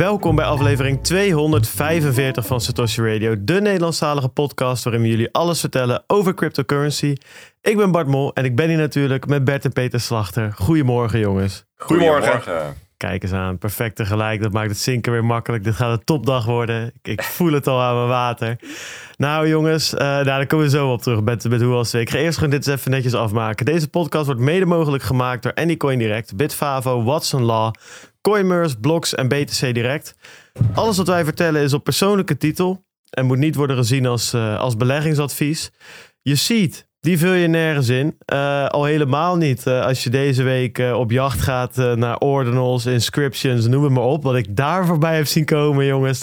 Welkom bij aflevering 245 van Satoshi Radio, de Nederlandstalige podcast waarin we jullie alles vertellen over cryptocurrency. Ik ben Bart Mol en ik ben hier natuurlijk met Bert en Peter Slachter. Goedemorgen jongens. Goedemorgen. Kijk eens aan, perfect tegelijk. Dat maakt het zinken weer makkelijk. Dit gaat een topdag worden. Ik voel het al aan mijn water. Nou jongens, daar komen we zo op terug met hoe als twee. Ik ga eerst gewoon dit eens even netjes afmaken. Deze podcast wordt mede mogelijk gemaakt door Anycoin Direct, Bitfavo, Watson Law, Coinmerse, Blocks en BTC Direct. Alles wat wij vertellen is op persoonlijke titel en moet niet worden gezien als beleggingsadvies. Je ziet, die vul je nergens in. Al helemaal niet als je deze week op jacht gaat naar ordinals, inscriptions, noem het maar op. Wat ik daar voorbij heb zien komen, jongens,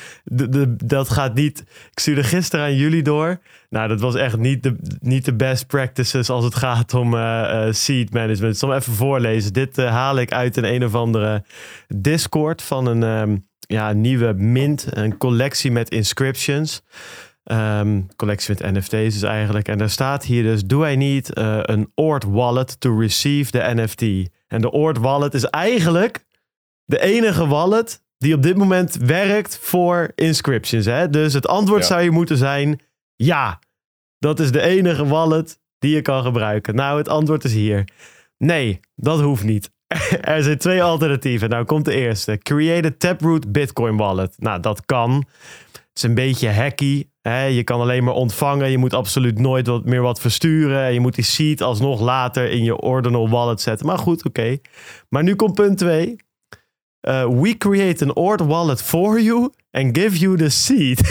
dat gaat niet. Ik stuurde gisteren aan jullie door. Nou, dat was echt niet de best practices als het gaat om seed management. Ik zal hem even voorlezen. Dit haal ik uit een of andere Discord van een nieuwe mint. Een collectie met inscriptions. Collectie met NFT's dus eigenlijk. En daar staat hier dus: do I need an Ord wallet to receive the NFT? En de Ord wallet is eigenlijk de enige wallet die op dit moment werkt voor inscriptions. Hè? Dus het antwoord zou je moeten zijn: ja, dat is de enige wallet die je kan gebruiken. Nou, het antwoord is hier. Nee, dat hoeft niet. Er zijn 2 alternatieven. Nou, komt de eerste. Create a Taproot Bitcoin wallet. Nou, dat kan. Het is een beetje hacky. Je kan alleen maar ontvangen. Je moet absoluut nooit meer wat versturen. En je moet die seed alsnog later in je ordinal wallet zetten. Maar goed, oké. Maar nu komt punt 2. We create an Ord wallet for you and give you the seed.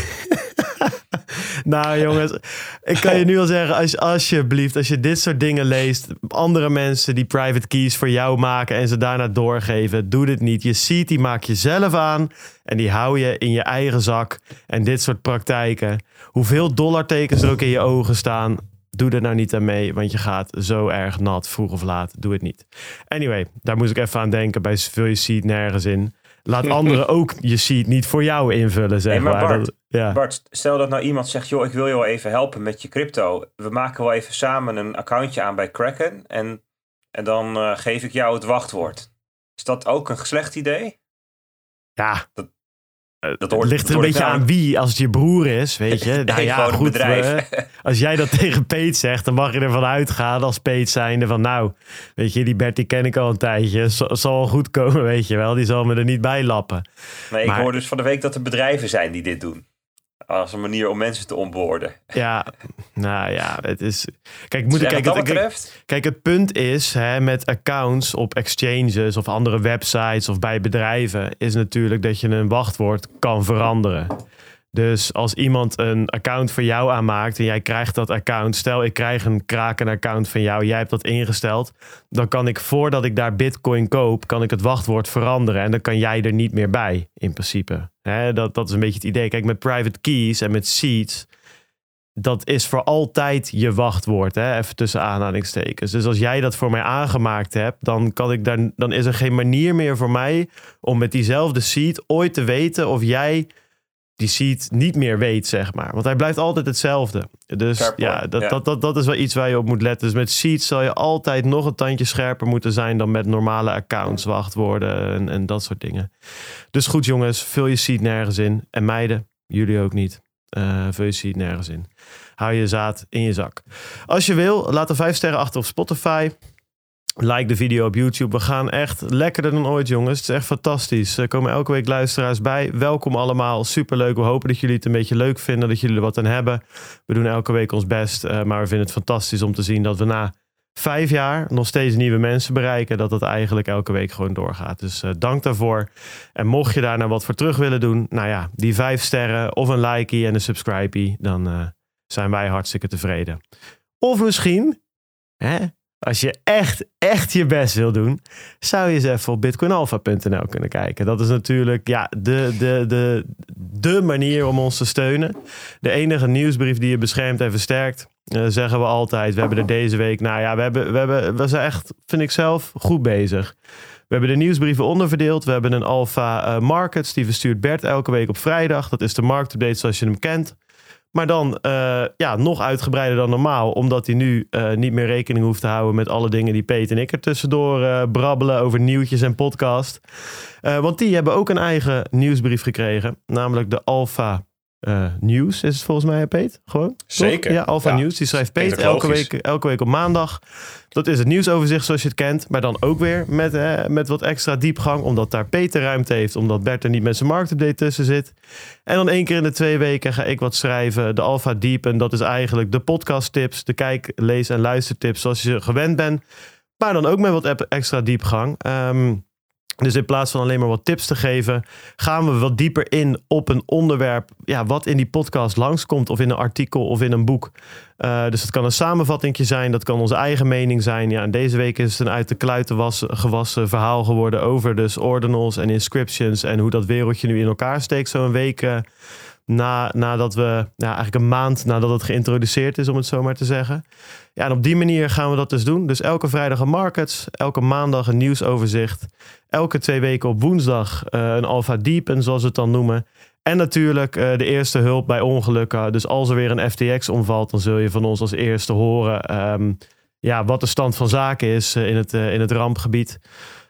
Nou jongens, ik kan je nu al zeggen, alsjeblieft, als je dit soort dingen leest, andere mensen die private keys voor jou maken en ze daarna doorgeven, doe dit niet. Je seed, die maak je zelf aan en die hou je in je eigen zak. En dit soort praktijken, hoeveel dollartekens er ook in je ogen staan, doe er nou niet aan mee, want je gaat zo erg nat, vroeg of laat. Doe het niet. Anyway, daar moest ik even aan denken, bij vul je seed nergens in. Laat anderen ook je seed niet voor jou invullen, zeg maar. Bart, stel dat nou iemand zegt, joh, ik wil je wel even helpen met je crypto. We maken wel even samen een accountje aan bij Kraken en dan geef ik jou het wachtwoord. Is dat ook een slecht idee? Ja, het ligt er een beetje aan wie. Als het je broer is, weet je. Nou ja, goed. Bedrijf. Als jij dat tegen Peet zegt, dan mag je ervan uitgaan als Peet zijnde van, nou, weet je, die Bert die ken ik al een tijdje. Zal wel goed komen, weet je wel. Die zal me er niet bij lappen. Nee, ik hoor dus van de week dat er bedrijven zijn die dit doen. Als een manier om mensen te onboarden. Ja, nou ja, het is. Kijk, kijk, het punt is, met accounts op exchanges of andere websites of bij bedrijven, is natuurlijk dat je een wachtwoord kan veranderen. Dus als iemand een account voor jou aanmaakt en jij krijgt dat account, stel ik krijg een Kraken-account van jou, jij hebt dat ingesteld, dan kan ik voordat ik daar Bitcoin koop, kan ik het wachtwoord veranderen en dan kan jij er niet meer bij, in principe. Dat is een beetje het idee. Kijk, met private keys en met seeds, dat is voor altijd je wachtwoord, even tussen aanhalingstekens. Dus als jij dat voor mij aangemaakt hebt, dan is er geen manier meer voor mij om met diezelfde seed ooit te weten of jij die seed niet meer weet, zeg maar. Want hij blijft altijd hetzelfde. Dus dat is wel iets waar je op moet letten. Dus met seeds zal je altijd nog een tandje scherper moeten zijn dan met normale accounts, wachtwoorden en dat soort dingen. Dus goed jongens, vul je seed nergens in. En meiden, jullie ook niet. Vul je seed nergens in. Hou je zaad in je zak. Als je wil, laat er 5 sterren achter op Spotify. Like de video op YouTube. We gaan echt lekkerder dan ooit, jongens. Het is echt fantastisch. Er komen elke week luisteraars bij. Welkom allemaal. Superleuk. We hopen dat jullie het een beetje leuk vinden. Dat jullie er wat aan hebben. We doen elke week ons best. Maar we vinden het fantastisch om te zien dat we na 5 jaar nog steeds nieuwe mensen bereiken. Dat eigenlijk elke week gewoon doorgaat. Dus dank daarvoor. En mocht je daar nou wat voor terug willen doen. Nou ja, die 5 sterren of een likeie en een subscribie. Dan zijn wij hartstikke tevreden. Of misschien, als je echt je best wil doen, zou je eens even op bitcoinalpha.nl kunnen kijken. Dat is natuurlijk de manier om ons te steunen. De enige nieuwsbrief die je beschermt en versterkt, zeggen we altijd. We hebben er deze week, we zijn echt, vind ik zelf, goed bezig. We hebben de nieuwsbrieven onderverdeeld. We hebben een Alpha Markets, die verstuurt Bert elke week op vrijdag. Dat is de marktupdate zoals je hem kent. Maar dan nog uitgebreider dan normaal. Omdat hij nu niet meer rekening hoeft te houden met alle dingen die Peet en ik er tussendoor brabbelen over nieuwtjes en podcast. Want die hebben ook een eigen nieuwsbrief gekregen. Namelijk de Alpha Nieuws is het volgens mij, Peet? Gewoon? Zeker. Toch? Ja, Alpha Nieuws. Die schrijft Peet elke week op maandag. Dat is het nieuwsoverzicht zoals je het kent. Maar dan ook weer met wat extra diepgang. Omdat daar Peter ruimte heeft. Omdat Bert er niet met zijn marktupdate tussen zit. En dan 1 keer in de 2 weken ga ik wat schrijven. De Alpha Deep. En dat is eigenlijk de podcast tips. De kijk, lees en luistertips zoals je gewend bent. Maar dan ook met wat extra diepgang. Dus in plaats van alleen maar wat tips te geven, gaan we wat dieper in op een onderwerp wat in die podcast langskomt of in een artikel of in een boek. Dus het kan een samenvattingje zijn, dat kan onze eigen mening zijn. Ja, en deze week is het een uit de kluiten gewassen verhaal geworden over dus ordinals en inscriptions en hoe dat wereldje nu in elkaar steekt. Zo'n week nadat we, eigenlijk een maand nadat het geïntroduceerd is, om het zo maar te zeggen. Ja, en op die manier gaan we dat dus doen. Dus elke vrijdag een markets, elke maandag een nieuwsoverzicht. Elke 2 weken op woensdag een Alpha Deep, en zoals we het dan noemen. En natuurlijk de eerste hulp bij ongelukken. Dus als er weer een FTX omvalt, dan zul je van ons als eerste horen wat de stand van zaken is in het rampgebied.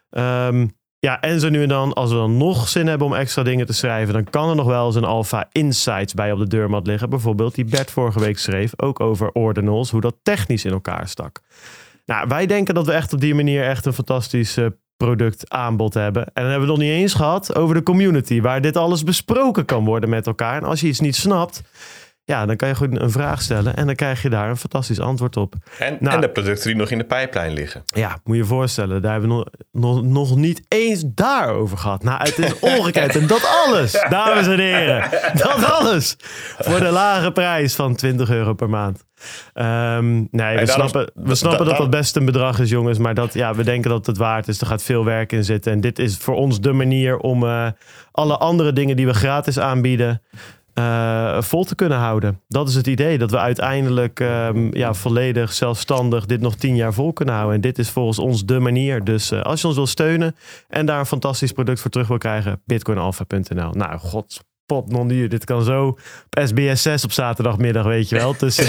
En zo nu en dan, als we dan nog zin hebben om extra dingen te schrijven, dan kan er nog wel eens een Alpha Insights bij op de deurmat liggen. Bijvoorbeeld die Bert vorige week schreef, ook over ordinals, hoe dat technisch in elkaar stak. Nou, wij denken dat we echt op die manier echt een fantastisch productaanbod hebben. En dan hebben we het nog niet eens gehad over de community, waar dit alles besproken kan worden met elkaar. En als je iets niet snapt, dan kan je gewoon een vraag stellen en dan krijg je daar een fantastisch antwoord op. En de producten die nog in de pijplijn liggen. Ja, moet je je voorstellen. Daar hebben we nog niet eens daarover gehad. Nou, het is ongekend. En dat alles, dames en heren. Dat alles. Voor de lage prijs van €20 per maand. We snappen dat dat best een bedrag is, jongens. Maar we denken dat het waard is. Er gaat veel werk in zitten. En dit is voor ons de manier om alle andere dingen die we gratis aanbieden vol te kunnen houden. Dat is het idee, dat we uiteindelijk volledig zelfstandig dit nog 10 jaar vol kunnen houden. En dit is volgens ons de manier. Dus als je ons wil steunen en daar een fantastisch product voor terug wil krijgen, bitcoinalpha.nl. Nou, godspot non duur. Dit kan zo op SBS 6 op zaterdagmiddag, weet je wel. Tussen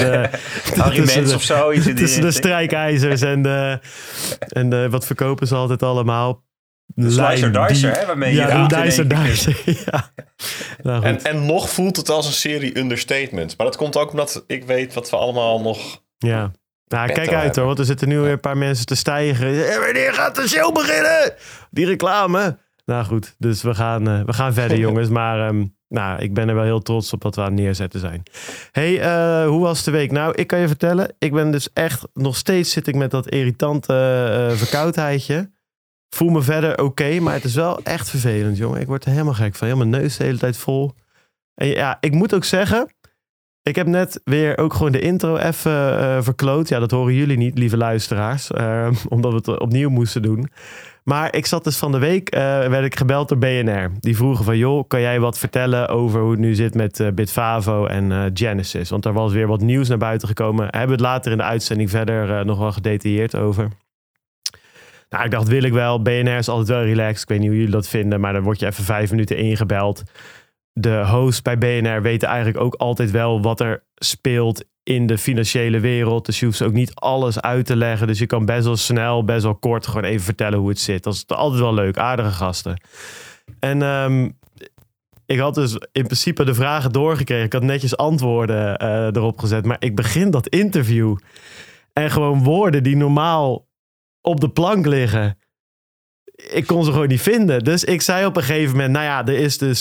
de strijkijzers en wat verkopen ze altijd allemaal. De Slicer-Dicer, waarmee je Dicer. Ja. Nou, en nog voelt het als een serie understatements. Maar dat komt ook omdat ik weet wat we allemaal nog... Ja. Nou, kijk uit hoor, want er zitten nu weer een paar mensen te stijgen. Wanneer gaat de show beginnen? Die reclame. Nou goed, dus we gaan verder jongens. Maar ik ben er wel heel trots op wat we aan het neerzetten zijn. Hey, hoe was de week? Nou, ik kan je vertellen. Ik ben dus echt, nog steeds zit ik met dat irritante verkoudheidje. Voel me verder oké, maar het is wel echt vervelend, jongen. Ik word er helemaal gek van. Heel mijn neus de hele tijd vol. En ik moet ook zeggen, ik heb net weer ook gewoon de intro even verkloot. Ja, dat horen jullie niet, lieve luisteraars. Omdat we het opnieuw moesten doen. Maar ik zat dus van de week, werd ik gebeld door BNR. Die vroegen van, joh, kan jij wat vertellen over hoe het nu zit met Bitvavo en Genesis? Want er was weer wat nieuws naar buiten gekomen. Hebben we het later in de uitzending verder nog wel gedetailleerd over. Nou, ik dacht, wil ik wel. BNR is altijd wel relaxed. Ik weet niet hoe jullie dat vinden, maar dan word je even 5 minuten ingebeld. De hosts bij BNR weten eigenlijk ook altijd wel wat er speelt in de financiële wereld. Dus je hoeft ook niet alles uit te leggen. Dus je kan best wel snel, best wel kort gewoon even vertellen hoe het zit. Dat is altijd wel leuk. Aardige gasten. En ik had dus in principe de vragen doorgekregen. Ik had netjes antwoorden erop gezet. Maar ik begin dat interview. En gewoon woorden die normaal op de plank liggen. Ik kon ze gewoon niet vinden. Dus ik zei op een gegeven moment, er is dus...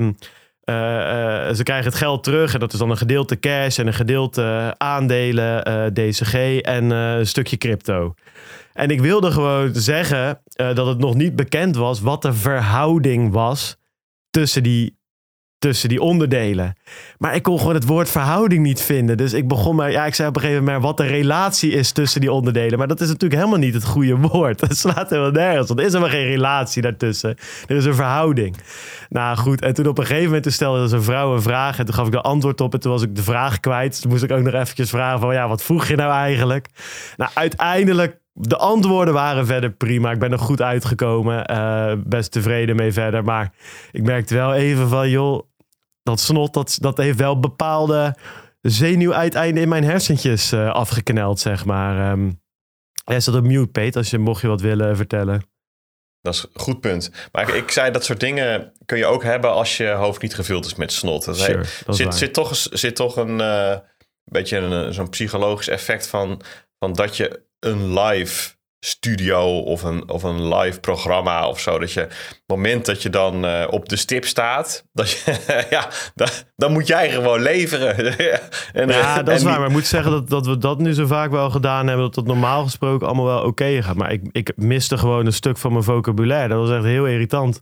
ze krijgen het geld terug en dat is dan een gedeelte cash en een gedeelte aandelen, DCG en een stukje crypto. En ik wilde gewoon zeggen dat het nog niet bekend was wat de verhouding was tussen die onderdelen. Maar ik kon gewoon het woord verhouding niet vinden. Dus ik begon maar... ik zei op een gegeven moment wat de relatie is tussen die onderdelen. Maar dat is natuurlijk helemaal niet het goede woord. Dat slaat helemaal nergens. Want er is helemaal geen relatie daartussen. Er is een verhouding. Nou goed, en toen op een gegeven moment stelde een vrouw een vraag. En toen gaf ik de antwoord op. En toen was ik de vraag kwijt. Dus toen moest ik ook nog eventjes vragen van... wat vroeg je nou eigenlijk? Nou, uiteindelijk... De antwoorden waren verder prima. Ik ben er goed uitgekomen. Best tevreden mee verder. Maar ik merkte wel even van... joh, dat snot, dat heeft wel bepaalde zenuwuiteinden in mijn hersentjes afgekneld, zeg maar. Hij zat op mute, Peet, mocht je wat willen vertellen. Dat is een goed punt. Maar ik zei, dat soort dingen kun je ook hebben als je hoofd niet gevuld is met snot. Zit toch een beetje zo'n psychologisch effect van dat je een live studio of een live programma of zo, dat je op het moment dat je dan op de stip staat, dat je, dan moet jij gewoon leveren. Dat is waar. Maar ik moet zeggen dat we dat nu zo vaak wel gedaan hebben, dat normaal gesproken allemaal wel oké gaat. Maar ik miste gewoon een stuk van mijn vocabulaire. Dat was echt heel irritant.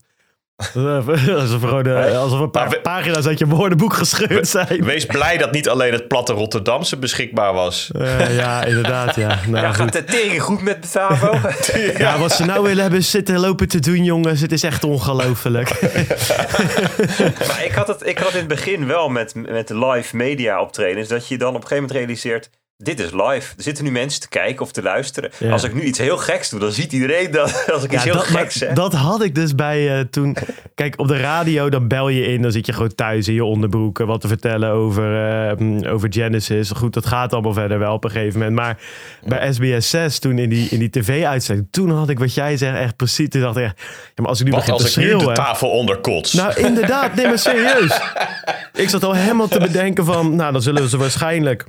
Alsof een paar pagina's uit je woordenboek gescheurd zijn. Wees blij dat niet alleen het platte Rotterdamse beschikbaar was. Ja, inderdaad. Ja. Nou, gaat het tegen goed met Betavo? Ja, wat ze nou willen hebben zitten lopen te doen, jongens. Het is echt ongelooflijk. Maar ik had het in het begin wel met live media optredens, dat je dan op een gegeven moment realiseert, dit is live. Er zitten nu mensen te kijken of te luisteren. Ja. Als ik nu iets heel geks doe, dan ziet iedereen dat als ik iets heel geks zeg. Dat had ik dus bij toen. Kijk, op de radio, dan bel je in. Dan zit je gewoon thuis in je onderbroek wat te vertellen over Genesis. Goed, dat gaat allemaal verder wel op een gegeven moment. Maar bij SBS 6, toen in die tv-uitzending, toen had ik wat jij zegt echt precies. Toen dacht ik, ja, maar als ik nu begin te schreeuwen, nu de tafel onderkots. Nou, inderdaad. Nee, maar serieus. Ik zat al helemaal te bedenken van, nou, dan zullen ze waarschijnlijk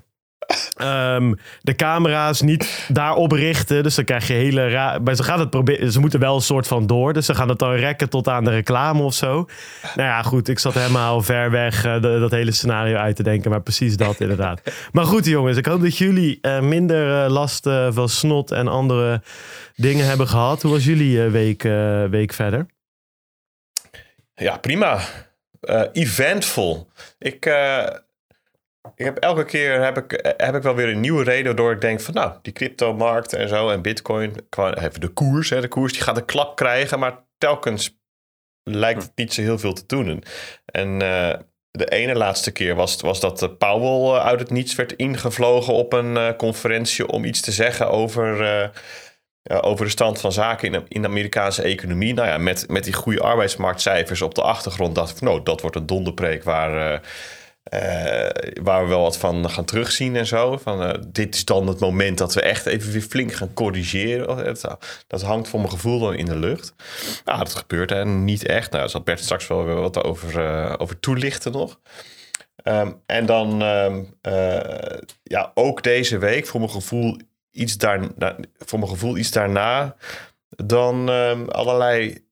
de camera's niet daarop richten. Dus dan krijg je maar ze gaan het proberen. Ze moeten wel een soort van door. Dus ze gaan het dan rekken tot aan de reclame of zo. Nou ja, goed. Ik zat helemaal ver weg dat hele scenario uit te denken. Maar precies dat inderdaad. Maar goed, jongens. Ik hoop dat jullie minder last van snot en andere dingen hebben gehad. Hoe was jullie week verder? Ja, prima. Eventvol. Ik heb elke keer heb ik wel weer een nieuwe reden waardoor ik denk van, nou, die cryptomarkt en zo en Bitcoin, even de koers die gaat een klap krijgen, maar telkens lijkt het niet zo heel veel te doen. En de ene laatste keer was dat Powell uit het niets werd ingevlogen op een conferentie om iets te zeggen over de stand van zaken in de Amerikaanse economie. Nou ja, met die goede arbeidsmarktcijfers op de achtergrond dacht ik, nou, dat wordt een donderpreek waar we wel wat van gaan terugzien en zo. Dit is dan het moment dat we echt even weer flink gaan corrigeren. Dat hangt voor mijn gevoel dan in de lucht. Nou, dat gebeurt niet echt. Nou, daar zal Bert straks wel weer wat over toelichten nog. En dan ook deze week voor mijn gevoel iets daarna dan allerlei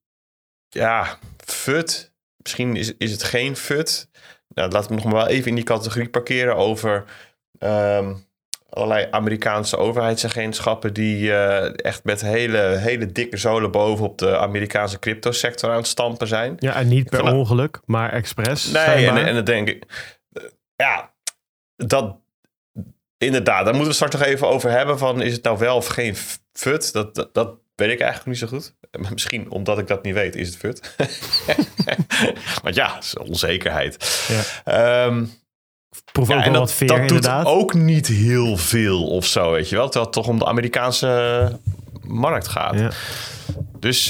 FUD. Misschien is het geen FUD. Nou, laten we nog maar wel even in die categorie parkeren over allerlei Amerikaanse overheidsagentschappen die echt met hele dikke zolen bovenop de Amerikaanse cryptosector aan het stampen zijn. Ja, en niet per ongeluk, maar expres. Nee, en dan denk ik, dat inderdaad, daar moeten we straks nog even over hebben van, is het nou wel of geen FUD? Dat weet ik eigenlijk niet zo goed. Misschien omdat ik dat niet weet, is het FUD. Want ja, het is onzekerheid. Ja. Proef ook wel wat veer, inderdaad. Dat doet ook niet heel veel of zo, weet je wel. Terwijl het toch om de Amerikaanse markt gaat. Ja. Dus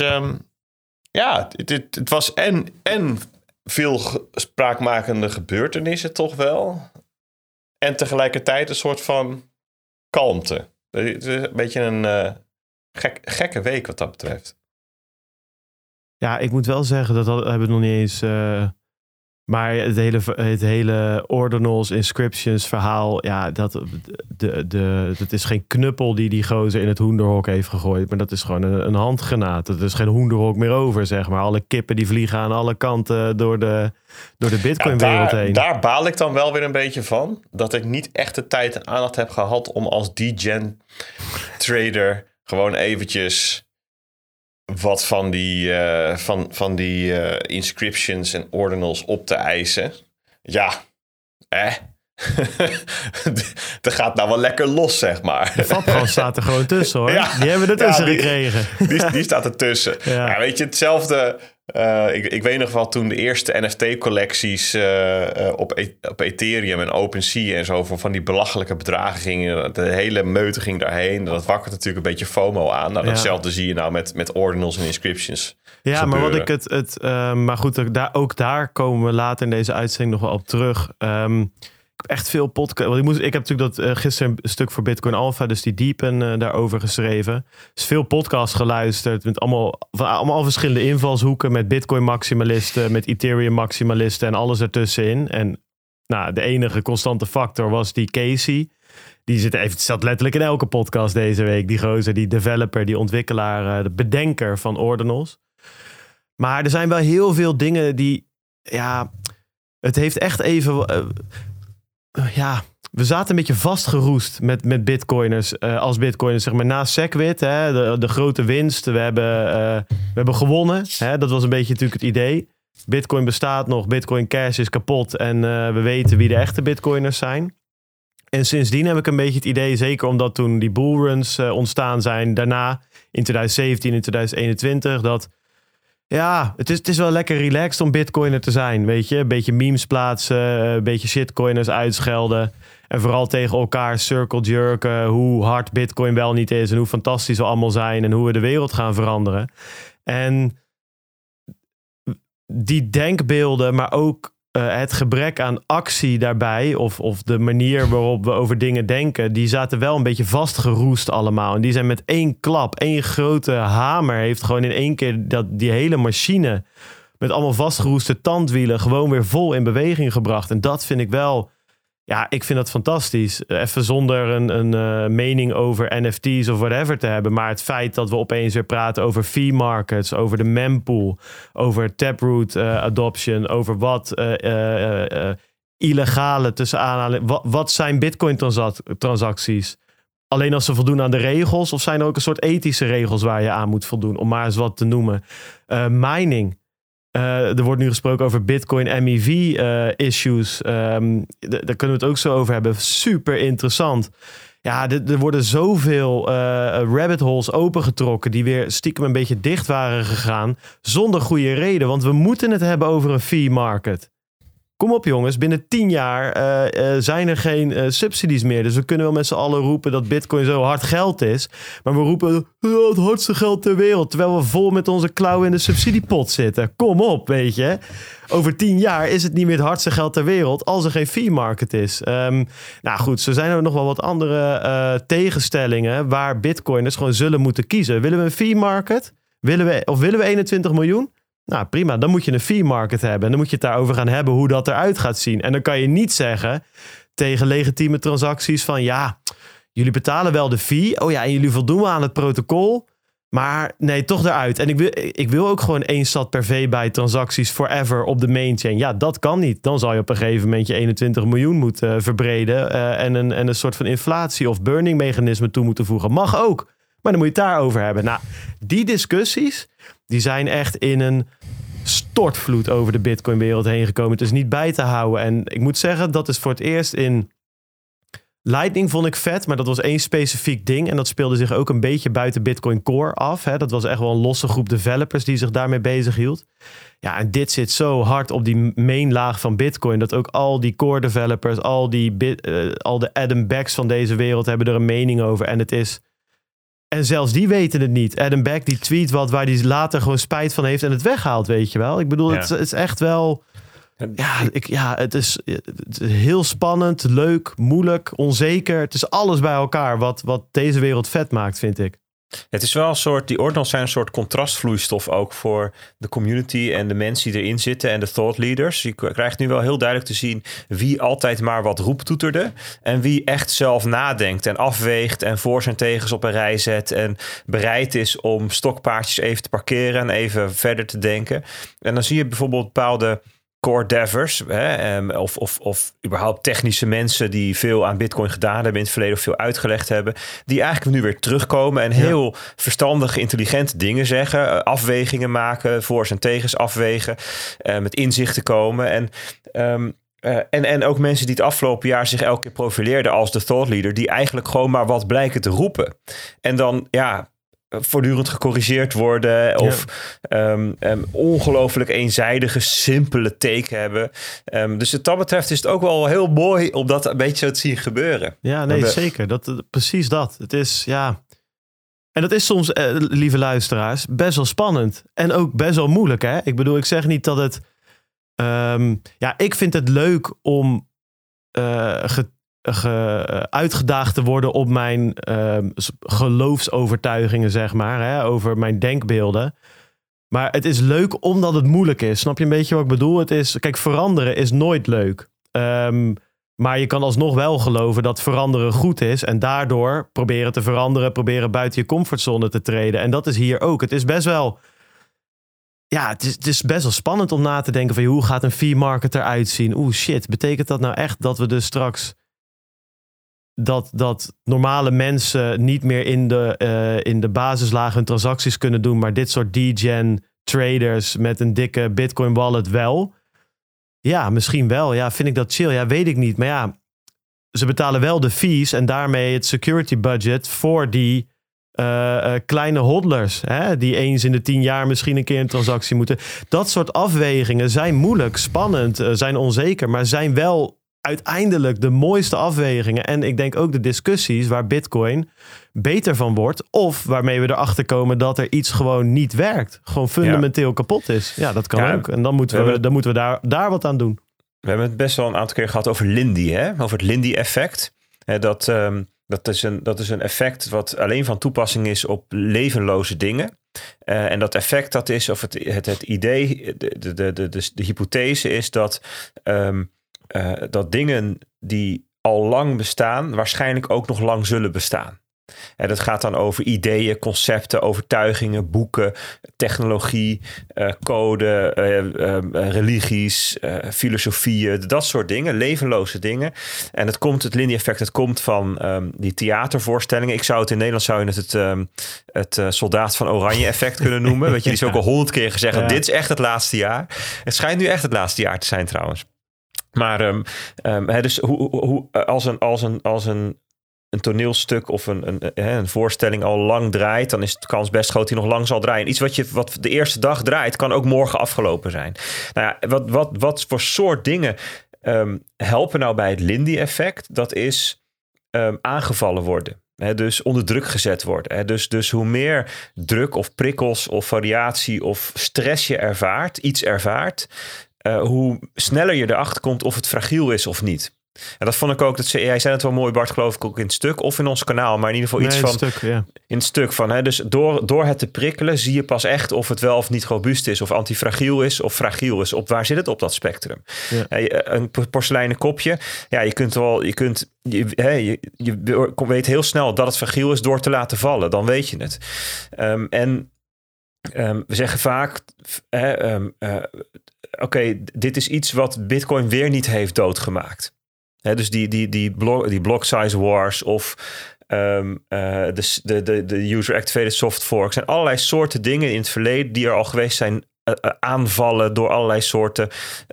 het was en veel spraakmakende gebeurtenissen toch wel. En tegelijkertijd een soort van kalmte. Het is een beetje een gekke week wat dat betreft. Ja, ik moet wel zeggen, dat hebben we nog niet eens. Maar het hele ordinals, inscriptions verhaal. Ja, dat is geen knuppel die gozer in het hoenderhok heeft gegooid. Maar dat is gewoon een handgranaat. Er is geen hoenderhok meer over, zeg maar. Alle kippen die vliegen aan alle kanten door de Bitcoin-wereld heen. Daar baal ik dan wel weer een beetje van. Dat ik niet echt de tijd en aandacht heb gehad om als degen trader gewoon eventjes wat van die inscriptions en ordinals op te eisen. Ja, Dat gaat nou wel lekker los, zeg maar. De Fabgas staat er gewoon tussen, hoor. Ja. Die hebben er tussen gekregen. Die staat ertussen. Ja. Ja, weet je, hetzelfde... Ik weet nog wel toen de eerste NFT-collecties op Ethereum en OpenSea en zo van die belachelijke bedragen gingen. De hele meute ging daarheen. Dat wakkert natuurlijk een beetje FOMO aan. Nou, datzelfde zie je nou met ordinals en inscriptions. Ja, gebeuren. maar wat ik maar goed, ook daar komen we later in deze uitzending nog wel op terug. Ik heb echt veel podcasts. Ik heb natuurlijk gisteren een stuk voor Bitcoin Alpha, dus die diepen daarover geschreven. Dus veel podcasts geluisterd met allemaal verschillende invalshoeken, met Bitcoin maximalisten, met Ethereum maximalisten en alles ertussenin. En nou, de enige constante factor was die Casey. Die zat letterlijk in elke podcast deze week. Die gozer, die developer, die ontwikkelaar, de bedenker van ordinals. Maar er zijn wel heel veel dingen die, ja, het heeft echt even... we zaten een beetje vastgeroest met bitcoiners. Als bitcoiners, zeg maar, na SegWit, de grote winst. We hebben gewonnen. Dat was een beetje natuurlijk het idee. Bitcoin bestaat nog. Bitcoin Cash is kapot. En we weten wie de echte bitcoiners zijn. En sindsdien heb ik een beetje het idee, zeker omdat toen die bullruns ontstaan zijn. Daarna, in 2017 en 2021, dat... Ja, het is wel lekker relaxed om bitcoiner te zijn, weet je. Een beetje memes plaatsen, een beetje shitcoiners uitschelden. En vooral tegen elkaar circle jerken hoe hard bitcoin wel niet is en hoe fantastisch we allemaal zijn en hoe we de wereld gaan veranderen. En die denkbeelden, maar ook het gebrek aan actie daarbij, of de manier waarop we over dingen denken, die zaten wel een beetje vastgeroest allemaal. En die zijn met één klap, één grote hamer, heeft gewoon in één keer die hele machine met allemaal vastgeroeste tandwielen gewoon weer vol in beweging gebracht. En dat vind ik wel, ja, ik vind dat fantastisch. Even zonder een mening over NFT's of whatever te hebben. Maar het feit dat we opeens weer praten over fee markets, over de mempool, over Taproot adoption, over wat illegale tussen aanhalingen. Wat zijn bitcoin transacties? Alleen als ze voldoen aan de regels, of zijn er ook een soort ethische regels waar je aan moet voldoen, om maar eens wat te noemen. Mining. Er wordt nu gesproken over Bitcoin MEV issues. Daar kunnen we het ook zo over hebben. Super interessant. Ja, er worden zoveel rabbit holes opengetrokken die weer stiekem een beetje dicht waren gegaan. Zonder goede reden, want we moeten het hebben over een fee market. Kom op jongens, binnen 10 jaar zijn er geen subsidies meer. Dus we kunnen wel met z'n allen roepen dat bitcoin zo hard geld is. Maar we roepen het hardste geld ter wereld. Terwijl we vol met onze klauwen in de subsidiepot zitten. Kom op, weet je. Over 10 jaar is het niet meer het hardste geld ter wereld als er geen fee market is. Nou goed, zo zijn er nog wel wat andere tegenstellingen waar bitcoiners gewoon zullen moeten kiezen. Willen we een fee market? Willen we 21 miljoen? Nou prima, dan moet je een fee market hebben. En dan moet je het daarover gaan hebben hoe dat eruit gaat zien. En dan kan je niet zeggen tegen legitieme transacties van ja, jullie betalen wel de fee. Oh ja, en jullie voldoen aan het protocol. Maar nee, toch eruit. En ik wil ook gewoon 1 sat per V bij transacties forever op de mainchain. Ja, dat kan niet. Dan zal je op een gegeven moment je 21 miljoen moeten verbreden. En een soort van inflatie of burning mechanisme toe moeten voegen. Mag ook. Maar dan moet je het daarover hebben. Nou, die discussies, die zijn echt in een stortvloed over de Bitcoin-wereld heen gekomen. Het is niet bij te houden. En ik moet zeggen, dat is voor het eerst in Lightning vond ik vet, maar dat was 1 specifiek ding. En dat speelde zich ook een beetje buiten Bitcoin Core af. Hè. Dat was echt wel een losse groep developers die zich daarmee bezig hield. Ja, en dit zit zo hard op die mainlaag van Bitcoin, dat ook al die core developers, al de Adam Becks van deze wereld hebben er een mening over. En het is... En zelfs die weten het niet. Adam Beck die tweet wat waar hij later gewoon spijt van heeft en het weghaalt, weet je wel. Ik bedoel, het is echt wel... Het is heel spannend, leuk, moeilijk, onzeker. Het is alles bij elkaar wat deze wereld vet maakt, vind ik. Het is wel een soort, die ordinals zijn een soort contrastvloeistof ook voor de community en de mensen die erin zitten en de thought leaders. Je krijgt nu wel heel duidelijk te zien wie altijd maar wat roeptoeterde en wie echt zelf nadenkt en afweegt en voor's en tegens op een rij zet en bereid is om stokpaardjes even te parkeren en even verder te denken. En dan zie je bijvoorbeeld bepaalde core devers, of überhaupt technische mensen die veel aan Bitcoin gedaan hebben in het verleden of veel uitgelegd hebben, die eigenlijk nu weer terugkomen en heel verstandige, intelligente dingen zeggen, afwegingen maken, voor's en tegens afwegen, met inzichten komen. En En ook mensen die het afgelopen jaar zich elke keer profileerden als de thought leader, die eigenlijk gewoon maar wat blijken te roepen. En dan voortdurend gecorrigeerd worden of ongelooflijk eenzijdige, simpele take hebben. Dus wat dat betreft is het ook wel heel mooi om dat een beetje zo te zien gebeuren. Ja, nee, zeker. Precies dat. Het is, En dat is soms, lieve luisteraars, best wel spannend. En ook best wel moeilijk, hè? Ik bedoel, ik zeg niet dat het... ik vind het leuk om uitgedaagd te worden op mijn geloofsovertuigingen, zeg maar. Hè, over mijn denkbeelden. Maar het is leuk omdat het moeilijk is. Snap je een beetje wat ik bedoel? Kijk, veranderen is nooit leuk. Maar je kan alsnog wel geloven dat veranderen goed is. En daardoor proberen te veranderen, proberen buiten je comfortzone te treden. En dat is hier ook. Het is best wel... Ja, het is best wel spannend om na te denken van hoe gaat een fee market eruit zien? Oeh, shit, betekent dat nou echt dat we dus straks dat normale mensen niet meer in de basislagen hun transacties kunnen doen, maar dit soort degen traders met een dikke Bitcoin wallet wel? Ja, misschien wel. Ja, vind ik dat chill? Ja, weet ik niet. Maar ja, ze betalen wel de fees en daarmee het security budget voor die kleine hodlers, hè, die eens in de 10 jaar misschien een keer een transactie moeten. Dat soort afwegingen zijn moeilijk, spannend, zijn onzeker, maar zijn wel uiteindelijk de mooiste afwegingen. En ik denk ook de discussies waar Bitcoin beter van wordt, of waarmee we erachter komen dat er iets gewoon niet werkt. Gewoon fundamenteel kapot is. Ja, dat kan ook. En dan moeten we daar wat aan doen. We hebben het best wel een aantal keer gehad over Lindy, hè? Over het Lindy-effect. Dat is een effect wat alleen van toepassing is op levenloze dingen. En dat effect dat is, of het idee, de hypothese is dat dingen die al lang bestaan, waarschijnlijk ook nog lang zullen bestaan. En dat gaat dan over ideeën, concepten, overtuigingen, boeken, technologie, code, religies, filosofieën, dat soort dingen, levenloze dingen. En het Lindy-effect, het komt van die theatervoorstellingen. Ik zou het in Nederland het Soldaat van Oranje effect kunnen noemen. Weet je, die is ook al 100 keer gezegd. Ja. Dit is echt het laatste jaar. Het schijnt nu echt het laatste jaar te zijn trouwens. Maar dus hoe als een toneelstuk of een voorstelling al lang draait, dan is de kans best groot dat hij nog lang zal draaien. Iets wat de eerste dag draait, kan ook morgen afgelopen zijn. Nou ja, wat voor soort dingen helpen nou bij het Lindy-effect? Dat is aangevallen worden. Dus onder druk gezet worden. Dus hoe meer druk of prikkels of variatie of stress je ervaart, hoe sneller je erachter komt of het fragiel is of niet. En dat vond ik ook, jij zei het wel mooi, Bart, geloof ik ook in het stuk of in ons kanaal, maar in ieder geval in het stuk van. Dus door het te prikkelen zie je pas echt of het wel of niet robuust is, of antifragiel is of fragiel is. Waar zit het op dat spectrum? Ja. Een porseleinen kopje, je weet heel snel dat het fragiel is door te laten vallen. Dan weet je het. We zeggen vaak, dit is iets wat Bitcoin weer niet heeft doodgemaakt. Dus die block size wars of de user-activated soft fork zijn allerlei soorten dingen in het verleden die er al geweest zijn, aanvallen door allerlei soorten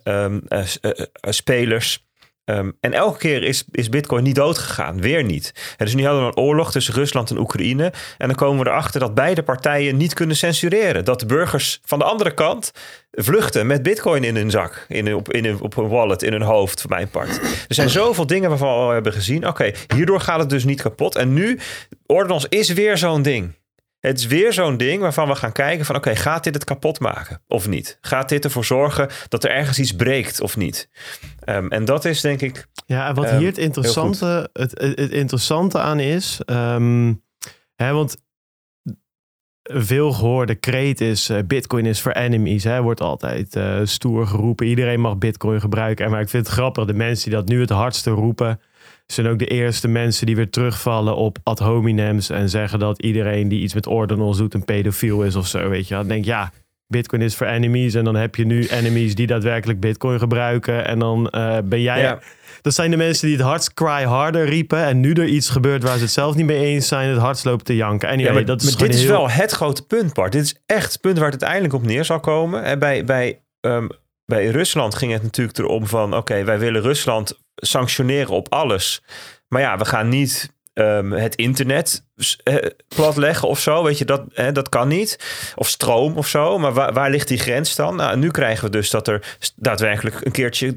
spelers. En elke keer is Bitcoin niet doodgegaan. Weer niet. Dus nu hadden we een oorlog tussen Rusland en Oekraïne. En dan komen we erachter dat beide partijen niet kunnen censureren. Dat de burgers van de andere kant vluchten met Bitcoin in hun zak. Op hun wallet, in hun hoofd, voor mijn part. Er zijn zoveel dingen waarvan we al hebben gezien. Oké, hierdoor gaat het dus niet kapot. En nu, Ordinals is weer zo'n ding. Het is weer zo'n ding waarvan we gaan kijken van gaat dit het kapot maken of niet? Gaat dit ervoor zorgen dat er ergens iets breekt of niet? En dat is denk ik... Ja, en wat hier het interessante aan is... want veel gehoorde kreet is Bitcoin is for enemies. Wordt altijd stoer geroepen. Iedereen mag Bitcoin gebruiken. Maar ik vind het grappig. De mensen die dat nu het hardste roepen... zijn ook de eerste mensen die weer terugvallen op ad hominems en zeggen dat iedereen die iets met ordinals doet een pedofiel is of zo, weet je. Dan denk ik, Bitcoin is for enemies en dan heb je nu enemies die daadwerkelijk Bitcoin gebruiken en dan ben jij... Ja. Dat zijn de mensen die het hardst cry harder riepen en nu er iets gebeurt waar ze het zelf niet mee eens zijn, het hardst lopen te janken. Anyway, maar dit is wel het grote punt, Bart. Dit is echt het punt waar het uiteindelijk op neer zal komen. Bij bij Rusland ging het natuurlijk erom van... oké, wij willen Rusland sanctioneren op alles. Maar ja, we gaan niet het internet platleggen of zo. Weet je, dat kan niet. Of stroom of zo. Maar waar ligt die grens dan? Nou, nu krijgen we dus dat er daadwerkelijk een keertje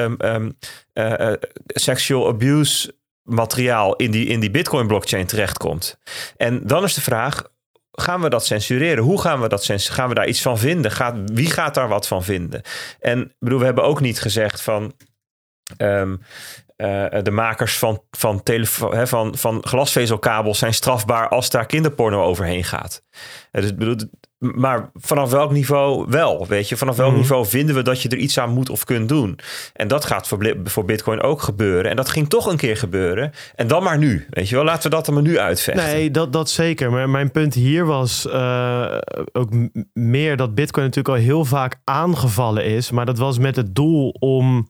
sexual abuse materiaal in die Bitcoin blockchain terechtkomt. En dan is de vraag... gaan we dat censureren? Hoe gaan we dat censureren? Gaan we daar iets van vinden? Wie gaat daar wat van vinden? En we hebben ook niet gezegd van... de makers van glasvezelkabels zijn strafbaar als daar kinderporno overheen gaat. Dus maar vanaf welk niveau wel, weet je? Vanaf welk niveau vinden we dat je er iets aan moet of kunt doen? En dat gaat voor Bitcoin ook gebeuren. En dat ging toch een keer gebeuren. En dan maar nu, weet je wel? Laten we dat er maar nu uitvechten. Nee, dat zeker. Maar mijn punt hier was ook meer dat Bitcoin natuurlijk al heel vaak aangevallen is. Maar dat was met het doel om...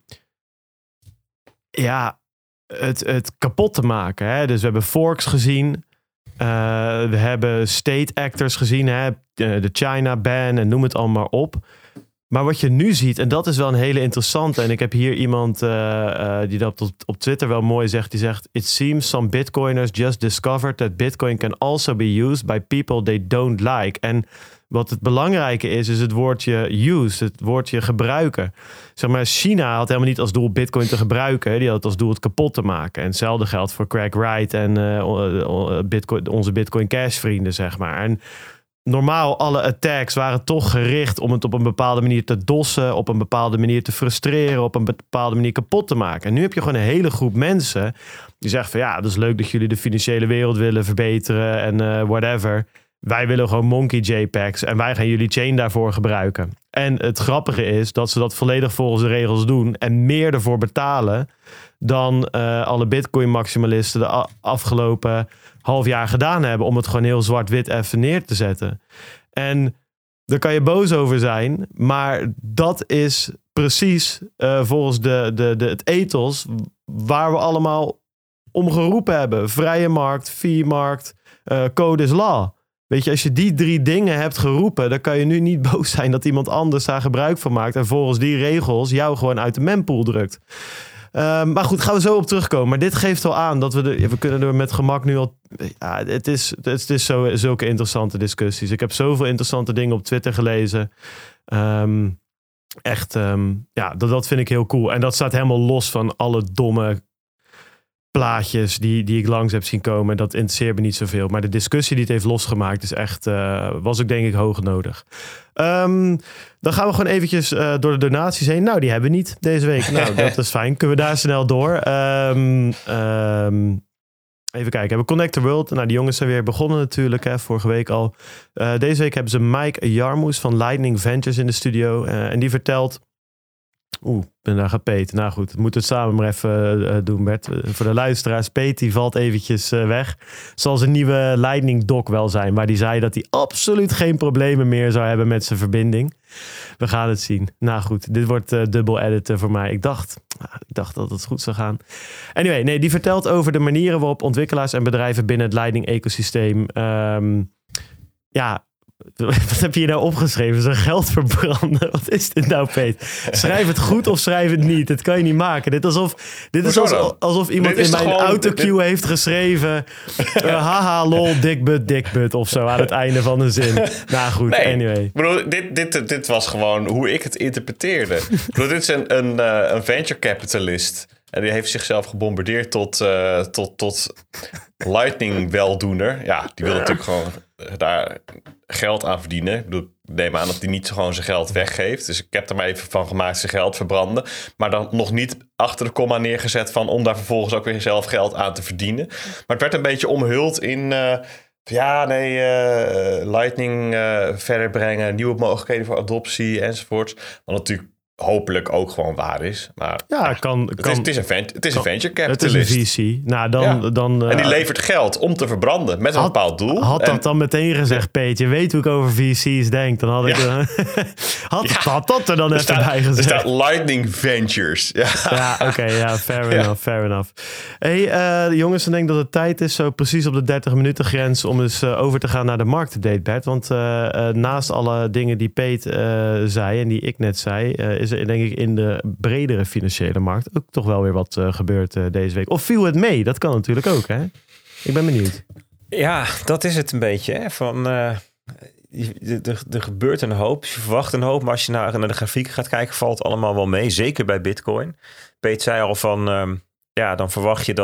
het kapot te maken. Hè? Dus we hebben forks gezien. We hebben state actors gezien. Hè? De China ban en noem het allemaal op. Maar wat je nu ziet, en dat is wel een hele interessante. En ik heb hier iemand die dat op Twitter wel mooi zegt. Die zegt, it seems some Bitcoiners just discovered that Bitcoin can also be used by people they don't like. En wat het belangrijke is het woordje use, het woordje gebruiken. Zeg maar, China had helemaal niet als doel Bitcoin te gebruiken. Die had het als doel het kapot te maken. En hetzelfde geldt voor Craig Wright en onze Bitcoin Cash vrienden, zeg maar. En normaal, alle attacks waren toch gericht om het op een bepaalde manier te dossen, op een bepaalde manier te frustreren, op een bepaalde manier kapot te maken. En nu heb je gewoon een hele groep mensen die zeggen van ja, dat is leuk dat jullie de financiële wereld willen verbeteren en whatever. Wij willen gewoon monkey JPEGs en wij gaan jullie chain daarvoor gebruiken. En het grappige is dat ze dat volledig volgens de regels doen en meer ervoor betalen dan alle Bitcoin-maximalisten de afgelopen half jaar gedaan hebben om het gewoon heel zwart-wit even neer te zetten. En daar kan je boos over zijn, maar dat is precies volgens het ethos waar we allemaal om geroepen hebben. Vrije markt, fee-markt, code is law. Weet je, als je die 3 dingen hebt geroepen, dan kan je nu niet boos zijn dat iemand anders daar gebruik van maakt en volgens die regels jou gewoon uit de mempool drukt. Maar goed, gaan we zo op terugkomen. Maar dit geeft al aan dat we kunnen er met gemak nu al... Ja, het is zulke interessante discussies. Ik heb zoveel interessante dingen op Twitter gelezen. Dat vind ik heel cool. En dat staat helemaal los van alle domme plaatjes die ik langs heb zien komen. Dat interesseert me niet zoveel. Maar de discussie die het heeft losgemaakt is echt... was ook denk ik hoog nodig. Dan gaan we gewoon eventjes door de donaties heen. Nou, die hebben we niet deze week. Nou, dat is fijn. Kunnen we daar snel door. Even kijken. Hebben we Connect the World. Nou, die jongens zijn weer begonnen natuurlijk. Hè, vorige week al. Deze week hebben ze Mike Jarmoes van Lightning Ventures in de studio. En die vertelt... ik ben daar gepeet. Nou goed, we moeten het samen maar even doen, Bert. Voor de luisteraars, Peet die valt eventjes weg. Zal zijn nieuwe Lightning doc wel zijn, waar die zei dat hij absoluut geen problemen meer zou hebben met zijn verbinding. We gaan het zien. Nou goed, dit wordt dubbel editen voor mij. Ik dacht dat het goed zou gaan. Anyway, nee, die vertelt over de manieren waarop ontwikkelaars en bedrijven binnen het Lightning-ecosysteem... wat heb je hier nou opgeschreven? Zijn geld verbranden. Wat is dit nou, Peet? Schrijf het goed of schrijf het niet. Dat kan je niet maken. Dit is alsof iemand in mijn autocue heeft geschreven... haha, lol, dikbut of zo aan het einde van een zin. Nou goed, anyway. Bro, dit was gewoon hoe ik het interpreteerde. Bro, dit is een venture capitalist... En die heeft zichzelf gebombardeerd tot Lightning-weldoener. Ja, die wil natuurlijk gewoon daar geld aan verdienen. Ik bedoel, ik neem aan dat hij niet gewoon zijn geld weggeeft. Dus ik heb er maar even van gemaakt zijn geld verbranden. Maar dan nog niet achter de komma neergezet om daar vervolgens ook weer zelf geld aan te verdienen. Maar het werd een beetje omhuld in... Lightning verder brengen, nieuwe mogelijkheden voor adoptie enzovoorts. Wat natuurlijk hopelijk ook gewoon waar is. Maar het is een venture capitalist. Het is een VC. Nou, dan, en die levert geld om te verbranden met een bepaald doel. Had dat dan meteen gezegd, Peet. Je weet hoe ik over VC's denk. Dan had ik... had dat er dan even bij gezegd. Er staat Lightning Ventures. Oké, fair enough. Hey, jongens, dan denk ik dat het tijd is, zo precies op de 30 minuten grens, om eens over te gaan naar de marktupdate, Bert. Want naast alle dingen die Peet zei en die ik net zei, is er denk ik in de bredere financiële markt ook toch wel weer wat gebeurt deze week. Of viel het mee? Dat kan natuurlijk ook, hè? Ik ben benieuwd. Ja, dat is het een beetje. Hè? Van, er gebeurt een hoop, je verwacht een hoop. Maar als je naar de grafieken gaat kijken, valt het allemaal wel mee. Zeker bij Bitcoin. Peet zei al van, dan verwacht je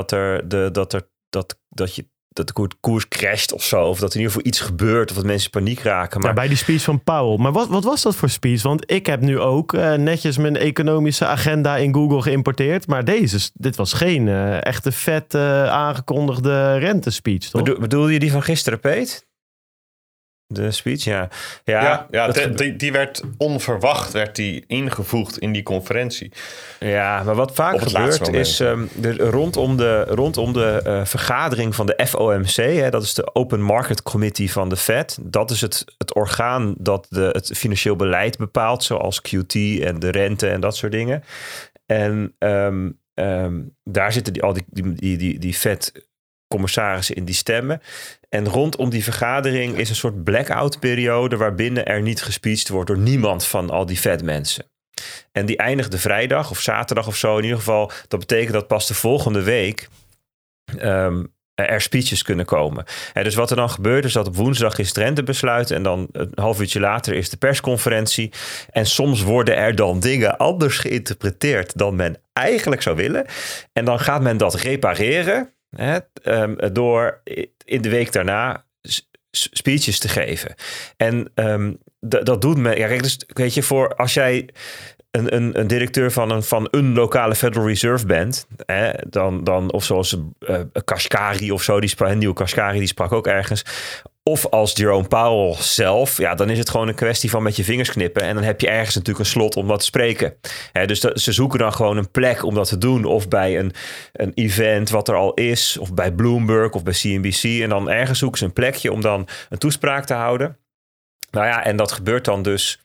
dat de koers crasht of zo. Of dat er in ieder geval iets gebeurt. Of dat mensen in paniek raken. Maar... Ja, bij die speech van Powell. Maar wat was dat voor speech? Want ik heb nu ook netjes mijn economische agenda in Google geïmporteerd. Maar dit was geen echte vet aangekondigde rentespeech, toch? Bedoel je die van gisteren, Peet? De speech, ja. Die werd onverwacht ingevoegd in die conferentie. Ja, maar wat vaak gebeurt is rondom de vergadering van de FOMC, hè, dat is de Open Market Committee van de Fed. Dat is het orgaan dat het financieel beleid bepaalt, zoals QT en de rente en dat soort dingen. En daar zitten al die Fed-commissarissen in die stemmen. En rondom die vergadering is een soort blackout-periode waarbinnen er niet gespeecht wordt door niemand van al die Fed-mensen. En die eindigde vrijdag of zaterdag of zo. In ieder geval, dat betekent dat pas de volgende week er speeches kunnen komen. Dus wat er dan gebeurt is dat op woensdag is het rentebesluit en dan een half uurtje later is de persconferentie. En soms worden er dan dingen anders geïnterpreteerd dan men eigenlijk zou willen. En dan gaat men dat repareren door in de week daarna speeches te geven. En dat doet men. Ja, kijk, dus weet je, voor als jij een directeur van een lokale Federal Reserve bent, dan of zoals Kashkari of zo, Neil Kashkari, die sprak ook ergens. Of als Jerome Powell zelf, ja, dan is het gewoon een kwestie van met je vingers knippen. En dan heb je ergens natuurlijk een slot om dat te spreken. Dus ze zoeken dan gewoon een plek om dat te doen. Of bij een event wat er al is. Of bij Bloomberg of bij CNBC. En dan ergens zoeken ze een plekje om dan een toespraak te houden. Nou ja, en dat gebeurt dan dus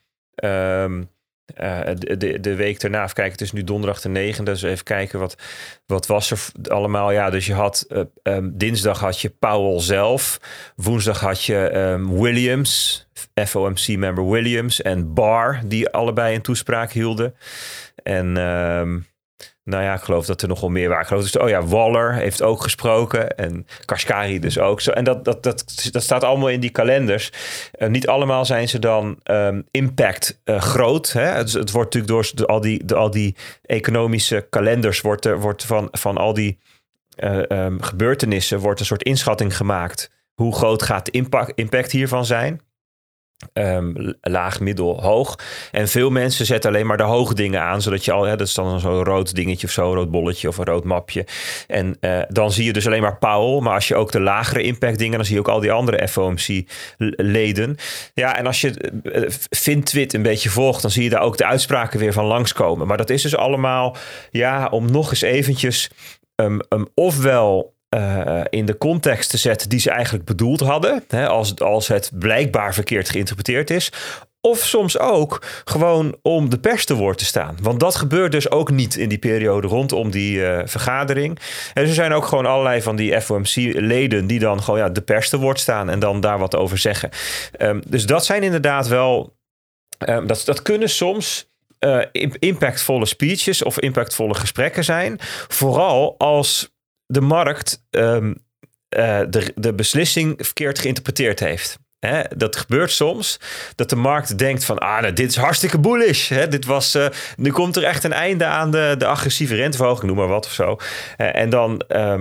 de week daarna. Even kijken, het is nu donderdag de 9e. Dus even kijken, wat was er allemaal? Ja, dus je had dinsdag had je Powell zelf. Woensdag had je Williams, FOMC-member Williams en Barr, die allebei een toespraak hielden. En nou ja, ik geloof dat er nog wel meer waren. Ik geloof dus, Waller heeft ook gesproken. En Kashkari dus ook. Zo, en dat staat allemaal in die kalenders. Niet allemaal zijn ze dan impact groot. Hè? Het wordt natuurlijk door al die economische kalenders wordt van al die gebeurtenissen wordt een soort inschatting gemaakt. Hoe groot gaat de impact hiervan zijn? Laag, middel, hoog. En veel mensen zetten alleen maar de hoge dingen aan, zodat je dat is dan zo'n rood dingetje of zo, een rood bolletje of een rood mapje. En dan zie je dus alleen maar Powell, maar als je ook de lagere impact dingen, dan zie je ook al die andere FOMC-leden. Ja, en als je FinTwit een beetje volgt, dan zie je daar ook de uitspraken weer van langskomen. Maar dat is dus allemaal, om nog eens eventjes ofwel in de context te zetten die ze eigenlijk bedoeld hadden. Hè, als het blijkbaar verkeerd geïnterpreteerd is. Of soms ook gewoon om de pers te woord te staan. Want dat gebeurt dus ook niet in die periode rondom die vergadering. En er zijn ook gewoon allerlei van die FOMC-leden die dan gewoon de pers te woord staan en dan daar wat over zeggen. Dus dat zijn inderdaad wel... Dat kunnen soms impactvolle speeches of impactvolle gesprekken zijn. Vooral als de markt de beslissing verkeerd geïnterpreteerd heeft. Dat gebeurt soms. Dat de markt denkt van, dit is hartstikke bullish. Nu komt er echt een einde aan de agressieve renteverhoging, noem maar wat of zo. En dan,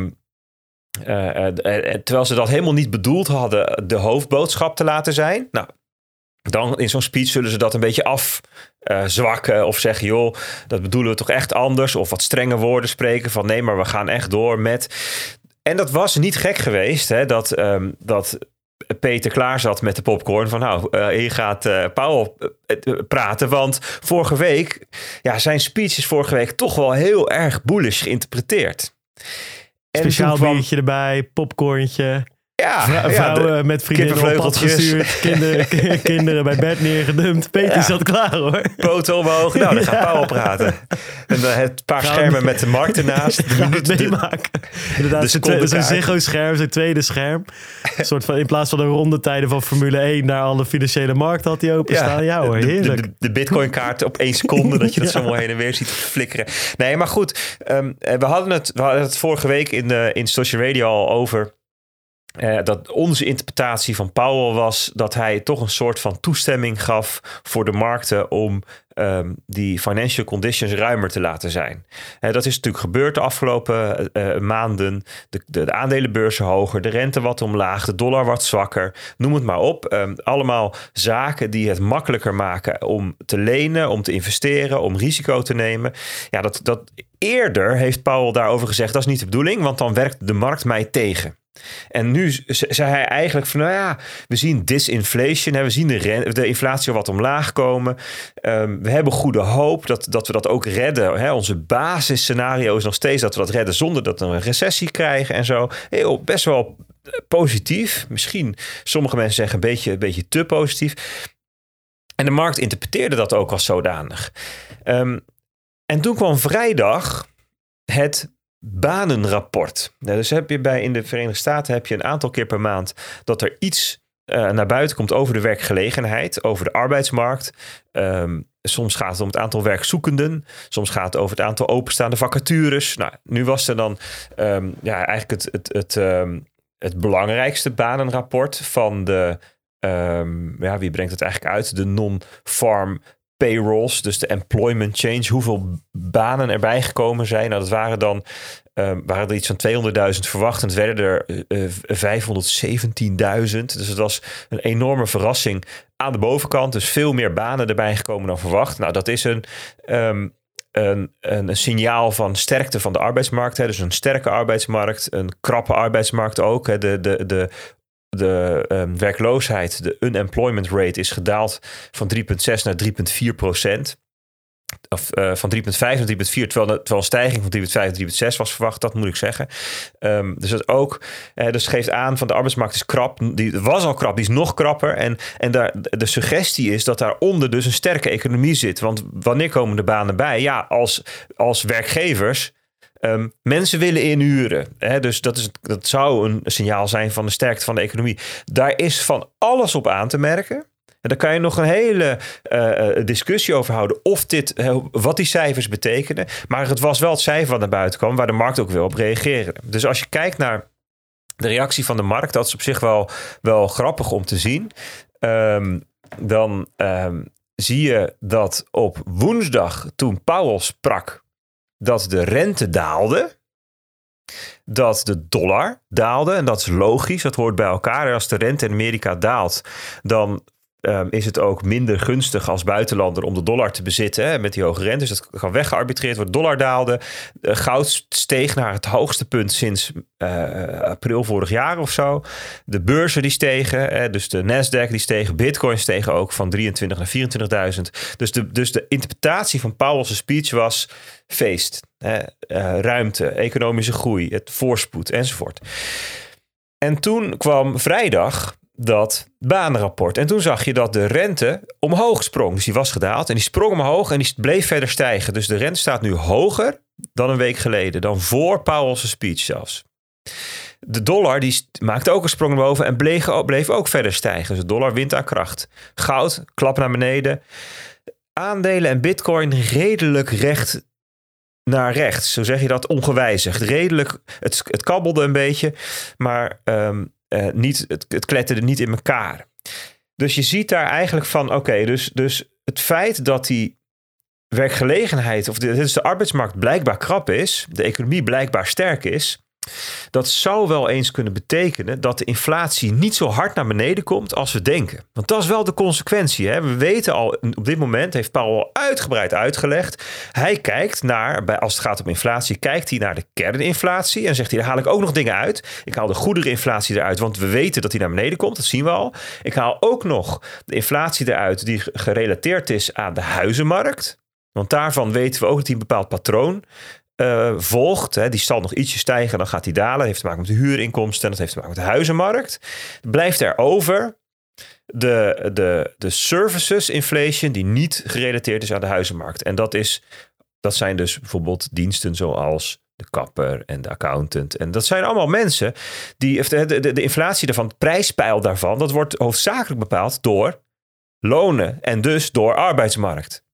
terwijl ze dat helemaal niet bedoeld hadden, de hoofdboodschap te laten zijn. Nou, dan in zo'n speech zullen ze dat een beetje afzwakken of zeggen, joh, dat bedoelen we toch echt anders. Of wat strenge woorden spreken van, nee, maar we gaan echt door met... En dat was niet gek geweest, dat Peter klaar zat met de popcorn van, hier gaat Powell praten. Want vorige week, zijn speech is vorige week toch wel heel erg bullish geïnterpreteerd. Speciaal biertje erbij, popcorntje. Vrouwen met vriendinnen op pad gestuurd. Kinderen bij bed neergedumpt. Peter zat klaar hoor. Poten omhoog. Nou, dan gaat Powell praten. En dan het paar schermen met de markt ernaast. De minuten meemaken. Inderdaad, zo'n Ziggo-scherm, zo'n tweede scherm. Een soort van, in plaats van de rondetijden van Formule 1 naar alle financiële markten had hij openstaan. Ja hoor, heerlijk. De Bitcoin-kaart op 1 seconde, dat je dat zo mooi heen en weer ziet flikkeren. Nee, maar goed. We hadden het vorige week in Social Radio al over. Dat onze interpretatie van Powell was dat hij toch een soort van toestemming gaf voor de markten om die financial conditions ruimer te laten zijn. Dat is natuurlijk gebeurd de afgelopen maanden. De aandelenbeurzen hoger, de rente wat omlaag, de dollar wat zwakker. Noem het maar op. Allemaal zaken die het makkelijker maken om te lenen, om te investeren, om risico te nemen. Ja, dat eerder heeft Powell daarover gezegd, dat is niet de bedoeling, want dan werkt de markt mij tegen. En nu zei hij eigenlijk van, we zien disinflation, we zien de inflatie wat omlaag komen. We hebben goede hoop dat we dat ook redden. Onze basisscenario is nog steeds dat we dat redden zonder dat we een recessie krijgen en zo. Best wel positief. Misschien, sommige mensen zeggen een beetje te positief. En de markt interpreteerde dat ook als zodanig. En toen kwam vrijdag het banenrapport. Dus heb je in de Verenigde Staten heb je een aantal keer per maand dat er iets naar buiten komt over de werkgelegenheid, over de arbeidsmarkt. Soms gaat het om het aantal werkzoekenden. Soms gaat het over het aantal openstaande vacatures. Nou, nu was er dan eigenlijk het belangrijkste banenrapport van de wie brengt het eigenlijk uit? De non-farm payrolls, dus de employment change, hoeveel banen erbij gekomen zijn. Nou, dat waren er iets van 200.000 verwacht en het werden er 517.000. Dus het was een enorme verrassing aan de bovenkant. Dus veel meer banen erbij gekomen dan verwacht. Nou, dat is een signaal van sterkte van de arbeidsmarkt. Dus een sterke arbeidsmarkt, een krappe arbeidsmarkt ook. De werkloosheid, de unemployment rate is gedaald van 3,6 naar 3,4%. Of van 3,5 naar 3,4, terwijl een stijging van 3,5 naar 3,6 was verwacht, dat moet ik zeggen. Dus dat ook, dus geeft aan van de arbeidsmarkt is krap. Die was al krap, die is nog krapper. En de suggestie is dat daaronder dus een sterke economie zit. Want wanneer komen de banen bij? Ja, als werkgevers mensen willen inhuren. Dus dat zou een signaal zijn van de sterkte van de economie. Daar is van alles op aan te merken. En daar kan je nog een hele discussie over houden wat die cijfers betekenen. Maar het was wel het cijfer wat naar buiten kwam, waar de markt ook wil op reageren. Dus als je kijkt naar de reactie van de markt, dat is op zich wel grappig om te zien. Dan zie je dat op woensdag, toen Powell sprak, dat de rente daalde, dat de dollar daalde. En dat is logisch, dat hoort bij elkaar. Als de rente in Amerika daalt, dan is het ook minder gunstig als buitenlander om de dollar te bezitten met die hoge rente. Dus dat kan weggearbitreerd worden. Dollar daalde. Goud steeg naar het hoogste punt sinds april vorig jaar of zo. De beurzen die stegen. Dus de Nasdaq die stegen. Bitcoin stegen ook van 23 naar 24.000. Dus de interpretatie van Powell's speech was feest. Ruimte, economische groei, het voorspoed enzovoort. En toen kwam vrijdag dat banenrapport. En toen zag je dat de rente omhoog sprong. Dus die was gedaald en die sprong omhoog en die bleef verder stijgen. Dus de rente staat nu hoger dan een week geleden. Dan voor Powell's speech zelfs. De dollar die maakte ook een sprong naar boven en bleef ook verder stijgen. Dus de dollar wint aan kracht. Goud, klap naar beneden. Aandelen en bitcoin redelijk recht naar rechts. Zo zeg je dat, ongewijzigd. Redelijk, het kabbelde een beetje, maar het kletterde niet in elkaar. Dus je ziet daar eigenlijk van, oké, dus het feit dat die werkgelegenheid, of de arbeidsmarkt blijkbaar krap is, de economie blijkbaar sterk is, dat zou wel eens kunnen betekenen dat de inflatie niet zo hard naar beneden komt als we denken. Want dat is wel de consequentie. Hè? We weten al, op dit moment heeft Powell uitgebreid uitgelegd. Hij kijkt naar, als het gaat om inflatie, kijkt hij naar de kerninflatie en zegt hij, daar haal ik ook nog dingen uit. Ik haal de goedereninflatie eruit, want we weten dat die naar beneden komt. Dat zien we al. Ik haal ook nog de inflatie eruit die gerelateerd is aan de huizenmarkt. Want daarvan weten we ook dat hij een bepaald patroon volgt, die zal nog ietsje stijgen, dan gaat die dalen. Dat heeft te maken met de huurinkomsten en dat heeft te maken met de huizenmarkt. Blijft er over de services inflation die niet gerelateerd is aan de huizenmarkt. En dat zijn dus bijvoorbeeld diensten zoals de kapper en de accountant. En dat zijn allemaal mensen die de inflatie daarvan, het prijspeil daarvan, dat wordt hoofdzakelijk bepaald door lonen en dus door arbeidsmarkt.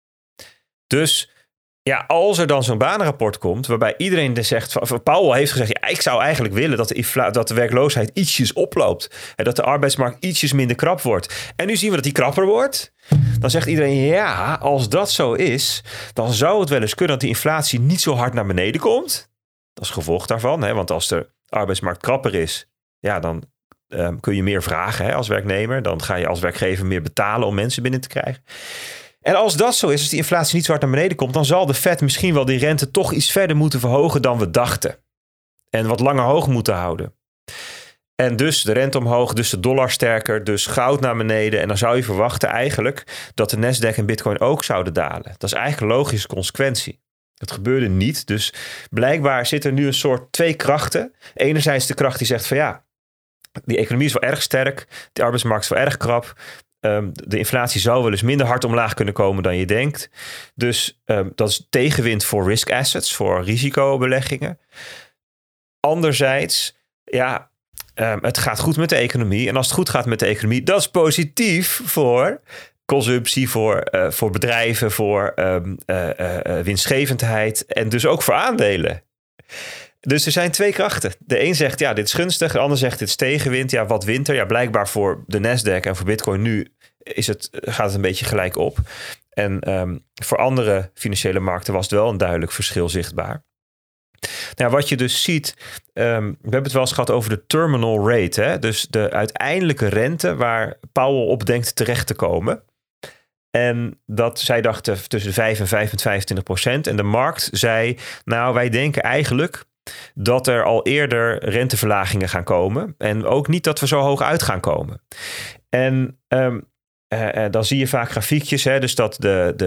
Dus ja, als er dan zo'n banenrapport komt waarbij iedereen zegt, Powell heeft gezegd, ja, ik zou eigenlijk willen dat de werkloosheid ietsjes oploopt en dat de arbeidsmarkt ietsjes minder krap wordt. En nu zien we dat die krapper wordt. Dan zegt iedereen, ja, als dat zo is, dan zou het wel eens kunnen dat die inflatie niet zo hard naar beneden komt. Dat is gevolg daarvan, want als de arbeidsmarkt krapper is, ja, dan kun je meer vragen als werknemer. Dan ga je als werkgever meer betalen om mensen binnen te krijgen. En als dat zo is, als die inflatie niet zo hard naar beneden komt, dan zal de Fed misschien wel die rente toch iets verder moeten verhogen dan we dachten. En wat langer hoog moeten houden. En dus de rente omhoog, dus de dollar sterker, dus goud naar beneden. En dan zou je verwachten eigenlijk dat de Nasdaq en Bitcoin ook zouden dalen. Dat is eigenlijk een logische consequentie. Dat gebeurde niet. Dus blijkbaar zit er nu een soort twee krachten. Enerzijds de kracht die zegt van ja, die economie is wel erg sterk. De arbeidsmarkt is wel erg krap. De inflatie zou wel eens minder hard omlaag kunnen komen dan je denkt. Dus dat is tegenwind voor risk assets, voor risicobeleggingen. Anderzijds, ja, het gaat goed met de economie. En als het goed gaat met de economie, dat is positief voor consumptie, voor bedrijven, voor winstgevendheid en dus ook voor aandelen. Dus er zijn twee krachten. De een zegt, ja, dit is gunstig. De ander zegt, dit is tegenwind. Ja, wat wint er? Ja, blijkbaar voor de Nasdaq en voor Bitcoin nu gaat het een beetje gelijk op. En voor andere financiële markten was het wel een duidelijk verschil zichtbaar. Nou, wat je dus ziet, we hebben het wel eens gehad over de terminal rate. Hè? Dus de uiteindelijke rente waar Powell op denkt terecht te komen. En dat zij dachten tussen de 5 en 25%. En de markt zei, nou, wij denken eigenlijk dat er al eerder renteverlagingen gaan komen. En ook niet dat we zo hoog uit gaan komen. En dan zie je vaak grafiekjes. Hè, dus dat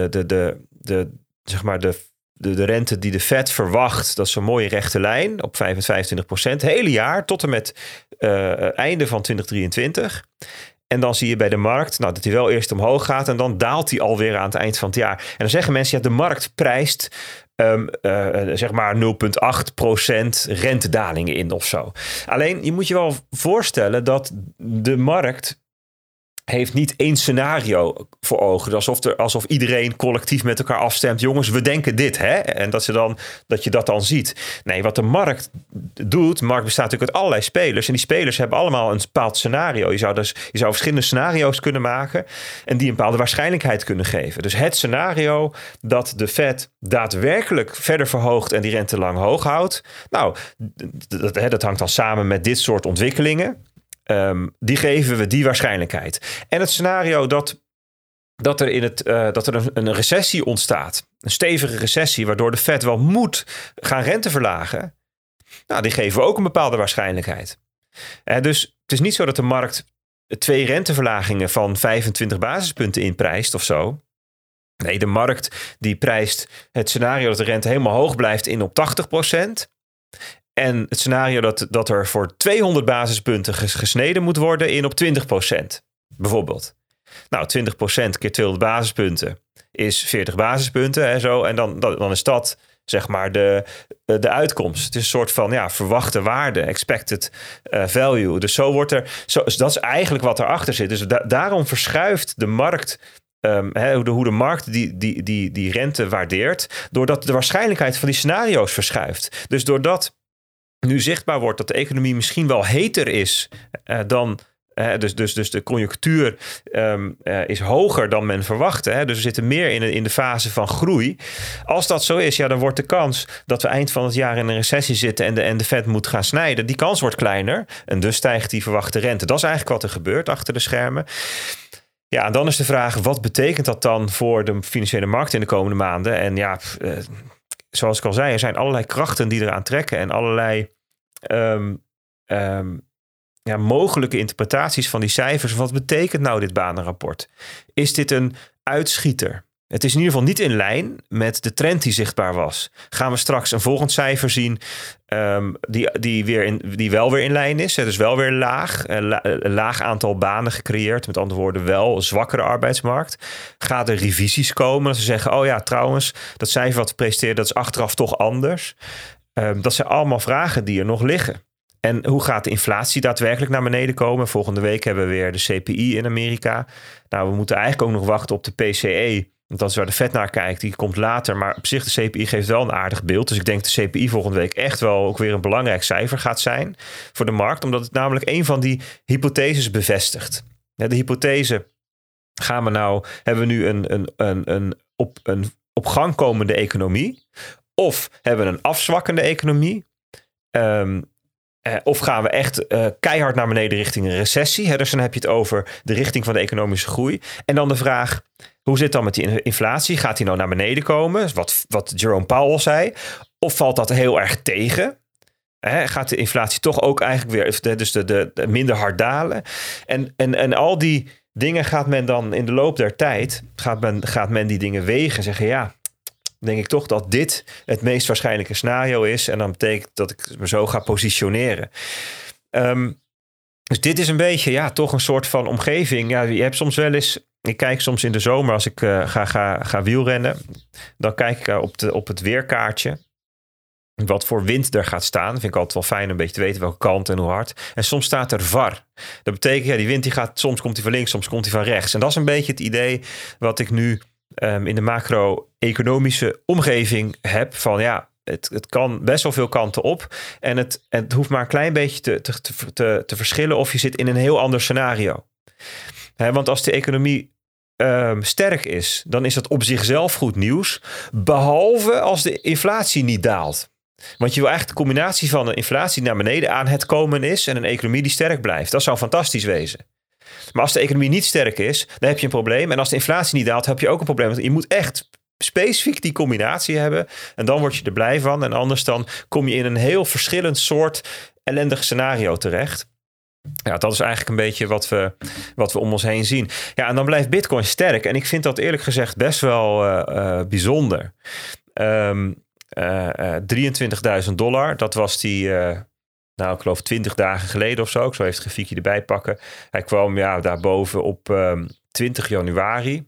de rente die de Fed verwacht, dat is een mooie rechte lijn op 25%. Het hele jaar tot en met einde van 2023. En dan zie je bij de markt dat hij wel eerst omhoog gaat en dan daalt hij alweer aan het eind van het jaar. En dan zeggen mensen, ja, de markt prijst zeg maar 0,8% rentedalingen in of zo. Alleen, je moet je wel voorstellen dat de markt heeft niet één scenario voor ogen. Alsof iedereen collectief met elkaar afstemt. Jongens, we denken dit, hè? En dat je dat dan ziet. Nee, wat de markt doet, de markt bestaat natuurlijk uit allerlei spelers. En die spelers hebben allemaal een bepaald scenario. Je zou verschillende scenario's kunnen maken en die een bepaalde waarschijnlijkheid kunnen geven. Dus het scenario dat de Fed daadwerkelijk verder verhoogt en die rente lang hoog houdt. Nou, dat hangt dan samen met dit soort ontwikkelingen. Die geven we die waarschijnlijkheid. En het scenario dat er een recessie ontstaat, een stevige recessie, waardoor de Fed wel moet gaan rente verlagen, nou, die geven we ook een bepaalde waarschijnlijkheid. Dus het is niet zo dat de markt 2 renteverlagingen van 25 basispunten inprijst of zo. Nee, de markt die prijst het scenario dat de rente helemaal hoog blijft in op 80%. En het scenario dat er voor 200 basispunten gesneden moet worden in op 20%. Bijvoorbeeld. Nou, 20% keer 200 basispunten is 40 basispunten en zo. En dan is dat zeg maar de uitkomst. Het is een soort van verwachte waarde, expected value. Dus dat is eigenlijk wat erachter zit. Dus daarom verschuift de markt hoe de markt die rente waardeert, doordat de waarschijnlijkheid van die scenario's verschuift. Dus doordat nu zichtbaar wordt dat de economie misschien wel heter is dan. Dus de conjunctuur is hoger dan men verwachtte. Dus we zitten meer in de fase van groei. Als dat zo is, dan wordt de kans dat we eind van het jaar in een recessie zitten en de Fed moet gaan snijden, die kans wordt kleiner. En dus stijgt die verwachte rente. Dat is eigenlijk wat er gebeurt achter de schermen. Ja, en dan is de vraag, wat betekent dat dan voor de financiële markt in de komende maanden? En zoals ik al zei, er zijn allerlei krachten die eraan trekken en allerlei mogelijke interpretaties van die cijfers. Wat betekent nou dit banenrapport? Is dit een uitschieter? Het is in ieder geval niet in lijn met de trend die zichtbaar was. Gaan we straks een volgend cijfer zien die wel weer in lijn is. Dus wel weer laag. Een laag aantal banen gecreëerd. Met andere woorden wel een zwakkere arbeidsmarkt. Gaan er revisies komen? Dat ze zeggen, oh ja, trouwens, dat cijfer wat we presenteren, dat is achteraf toch anders. Dat zijn allemaal vragen die er nog liggen. En hoe gaat de inflatie daadwerkelijk naar beneden komen? Volgende week hebben we weer de CPI in Amerika. Nou, we moeten eigenlijk ook nog wachten op de PCE. Want dat is waar de Fed naar kijkt. Die komt later. Maar op zich, de CPI geeft wel een aardig beeld. Dus ik denk dat de CPI volgende week echt wel ook weer een belangrijk cijfer gaat zijn voor de markt. Omdat het namelijk een van die hypotheses bevestigt. Ja, de hypothese, hebben we nu een op gang komende economie? Of hebben we een afzwakkende economie? Of gaan we echt keihard naar beneden richting een recessie? Dus dan heb je het over de richting van de economische groei. En dan de vraag, hoe zit het dan met die inflatie? Gaat die nou naar beneden komen? Wat Jerome Powell zei. Of valt dat heel erg tegen? Gaat de inflatie toch ook eigenlijk weer, dus de minder hard dalen? En al die dingen gaat men dan in de loop der tijd, gaat men die dingen wegen en zeggen, ja, denk ik toch dat dit het meest waarschijnlijke scenario is. En dan betekent dat ik me zo ga positioneren. Dus dit is een beetje, toch een soort van omgeving. Ja, je hebt soms wel eens, ik kijk soms in de zomer als ik ga wielrennen. Dan kijk ik op het weerkaartje. Wat voor wind er gaat staan. Vind ik altijd wel fijn een beetje te weten welke kant en hoe hard. En soms staat er VAR. Dat betekent, die wind die gaat, soms komt hij van links, soms komt hij van rechts. En dat is een beetje het idee wat ik nu in de macro-economische omgeving heb. Van het kan best wel veel kanten op. En het hoeft maar een klein beetje te verschillen of je zit in een heel ander scenario. Want als de economie sterk is, dan is dat op zichzelf goed nieuws. Behalve als de inflatie niet daalt. Want je wil eigenlijk de combinatie van een inflatie naar beneden aan het komen is en een economie die sterk blijft. Dat zou fantastisch wezen. Maar als de economie niet sterk is, dan heb je een probleem. En als de inflatie niet daalt, heb je ook een probleem. Want je moet echt specifiek die combinatie hebben. En dan word je er blij van. En anders dan kom je in een heel verschillend soort ellendig scenario terecht. Ja, dat is eigenlijk een beetje wat we om ons heen zien. Ja, en dan blijft Bitcoin sterk. En ik vind dat eerlijk gezegd best wel bijzonder. $23.000, dat was die... ik geloof 20 dagen geleden of zo. Ik zal even het grafiekje erbij pakken. Hij kwam daarboven op 20 januari.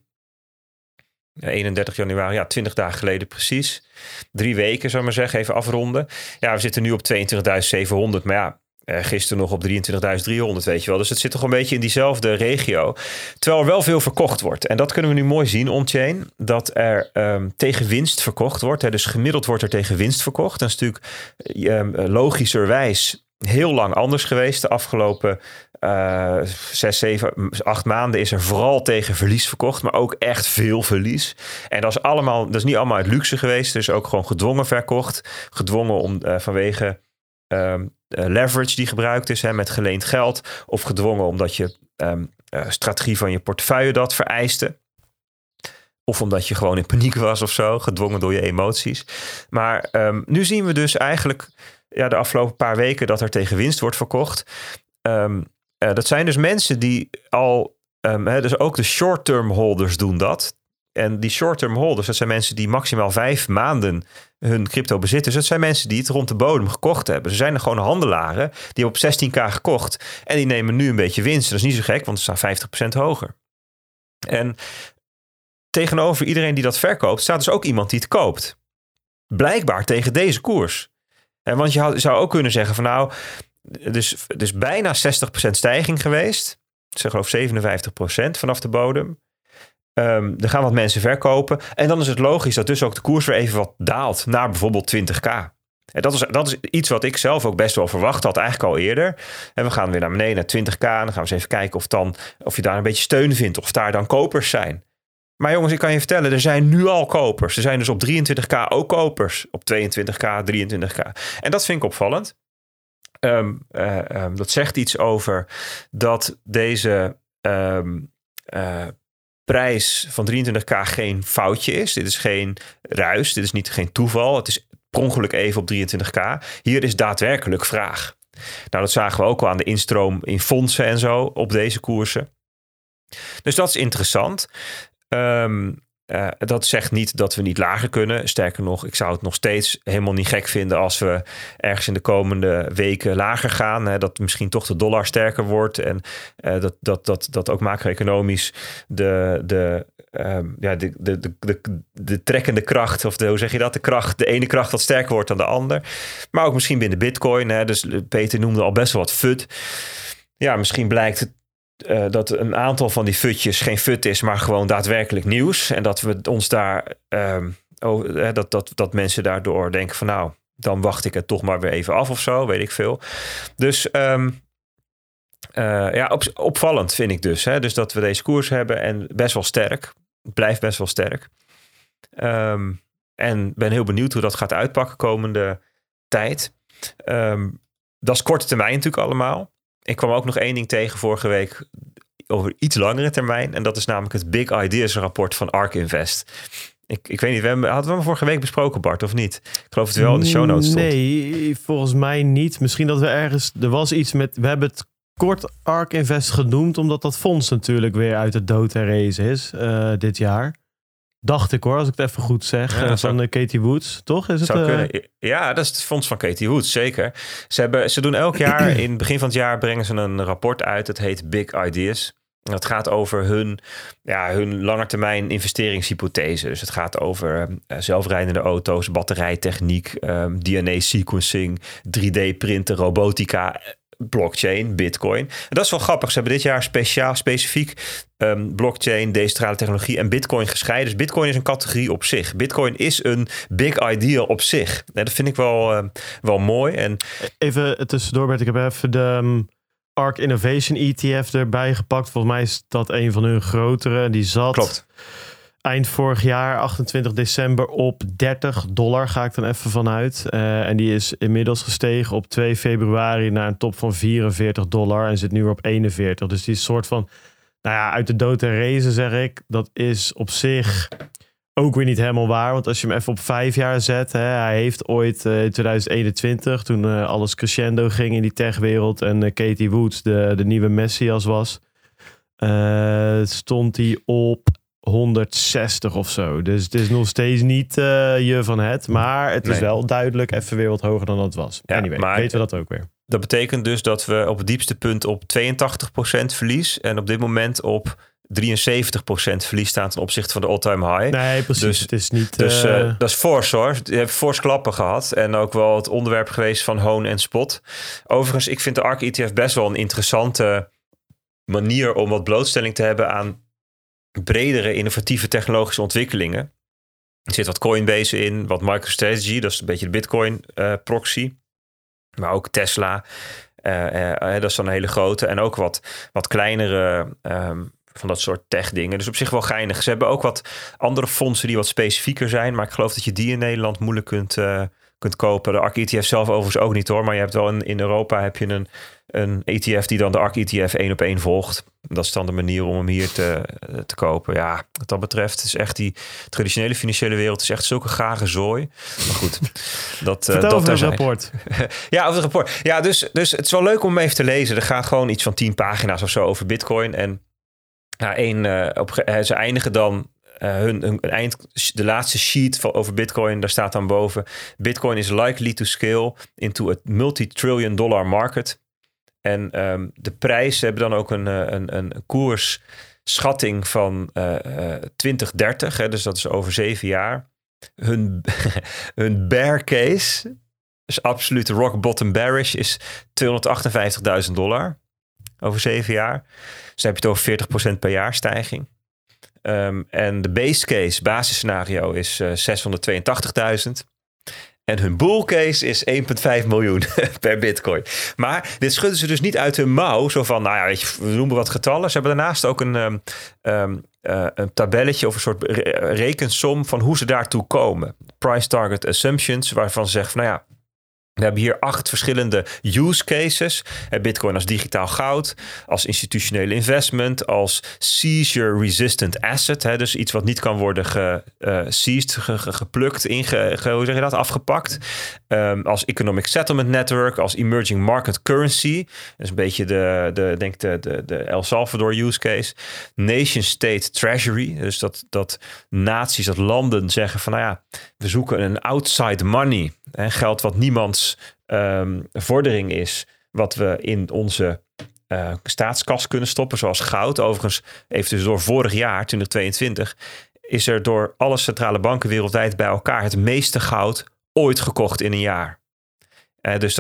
31 januari, 20 dagen geleden precies. 3 weken, zou ik maar zeggen, even afronden. Ja, we zitten nu op 22.700, maar gisteren nog op 23.300, weet je wel. Dus het zit toch een beetje in diezelfde regio. Terwijl er wel veel verkocht wordt. En dat kunnen we nu mooi zien on-chain. Dat er tegen winst verkocht wordt. Dus gemiddeld wordt er tegen winst verkocht. Dat is natuurlijk logischerwijs heel lang anders geweest. De afgelopen 6, 7, 8 maanden is er vooral tegen verlies verkocht. Maar ook echt veel verlies. En dat is niet allemaal uit luxe geweest. Dus ook gewoon gedwongen verkocht. Gedwongen vanwege leverage die gebruikt is, met geleend geld, of gedwongen omdat je strategie van je portefeuille dat vereiste, of omdat je gewoon in paniek was of zo, gedwongen door je emoties. Maar nu zien we dus eigenlijk de afgelopen paar weken dat er tegen winst wordt verkocht. Dat zijn dus mensen die al, dus ook de short-term holders doen dat. En die short-term holders, dat zijn mensen die maximaal 5 maanden hun crypto bezitten. Dus dat zijn mensen die het rond de bodem gekocht hebben. Ze zijn er gewoon handelaren die op 16k gekocht. En die nemen nu een beetje winst. Dat is niet zo gek, want ze staan 50% hoger. En tegenover iedereen die dat verkoopt, staat dus ook iemand die het koopt. Blijkbaar tegen deze koers. Want je zou ook kunnen zeggen van dus bijna 60% stijging geweest. Ik geloof 57% vanaf de bodem. Er gaan wat mensen verkopen. En dan is het logisch dat dus ook de koers weer even wat daalt naar bijvoorbeeld 20k. En dat is iets wat ik zelf ook best wel verwacht had, eigenlijk al eerder. En we gaan weer naar beneden naar 20k. En dan gaan we eens even kijken of je daar een beetje steun vindt. Of daar dan kopers zijn. Maar jongens, ik kan je vertellen, er zijn nu al kopers. Er zijn dus op 23k ook kopers. Op 22k, 23k. En dat vind ik opvallend. Dat zegt iets over dat deze prijs van 23k geen foutje is. Dit is geen ruis. Dit is geen toeval. Het is per ongeluk even op 23k. Hier is daadwerkelijk vraag. Nou, dat zagen we ook al aan de instroom in fondsen en zo op deze koersen. Dus dat is interessant. Dat zegt niet dat we niet lager kunnen. Sterker nog, ik zou het nog steeds helemaal niet gek vinden als we ergens in de komende weken lager gaan. Hè, dat misschien toch de dollar sterker wordt. En dat ook macro-economisch de trekkende kracht, of hoe zeg je dat? De ene kracht wat sterker wordt dan de ander. Maar ook misschien binnen Bitcoin. Hè, dus Peter noemde al best wel wat FUD. Ja, misschien blijkt het dat een aantal van die futjes geen fut is, maar gewoon daadwerkelijk nieuws. En dat we ons daar dat mensen daardoor denken van nou, dan wacht ik het toch maar weer even af of zo, weet ik veel. Dus opvallend vind ik dus. Hè? Dus dat we deze koers hebben en best wel sterk. Het blijft best wel sterk. En ben heel benieuwd hoe dat gaat uitpakken komende tijd. Dat is korte termijn natuurlijk allemaal. Ik kwam ook nog 1 ding tegen vorige week over iets langere termijn. En dat is namelijk het Big Ideas rapport van ARK Invest. Ik weet niet, hadden we hem vorige week besproken, Bart, of niet? Ik geloof dat het wel in de show notes stond. Nee, volgens mij niet. Misschien dat we ergens... Er was iets met... We hebben het kort ARK Invest genoemd, omdat dat fonds natuurlijk weer uit de dood herrezen is dit jaar. Dacht ik hoor, als ik het even goed zeg. Ja, van Katie Woods, toch? Is het, Ja, dat is het fonds van Katie Woods, zeker. Ze doen elk jaar, in het begin van het jaar brengen ze een rapport uit. Het heet Big Ideas. En dat gaat over hun langetermijn investeringshypothese. Dus het gaat over zelfrijdende auto's, batterijtechniek, DNA-sequencing, 3D-printen, robotica, blockchain, bitcoin. En dat is wel grappig. Ze hebben dit jaar specifiek blockchain, decentrale technologie en bitcoin gescheiden. Dus bitcoin is een categorie op zich. Bitcoin is een big idea op zich. Dat vind ik wel mooi. En even tussendoor, Bert, ik heb even de ARK Innovation ETF erbij gepakt. Volgens mij is dat een van hun grotere. Die zat Klopt. Eind vorig jaar, 28 december, op $30. Ga ik dan even vanuit. En die is inmiddels gestegen op 2 februari naar een top van $44. En zit nu weer op 41. Dus die is soort van, uit de dood herrezen, zeg ik. Dat is op zich ook weer niet helemaal waar. Want als je hem even op 5 jaar zet. Hij heeft ooit in 2021, toen alles crescendo ging in die techwereld. En Katie Woods de nieuwe Messias was. Stond hij op 160 of zo. Dus het is nog steeds niet je van het. Maar het is wel duidelijk even weer wat hoger dan dat was. Ja, anyway, maar weten we dat ook weer. Dat betekent dus dat we op het diepste punt op 82% verlies. En op dit moment op 73% verlies staan ten opzichte van de all-time high. Nee, precies. Dus, het is niet... dat is fors hoor. Je hebt fors klappen gehad. En ook wel het onderwerp geweest van hoon en spot. Overigens, ik vind de ARK ETF best wel een interessante manier om wat blootstelling te hebben aan bredere innovatieve technologische ontwikkelingen. Er zit wat Coinbase in, wat MicroStrategy, dat is een beetje de Bitcoin proxy. Maar ook Tesla, dat is dan een hele grote. En ook wat kleinere van dat soort tech dingen. Dus op zich wel geinig. Ze hebben ook wat andere fondsen die wat specifieker zijn. Maar ik geloof dat je die in Nederland moeilijk kunt kopen. De ARK ETF zelf overigens ook niet hoor. Maar je hebt wel in Europa heb je een ETF die dan de ARK ETF 1 op 1 volgt. Dat is dan de manier om hem hier te kopen. Ja, wat dat betreft is echt die traditionele financiële wereld is echt zulke gare zooi. Maar goed, dat over het rapport. Ja, over het rapport. Ja, dus het is wel leuk om hem even te lezen. Er gaat gewoon iets van 10 pagina's of zo over Bitcoin. En ze eindigen dan de laatste sheet over Bitcoin. Daar staat dan boven: Bitcoin is likely to scale into a multi-trillion-dollar market. En de prijs hebben dan ook een koersschatting van 2030. Hè, dus dat is over 7 jaar. Hun bear case, dus absoluut rock bottom bearish, is $258.000 over 7 jaar. Dus dan heb je het over 40% per jaar stijging. En de base case, basisscenario, is 682.000. En hun bull case is 1,5 miljoen per bitcoin. Maar dit schudden ze dus niet uit hun mouw. Zo van, weet je, we noemen wat getallen. Ze hebben daarnaast ook een tabelletje of een soort rekensom van hoe ze daartoe komen. Price target assumptions, waarvan ze zeggen van, We hebben hier 8 verschillende use cases. Bitcoin als digitaal goud, als institutionele investment, als seizure-resistant asset. Dus iets wat niet kan worden seized, geplukt, hoe zeg je dat, afgepakt. Als economic settlement network, als emerging market currency. Dat is een beetje de El Salvador use case. Nation state treasury. Dus dat naties, dat landen zeggen van, nou ja, we zoeken een outside money. Geld wat niemands vordering is, wat we in onze staatskas kunnen stoppen, zoals goud. Overigens, even dus door vorig jaar, 2022, is er door alle centrale banken wereldwijd bij elkaar het meeste goud ooit gekocht in een jaar. Dus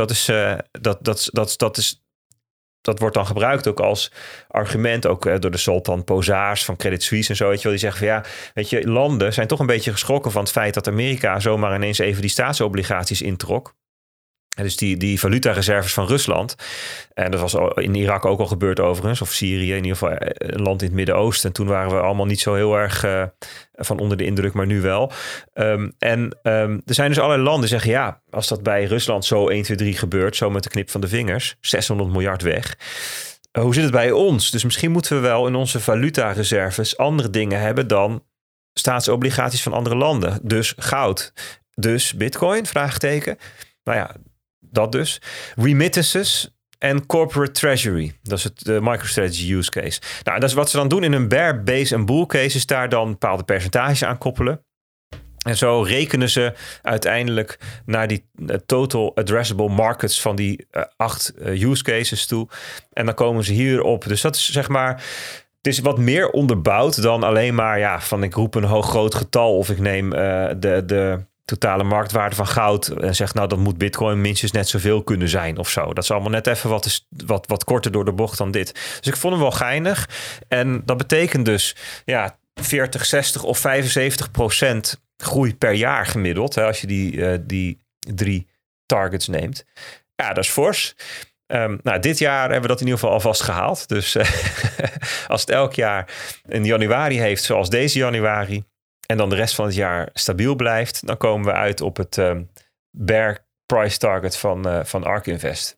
dat wordt dan gebruikt ook als argument, ook door de Sultan Posaars van Credit Suisse en zo. Weet je wel, die zeggen van ja, weet je, landen zijn toch een beetje geschrokken van het feit dat Amerika zomaar ineens even die staatsobligaties introk. Dus die valutareserves van Rusland. En dat was in Irak ook al gebeurd overigens. Of Syrië, in ieder geval een land in het Midden-Oosten. En toen waren we allemaal niet zo heel erg van onder de indruk, maar nu wel. Er zijn dus allerlei landen die zeggen, ja, als dat bij Rusland zo 1, 2, 3 gebeurt, zo met de knip van de vingers, 600 miljard weg. Hoe zit het bij ons? Dus misschien moeten we wel in onze valutareserves andere dingen hebben dan staatsobligaties van andere landen. Dus goud. Dus Bitcoin? Vraagteken. Nou ja, dat dus. Remittances en corporate treasury. Dat is de MicroStrategy use case. Nou, dat is wat ze dan doen in een bear, base en bull case, is daar dan bepaalde percentages aan koppelen. En zo rekenen ze uiteindelijk naar die total addressable markets van die 8 use cases toe. En dan komen ze hierop. Dus dat is zeg maar, het is wat meer onderbouwd dan alleen maar, ja, van ik roep een groot getal of ik neem de totale marktwaarde van goud en zeg, nou, dat moet Bitcoin minstens net zoveel kunnen zijn of zo. Dat is allemaal net even wat korter door de bocht dan dit. Dus ik vond hem wel geinig. En dat betekent dus, ja, 40, 60 of 75% groei per jaar gemiddeld. Hè, als je die 3 targets neemt. Ja, dat is fors. Nou, dit jaar hebben we dat in ieder geval alvast gehaald. Dus als het elk jaar in januari heeft, zoals deze januari, en dan de rest van het jaar stabiel blijft, dan komen we uit op het bear price target van ARK Invest.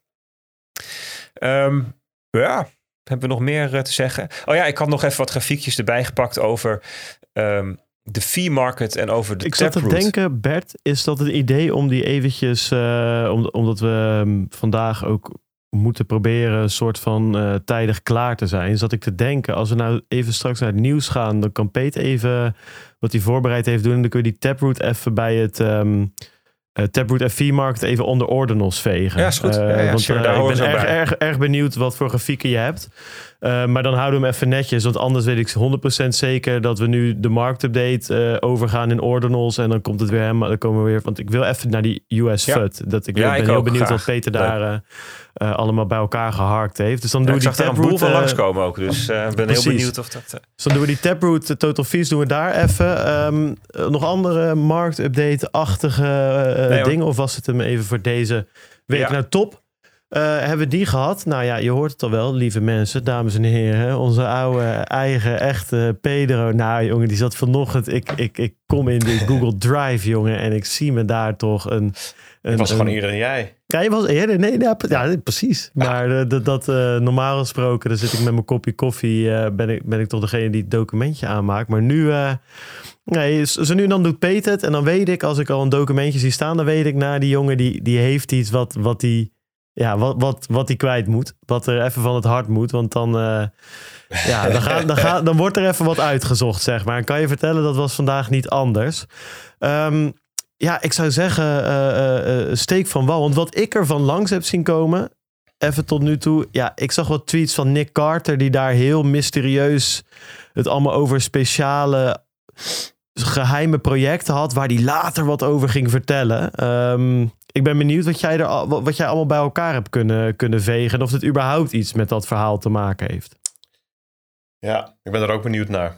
Ja, hebben we nog meer te zeggen? Oh ja, ik had nog even wat grafiekjes erbij gepakt over de fee market en over de Taproot. Ik zat te denken, Bert, is dat het idee om die eventjes, omdat we vandaag ook moeten proberen een soort van tijdig klaar te zijn, zat ik te denken, als we nou even straks naar het nieuws gaan, dan kan Peet even wat hij voorbereid heeft doen en dan kun je die Taproot even bij het Taproot FV Market even onder ordinals vegen. Ja, is goed. Want sure, ik ben erg benieuwd wat voor grafieken je hebt. Maar dan houden we hem even netjes. Want anders weet ik 100% zeker dat we nu de marktupdate overgaan in ordinals. En dan komt het weer helemaal. Dan komen we weer. Want ik wil even naar die US FUD. Ik ben heel benieuwd graag. wat Peter daar allemaal bij elkaar geharkt heeft. Dus dan doen we die Taproot. Ik zag er een boel van langskomen ook. Dus ik ben heel benieuwd of dat. Dus dan doen we die Taproot total fees doen we daar even. Nog andere marktupdate-achtige dingen? Of was het hem even voor deze week? Ja. Nou, top. Hebben we die gehad? Nou ja, je hoort het al wel, lieve mensen, dames en heren. Onze oude, eigen, echte Pedro. Nou, jongen, die zat vanochtend. Ik kom in de Google Drive, jongen, en ik zie me daar toch een... Ik was gewoon eerder dan jij. Ja, je was eerder. Nee, ja, precies. Maar normaal gesproken, dan zit ik met mijn kopje koffie, ben ik toch degene die het documentje aanmaakt. Maar nu... zo nu en dan doet Peter het. En dan weet ik, als ik al een documentje zie staan, dan weet ik, die jongen die heeft iets wat hij kwijt moet. Wat er even van het hart moet. Want dan, dan wordt er even wat uitgezocht, zeg maar. En kan je vertellen, dat was vandaag niet anders. Ik zou zeggen, steek van wal. Want wat ik ervan langs heb zien komen, even tot nu toe. Ja, ik zag wat tweets van Nick Carter, die daar heel mysterieus het allemaal over speciale geheime projecten had, waar hij later wat over ging vertellen. Ik ben benieuwd wat jij allemaal bij elkaar hebt kunnen vegen. En of het überhaupt iets met dat verhaal te maken heeft. Ja, ik ben er ook benieuwd naar.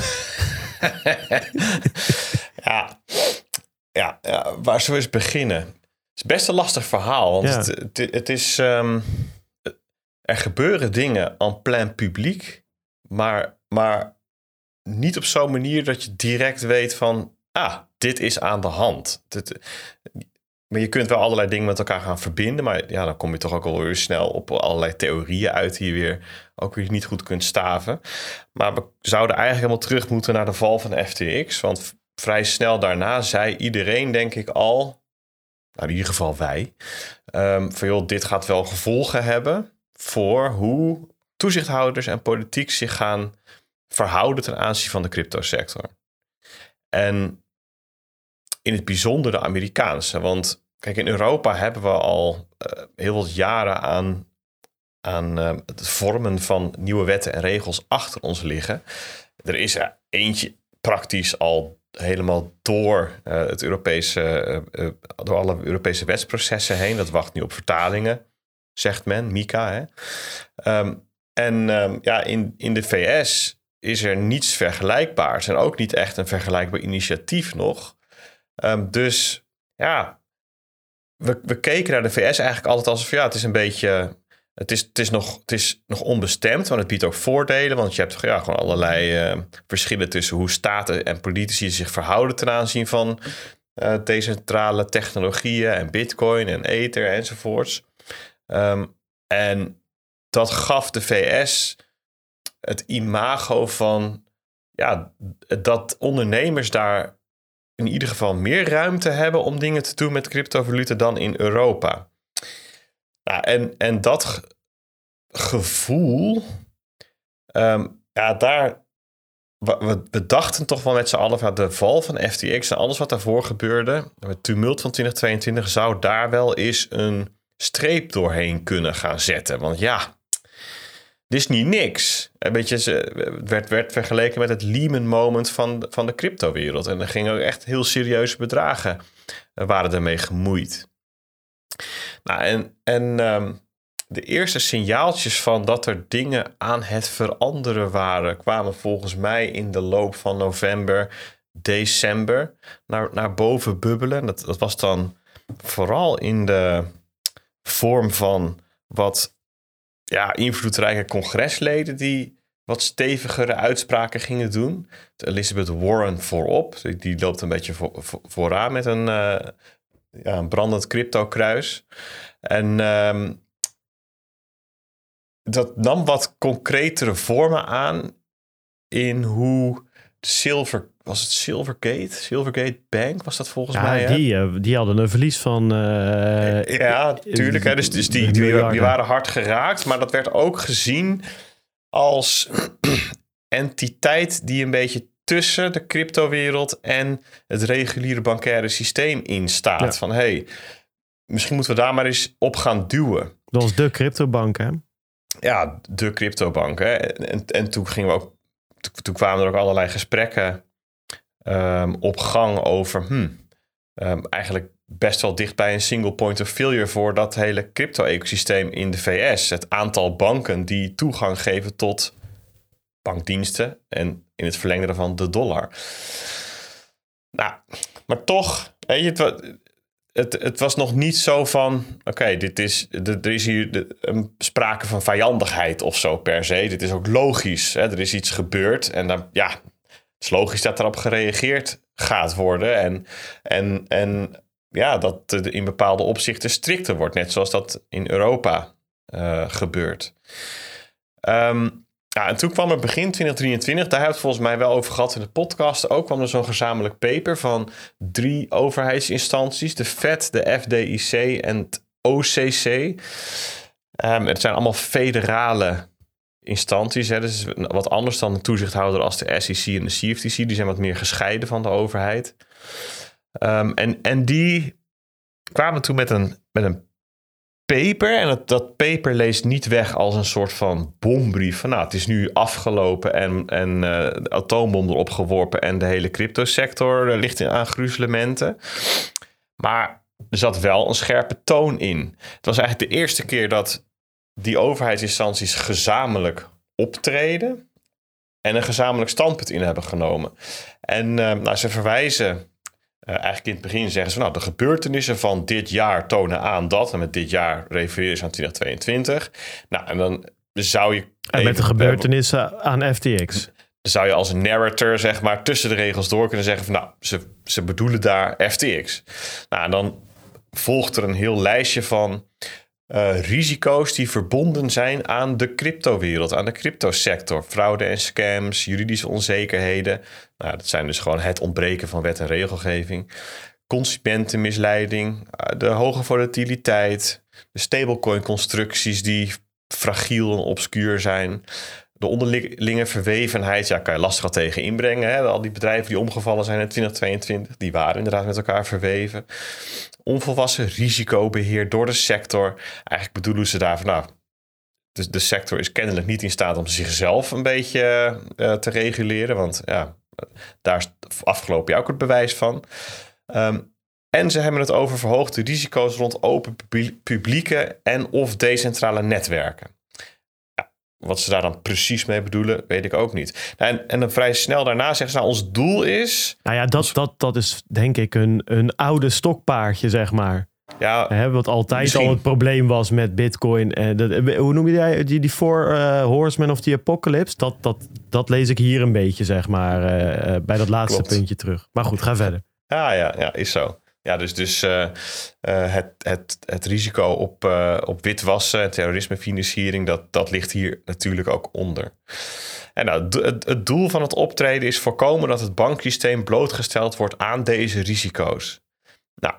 Ja, waar zullen we eens beginnen? Het is best een lastig verhaal. Want het is... er gebeuren dingen en plein publiek, maar niet op zo'n manier dat je direct weet van, dit is aan de hand. Maar je kunt wel allerlei dingen met elkaar gaan verbinden. Maar ja, dan kom je toch ook alweer snel op allerlei theorieën uit die je weer ook weer niet goed kunt staven. Maar we zouden eigenlijk helemaal terug moeten naar de val van FTX. Want vrij snel daarna zei iedereen, denk ik al, nou in ieder geval wij, van joh, dit gaat wel gevolgen hebben voor hoe toezichthouders en politiek zich gaan verhouden ten aanzien van de cryptosector. En in het bijzonder de Amerikaanse. Want kijk, in Europa hebben we al heel wat jaren aan het vormen van nieuwe wetten en regels achter ons liggen. Er is er eentje praktisch al helemaal door door alle Europese wetsprocessen heen. Dat wacht nu op vertalingen, zegt men, MiCA. Hè? In de VS is er niets vergelijkbaars en ook niet echt een vergelijkbaar initiatief nog. Dus ja, we keken naar de VS eigenlijk altijd alsof het is een beetje, het is nog onbestemd, maar het biedt ook voordelen, want je hebt gewoon allerlei verschillen tussen hoe staten en politici zich verhouden ten aanzien van decentrale technologieën en Bitcoin en Ether enzovoorts. En dat gaf de VS het imago van dat ondernemers daar in ieder geval meer ruimte hebben om dingen te doen met cryptovaluta dan in Europa. Nou, en dat gevoel, we dachten toch wel met z'n allen van de val van FTX en alles wat daarvoor gebeurde, het tumult van 2022, zou daar wel eens een streep doorheen kunnen gaan zetten. Want dit is niet niks. Een beetje, het werd vergeleken met het Lehman moment van de cryptowereld. En er gingen ook echt heel serieuze bedragen waren ermee gemoeid. Nou, de eerste signaaltjes van dat er dingen aan het veranderen waren, kwamen volgens mij in de loop van november, december naar boven bubbelen. Dat was dan vooral in de vorm van wat invloedrijke congresleden die wat stevigere uitspraken gingen doen. Elizabeth Warren voorop. Die loopt een beetje vooraan met een brandend crypto-kruis. En dat nam wat concretere vormen aan in hoe Silvergate Bank was dat volgens mij. Die hadden een verlies van... tuurlijk. Hè, dus die waren hard geraakt. Maar dat werd ook gezien als entiteit die een beetje tussen de cryptowereld en het reguliere bankaire systeem in staat. Ja. Van misschien moeten we daar maar eens op gaan duwen. Dat was de cryptobank, hè? Ja, de cryptobank. Hè? En toen gingen we ook... Toen kwamen er ook allerlei gesprekken op gang over eigenlijk best wel dicht bij een single point of failure voor dat hele crypto-ecosysteem in de VS. Het aantal banken die toegang geven tot bankdiensten en in het verlengde daarvan de dollar. Nou, maar toch, weet je, het was nog niet zo van, er is hier sprake van vijandigheid of zo per se. Dit is ook logisch. Hè? Er is iets gebeurd en dan, het is logisch dat erop gereageerd gaat worden. En dat het in bepaalde opzichten strikter wordt. Net zoals dat in Europa gebeurt. En toen kwam er begin 2023, daar hebben we het volgens mij wel over gehad in de podcast. Ook kwam er zo'n gezamenlijk paper van 3 overheidsinstanties. De Fed, de FDIC en het OCC. Het zijn allemaal federale instanties. Hè. Dus wat anders dan de toezichthouder als de SEC en de CFTC. Die zijn wat meer gescheiden van de overheid. En die kwamen toen met een paper. En dat paper leest niet weg als een soort van bombrief. Van het is nu afgelopen en de atoombom erop geworpen en de hele cryptosector ligt aan gruzelementen. Maar er zat wel een scherpe toon in. Het was eigenlijk de eerste keer dat die overheidsinstanties gezamenlijk optreden en een gezamenlijk standpunt in hebben genomen. En ze verwijzen... eigenlijk in het begin zeggen ze, de gebeurtenissen van dit jaar tonen aan dat. En met dit jaar refereren ze aan 2022. Nou, en dan zou je... En met de gebeurtenissen aan FTX. Dan zou je als narrator, zeg maar, tussen de regels door kunnen zeggen van, ze bedoelen daar FTX. Nou, en dan volgt er een heel lijstje van risico's die verbonden zijn aan de cryptowereld, aan de cryptosector. Fraude en scams, juridische onzekerheden. Nou, dat zijn dus gewoon het ontbreken van wet en regelgeving. Consumentenmisleiding, de hoge volatiliteit, de stablecoin-constructies die fragiel en obscuur zijn. De onderlinge verwevenheid, kan je lastig wat tegen inbrengen. Hè? Al die bedrijven die omgevallen zijn in 2022, die waren inderdaad met elkaar verweven. Onvolwassen risicobeheer door de sector. Eigenlijk bedoelen ze daarvan, de sector is kennelijk niet in staat om zichzelf een beetje te reguleren. Want daar is afgelopen jaar ook het bewijs van. En ze hebben het over verhoogde risico's rond open publieke en of decentrale netwerken. Wat ze daar dan precies mee bedoelen, weet ik ook niet. En dan vrij snel daarna zeggen ze, ons doel is... Nou ja, dat is denk ik een oude stokpaardje, zeg maar. Ja, wat altijd misschien al het probleem was met Bitcoin. Hoe noem je die Four Horsemen of the Apocalypse? Dat lees ik hier een beetje, zeg maar, bij dat laatste puntje terug. Maar goed, ga verder. Ja, is zo. Ja, dus het risico op witwassen en terrorismefinanciering, dat ligt hier natuurlijk ook onder. En het doel van het optreden is voorkomen dat het banksysteem blootgesteld wordt aan deze risico's. Nou,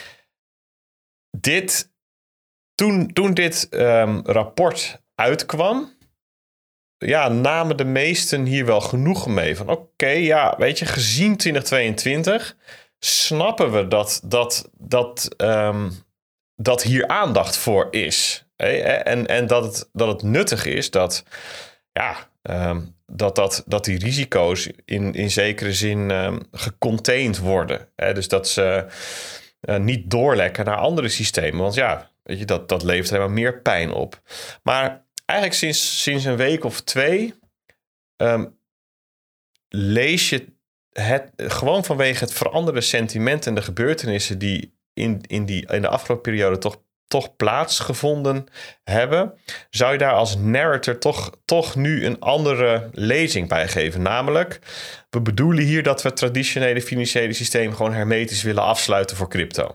toen dit rapport uitkwam, namen de meesten hier wel genoegen mee. Van oké, weet je, gezien 2022... snappen we dat hier aandacht voor is. En dat het nuttig is dat die risico's in zekere zin gecontained worden. Dus dat ze niet doorlekken naar andere systemen. Want weet je, dat levert helemaal meer pijn op. Maar eigenlijk sinds een week of 2 lees je het gewoon vanwege het veranderde sentiment en de gebeurtenissen die in de afgelopen periode toch plaatsgevonden hebben, zou je daar als narrator toch nu een andere lezing bij geven. Namelijk, we bedoelen hier dat we het traditionele financiële systeem gewoon hermetisch willen afsluiten voor crypto.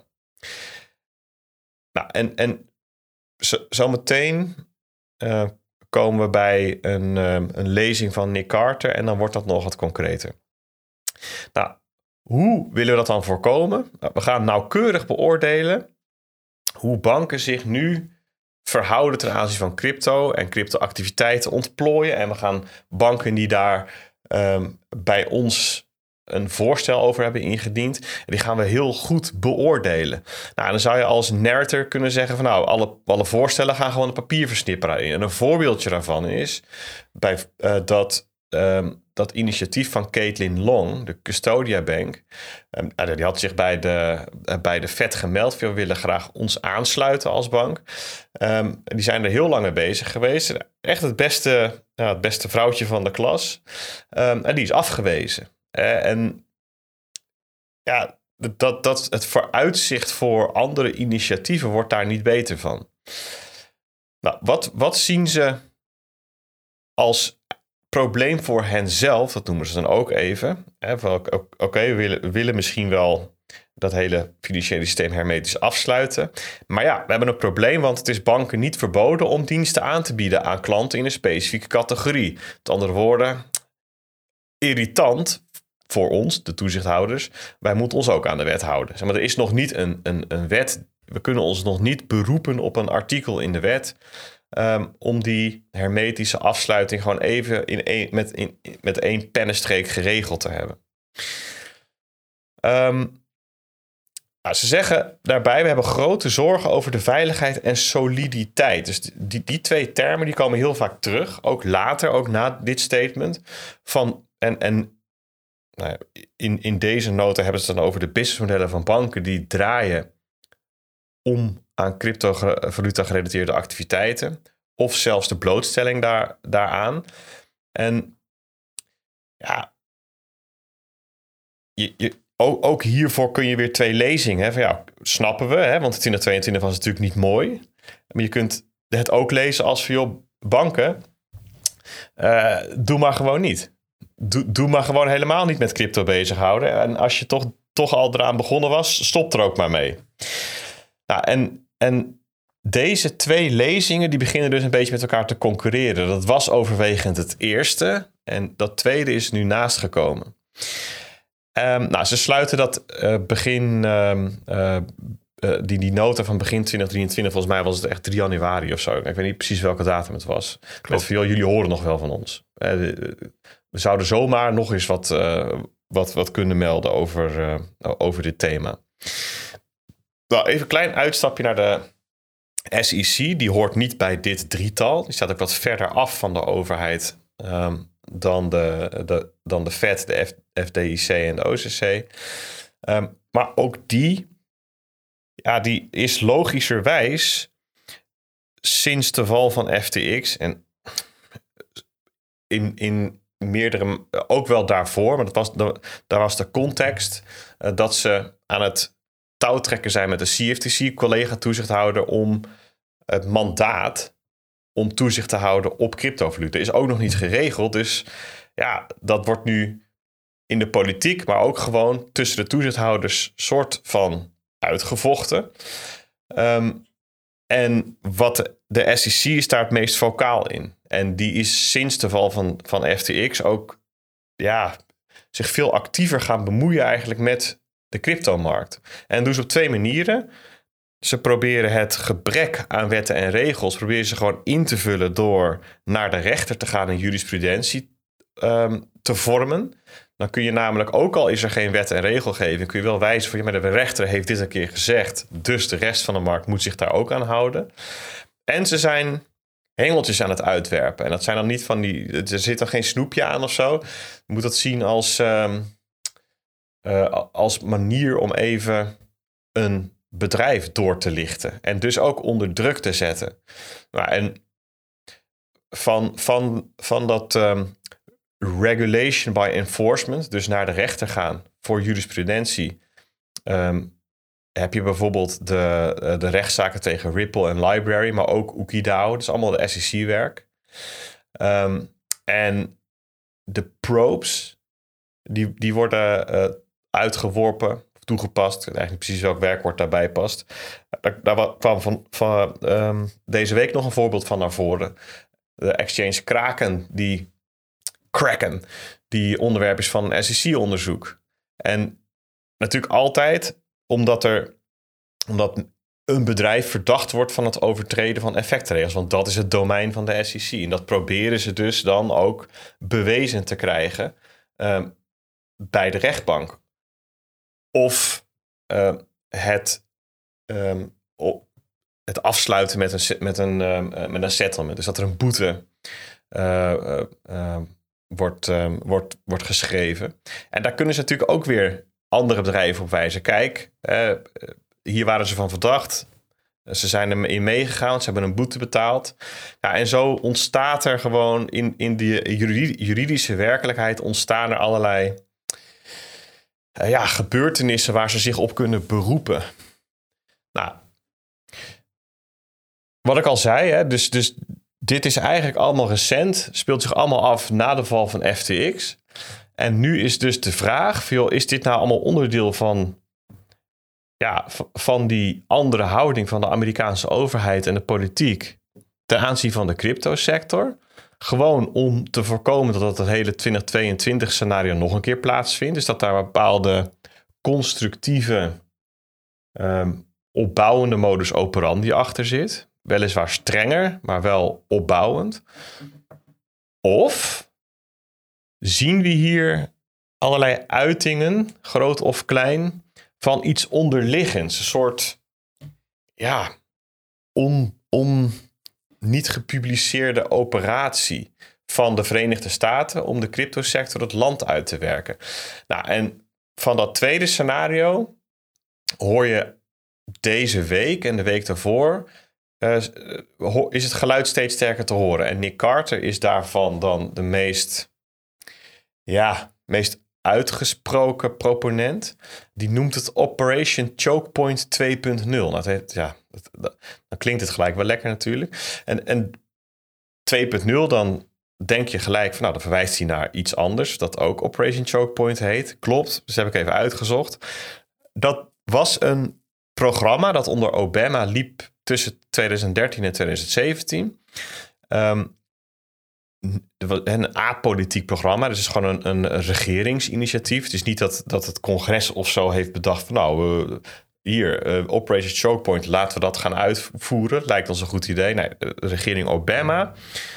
Nou, en zometeen komen we bij een lezing van Nick Carter en dan wordt dat nog wat concreter. Nou, hoe willen we dat dan voorkomen? We gaan nauwkeurig beoordelen hoe banken zich nu verhouden ten aanzien van crypto en cryptoactiviteiten ontplooien. En we gaan banken die daar bij ons een voorstel over hebben ingediend, die gaan we heel goed beoordelen. Nou, dan zou je als narrator kunnen zeggen van alle voorstellen gaan gewoon de papierversnipperaar in. En een voorbeeldje daarvan is dat initiatief van Caitlin Long, de Custodia Bank, die had zich bij de Fed gemeld. We willen graag ons aansluiten als bank. Die zijn er heel lang mee bezig geweest. Echt het beste vrouwtje van de klas. En die is afgewezen. Dat het vooruitzicht voor andere initiatieven wordt daar niet beter van. Nou, wat zien ze als probleem voor henzelf? Dat noemen ze dan ook even. We willen misschien wel dat hele financiële systeem hermetisch afsluiten. Maar we hebben een probleem, want het is banken niet verboden om diensten aan te bieden aan klanten in een specifieke categorie. Met andere woorden, irritant voor ons, de toezichthouders. Wij moeten ons ook aan de wet houden. Zeg maar, er is nog niet een wet. We kunnen ons nog niet beroepen op een artikel in de wet om die hermetische afsluiting gewoon even met één pennenstreek geregeld te hebben. Ze zeggen daarbij, we hebben grote zorgen over de veiligheid en soliditeit. Dus die twee termen die komen heel vaak terug. Ook later, ook na dit statement. In deze nota hebben ze het dan over de businessmodellen van banken die draaien om aan cryptovaluta gerelateerde activiteiten. Of zelfs de blootstelling daaraan. En ook hiervoor kun je weer twee lezingen. Snappen we, hè? Want 2022 was natuurlijk niet mooi. Maar je kunt het ook lezen als van, banken, doe maar gewoon niet. Doe maar gewoon helemaal niet met crypto bezighouden. En als je toch al eraan begonnen was, stop er ook maar mee. Nou, en deze 2 lezingen die beginnen dus een beetje met elkaar te concurreren. Dat was overwegend het eerste. En dat tweede is nu naast gekomen. Ze sluiten dat die nota van begin 2023, volgens mij was het echt 3 januari of zo. Ik weet niet precies welke datum het was. Met van, jullie horen nog wel van ons. We zouden zomaar nog eens wat kunnen melden over dit thema. Nou, even een klein uitstapje naar de SEC. Die hoort niet bij dit drietal. Die staat ook wat verder af van de overheid dan de Fed, de FDIC en de OCC. Maar ook die is logischerwijs sinds de val van FTX en in meerdere, ook wel daarvoor, maar daar was de context dat ze aan het touwtrekken zijn met de CFTC, collega-toezichthouder, om het mandaat om toezicht te houden op cryptovaluta. Is ook nog niet geregeld, dus ja, dat wordt nu in de politiek, maar ook gewoon tussen de toezichthouders soort van uitgevochten. En wat de SEC is daar het meest vocaal in. En die is sinds de val van FTX ook zich veel actiever gaan bemoeien eigenlijk met de cryptomarkt. En doen ze op 2 manieren. Ze proberen het gebrek aan wetten en regels proberen ze gewoon in te vullen door naar de rechter te gaan en jurisprudentie te vormen. Dan kun je namelijk, ook al is er geen wet en regelgeving, kun je wel wijzen van, maar de rechter heeft dit een keer gezegd, dus de rest van de markt moet zich daar ook aan houden. En ze zijn hengeltjes aan het uitwerpen. En dat zijn dan niet van er zit dan geen snoepje aan of zo. Je moet dat zien als manier om even een bedrijf door te lichten. En dus ook onder druk te zetten. Nou, en van dat regulation by enforcement, dus naar de rechter gaan voor jurisprudentie, heb je bijvoorbeeld de rechtszaken tegen Ripple en Library, maar ook OokiDAO. Dat is allemaal de SEC-werk. En de probes, die worden uitgeworpen, toegepast. Ik weet eigenlijk niet precies welk werkwoord daarbij past. Daar kwam van deze week nog een voorbeeld van naar voren. De exchange Kraken, die onderwerp is van een SEC-onderzoek. En natuurlijk altijd omdat een bedrijf verdacht wordt van het overtreden van effectenregels. Want dat is het domein van de SEC. En dat proberen ze dus dan ook bewezen te krijgen bij de rechtbank. Of het afsluiten met een settlement. Dus dat er een boete wordt geschreven. En daar kunnen ze natuurlijk ook weer andere bedrijven op wijzen. Kijk, hier waren ze van verdacht. Ze zijn ermee meegegaan. Ze hebben een boete betaald. Ja, en zo ontstaat er gewoon in die juridische werkelijkheid ontstaan er allerlei gebeurtenissen waar ze zich op kunnen beroepen. Nou, wat ik al zei, hè, dus dit is eigenlijk allemaal recent. Speelt zich allemaal af na de val van FTX. En nu is dus de vraag, is dit nou allemaal onderdeel van die andere houding van de Amerikaanse overheid en de politiek ten aanzien van de cryptosector? Gewoon om te voorkomen dat het hele 2022 scenario nog een keer plaatsvindt. Dus dat daar een bepaalde constructieve, opbouwende modus operandi achter zit. Weliswaar strenger, maar wel opbouwend. Of zien we hier allerlei uitingen, groot of klein, van iets onderliggends. Een soort, niet gepubliceerde operatie van de Verenigde Staten om de cryptosector het land uit te werken. Nou, en van dat tweede scenario hoor je deze week en de week daarvoor is het geluid steeds sterker te horen. En Nick Carter is daarvan dan de meest uitgesproken proponent. Die noemt het Operation Choke Point 2.0. Dan klinkt het gelijk wel lekker natuurlijk. En 2.0, dan denk je gelijk van, dan verwijst hij naar iets anders, dat ook Operation Choke Point heet. Klopt, dus heb ik even uitgezocht. Dat was een programma dat onder Obama liep tussen 2013 en 2017. Een apolitiek programma. Dus het is gewoon een regeringsinitiatief. Het is niet dat het congres of zo heeft bedacht van Operation Choke Point, laten we dat gaan uitvoeren. Lijkt ons een goed idee. Nee, de regering Obama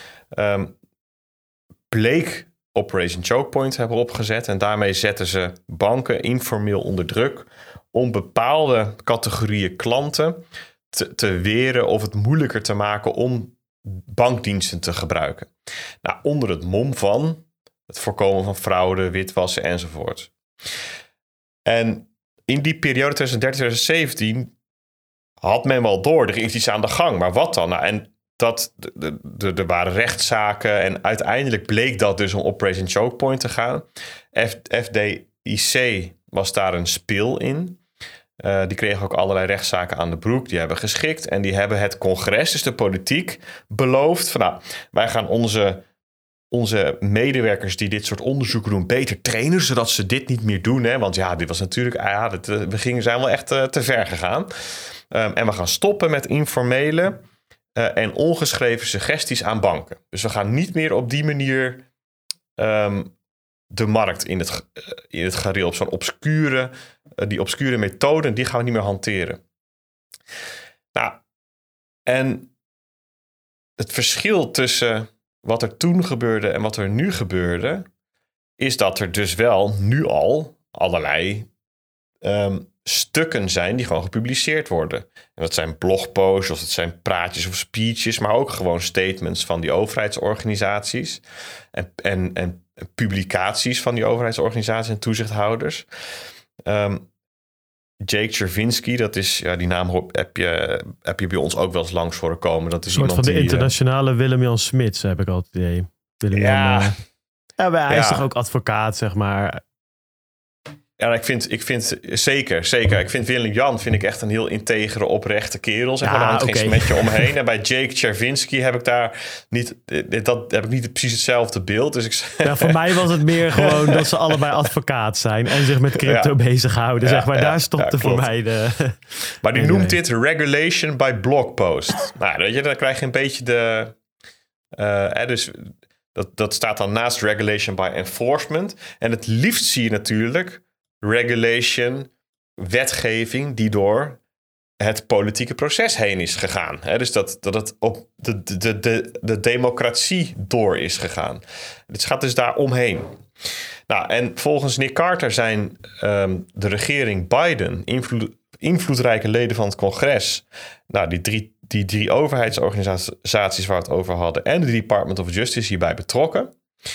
bleek Operation Choke Point hebben opgezet. En daarmee zetten ze banken informeel onder druk om bepaalde categorieën klanten te weren of het moeilijker te maken om bankdiensten te gebruiken. Nou, onder het mom van het voorkomen van fraude, witwassen enzovoort. En in die periode 2013-2017 had men wel door, er is iets aan de gang. Maar wat dan? Nou, en er waren rechtszaken en uiteindelijk bleek dat dus om Operation Choke Point te gaan. FDIC was daar een spil in. Die kregen ook allerlei rechtszaken aan de broek. Die hebben geschikt en die hebben het congres, dus de politiek, beloofd van wij gaan onze medewerkers die dit soort onderzoeken doen beter trainen, zodat ze dit niet meer doen. Hè? Want dit was natuurlijk, we zijn wel echt te ver gegaan. En we gaan stoppen met informele en ongeschreven suggesties aan banken. Dus we gaan niet meer op die manier de markt in het gareel op zo'n obscure methoden, die gaan we niet meer hanteren. Nou, en het verschil tussen wat er toen gebeurde en wat er nu gebeurde, is dat er dus wel nu al allerlei stukken zijn die gewoon gepubliceerd worden. En dat zijn blogposts, of dat zijn praatjes of speeches, maar ook gewoon statements van die overheidsorganisaties en publicaties van die overheidsorganisaties en toezichthouders. Jake Chervinsky, dat is, die naam heb je bij ons ook wel eens langs horen komen. Dat is een soort van de internationale Willem-Jan Smits, heb ik altijd het idee. Hij is toch ook advocaat, zeg maar. Ja, ik vind zeker. Ik vind Willem-Jan echt een heel integere, oprechte kerel. Zeg maar, daar hangt geen smetje omheen. En bij Jake Chervinsky heb ik daar niet precies hetzelfde beeld. Dus voor mij was het meer gewoon dat ze allebei advocaat zijn en zich met crypto bezighouden. Zeg maar. Daar stopte voor mij de... Maar die noemt dit regulation by blogpost. Nou, weet je, dan krijg je een beetje de... dus dat staat dan naast regulation by enforcement. En het liefst zie je natuurlijk regulation, wetgeving die door het politieke proces heen is gegaan. Dus dat het op de democratie door is gegaan. Het gaat dus daar omheen. Nou, en volgens Nick Carter zijn de regering Biden, invloedrijke leden van het congres, die drie overheidsorganisaties waar we het over hadden en de Department of Justice hierbij betrokken,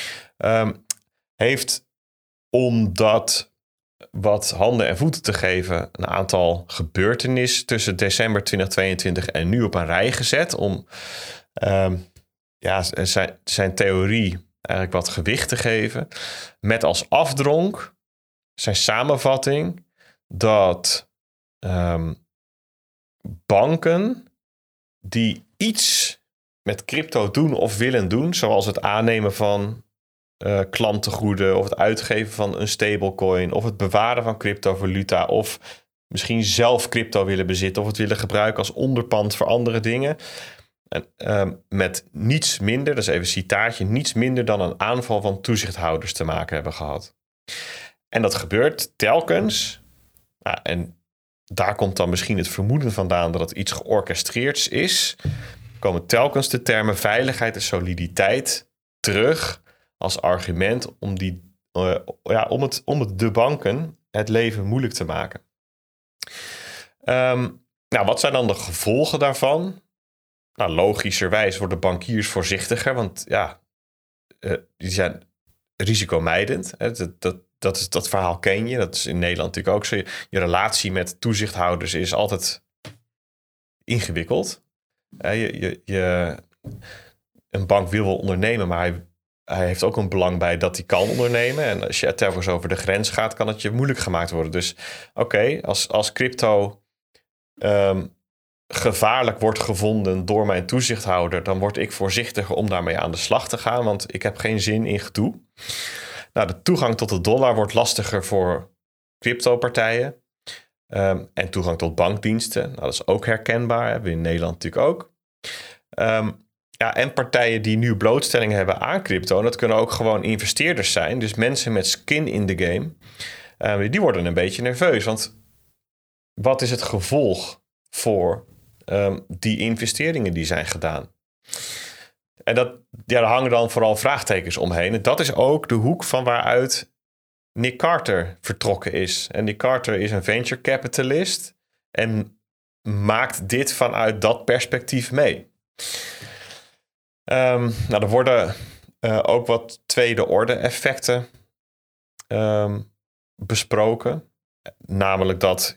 heeft omdat wat handen en voeten te geven een aantal gebeurtenissen tussen december 2022 en nu op een rij gezet om zijn theorie eigenlijk wat gewicht te geven. Met als afdronk zijn samenvatting dat banken die iets met crypto doen of willen doen, zoals het aannemen van klantengoeden of het uitgeven van een stablecoin of het bewaren van cryptovaluta of misschien zelf crypto willen bezitten of het willen gebruiken als onderpand voor andere dingen. En met niets minder, dat is even een citaatje, niets minder dan een aanval van toezichthouders te maken hebben gehad. En dat gebeurt telkens. En daar komt dan misschien het vermoeden vandaan dat het iets georchestreerds is. Komen telkens de termen veiligheid en soliditeit terug als argument om de banken het leven moeilijk te maken. Wat zijn dan de gevolgen daarvan? Nou, logischerwijs worden bankiers voorzichtiger, want die zijn risicomijdend. Dat verhaal ken je. Dat is in Nederland natuurlijk ook zo. Je relatie met toezichthouders is altijd ingewikkeld. Een bank wil wel ondernemen, maar hij heeft ook een belang bij dat hij kan ondernemen. En als je telkens over de grens gaat, kan het je moeilijk gemaakt worden. Dus als crypto gevaarlijk wordt gevonden door mijn toezichthouder, dan word ik voorzichtiger om daarmee aan de slag te gaan, want ik heb geen zin in gedoe. Nou, de toegang tot de dollar wordt lastiger voor cryptopartijen. En toegang tot bankdiensten. Nou, dat is ook herkenbaar. Hebben we in Nederland natuurlijk ook. En partijen die nu blootstelling hebben aan crypto. En dat kunnen ook gewoon investeerders zijn. Dus mensen met skin in the game. Die worden een beetje nerveus. Want wat is het gevolg voor die investeringen die zijn gedaan? En daar hangen dan vooral vraagtekens omheen. En dat is ook de hoek van waaruit Nick Carter vertrokken is. En Nick Carter is een venture capitalist en maakt dit vanuit dat perspectief mee. Er worden ook wat tweede orde effecten besproken. Namelijk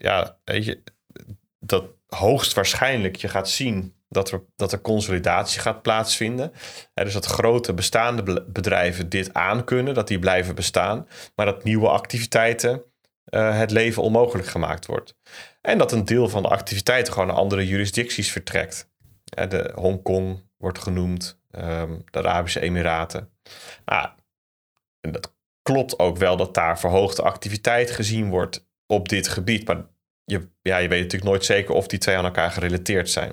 dat hoogstwaarschijnlijk je gaat zien dat er consolidatie gaat plaatsvinden. Dus dat grote bestaande bedrijven dit aankunnen, dat die blijven bestaan. Maar dat nieuwe activiteiten het leven onmogelijk gemaakt wordt. En dat een deel van de activiteiten gewoon naar andere jurisdicties vertrekt. De Hongkong wordt genoemd, de Arabische Emiraten. En dat klopt ook wel dat daar verhoogde activiteit gezien wordt op dit gebied. Maar je weet natuurlijk nooit zeker of die twee aan elkaar gerelateerd zijn.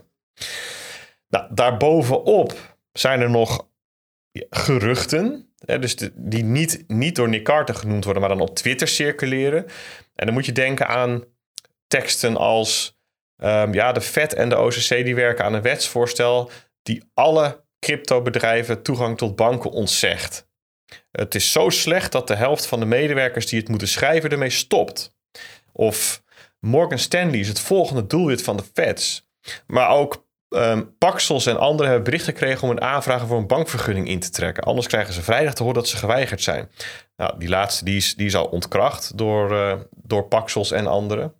Daarbovenop zijn er nog geruchten. Dus die niet door Nick Carter genoemd worden, maar dan op Twitter circuleren. En dan moet je denken aan teksten als de Fed en de OCC die werken aan een wetsvoorstel die alle cryptobedrijven toegang tot banken ontzegt. Het is zo slecht dat de helft van de medewerkers die het moeten schrijven ermee stopt. Of Morgan Stanley is het volgende doelwit van de Feds. Maar ook Paxos en anderen hebben bericht gekregen om een aanvraag voor een bankvergunning in te trekken. Anders krijgen ze vrijdag te horen dat ze geweigerd zijn. Nou, die laatste die is al ontkracht door Paxos en anderen.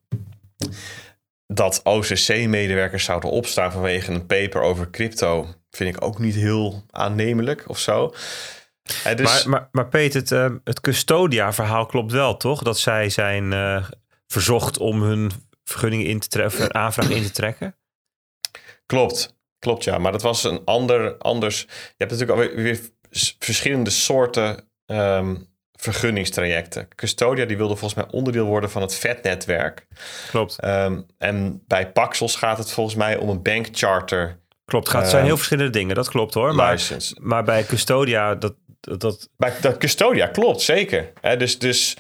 Dat OCC-medewerkers zouden opstaan vanwege een paper over crypto vind ik ook niet heel aannemelijk of zo. Dus... Maar Peter, het Custodia-verhaal klopt wel, toch? Dat zij zijn verzocht om hun vergunningen in te trekken, aanvraag in te trekken? Klopt, ja. Maar dat was een anders... Je hebt natuurlijk alweer verschillende soorten vergunningstrajecten. Custodia die wilde volgens mij onderdeel worden van het Fed-netwerk. Klopt. En bij Paxos gaat het volgens mij om een bankcharter. Klopt, het zijn heel verschillende dingen, dat klopt hoor. Maar bij Custodia... Bij Custodia klopt, zeker. Dus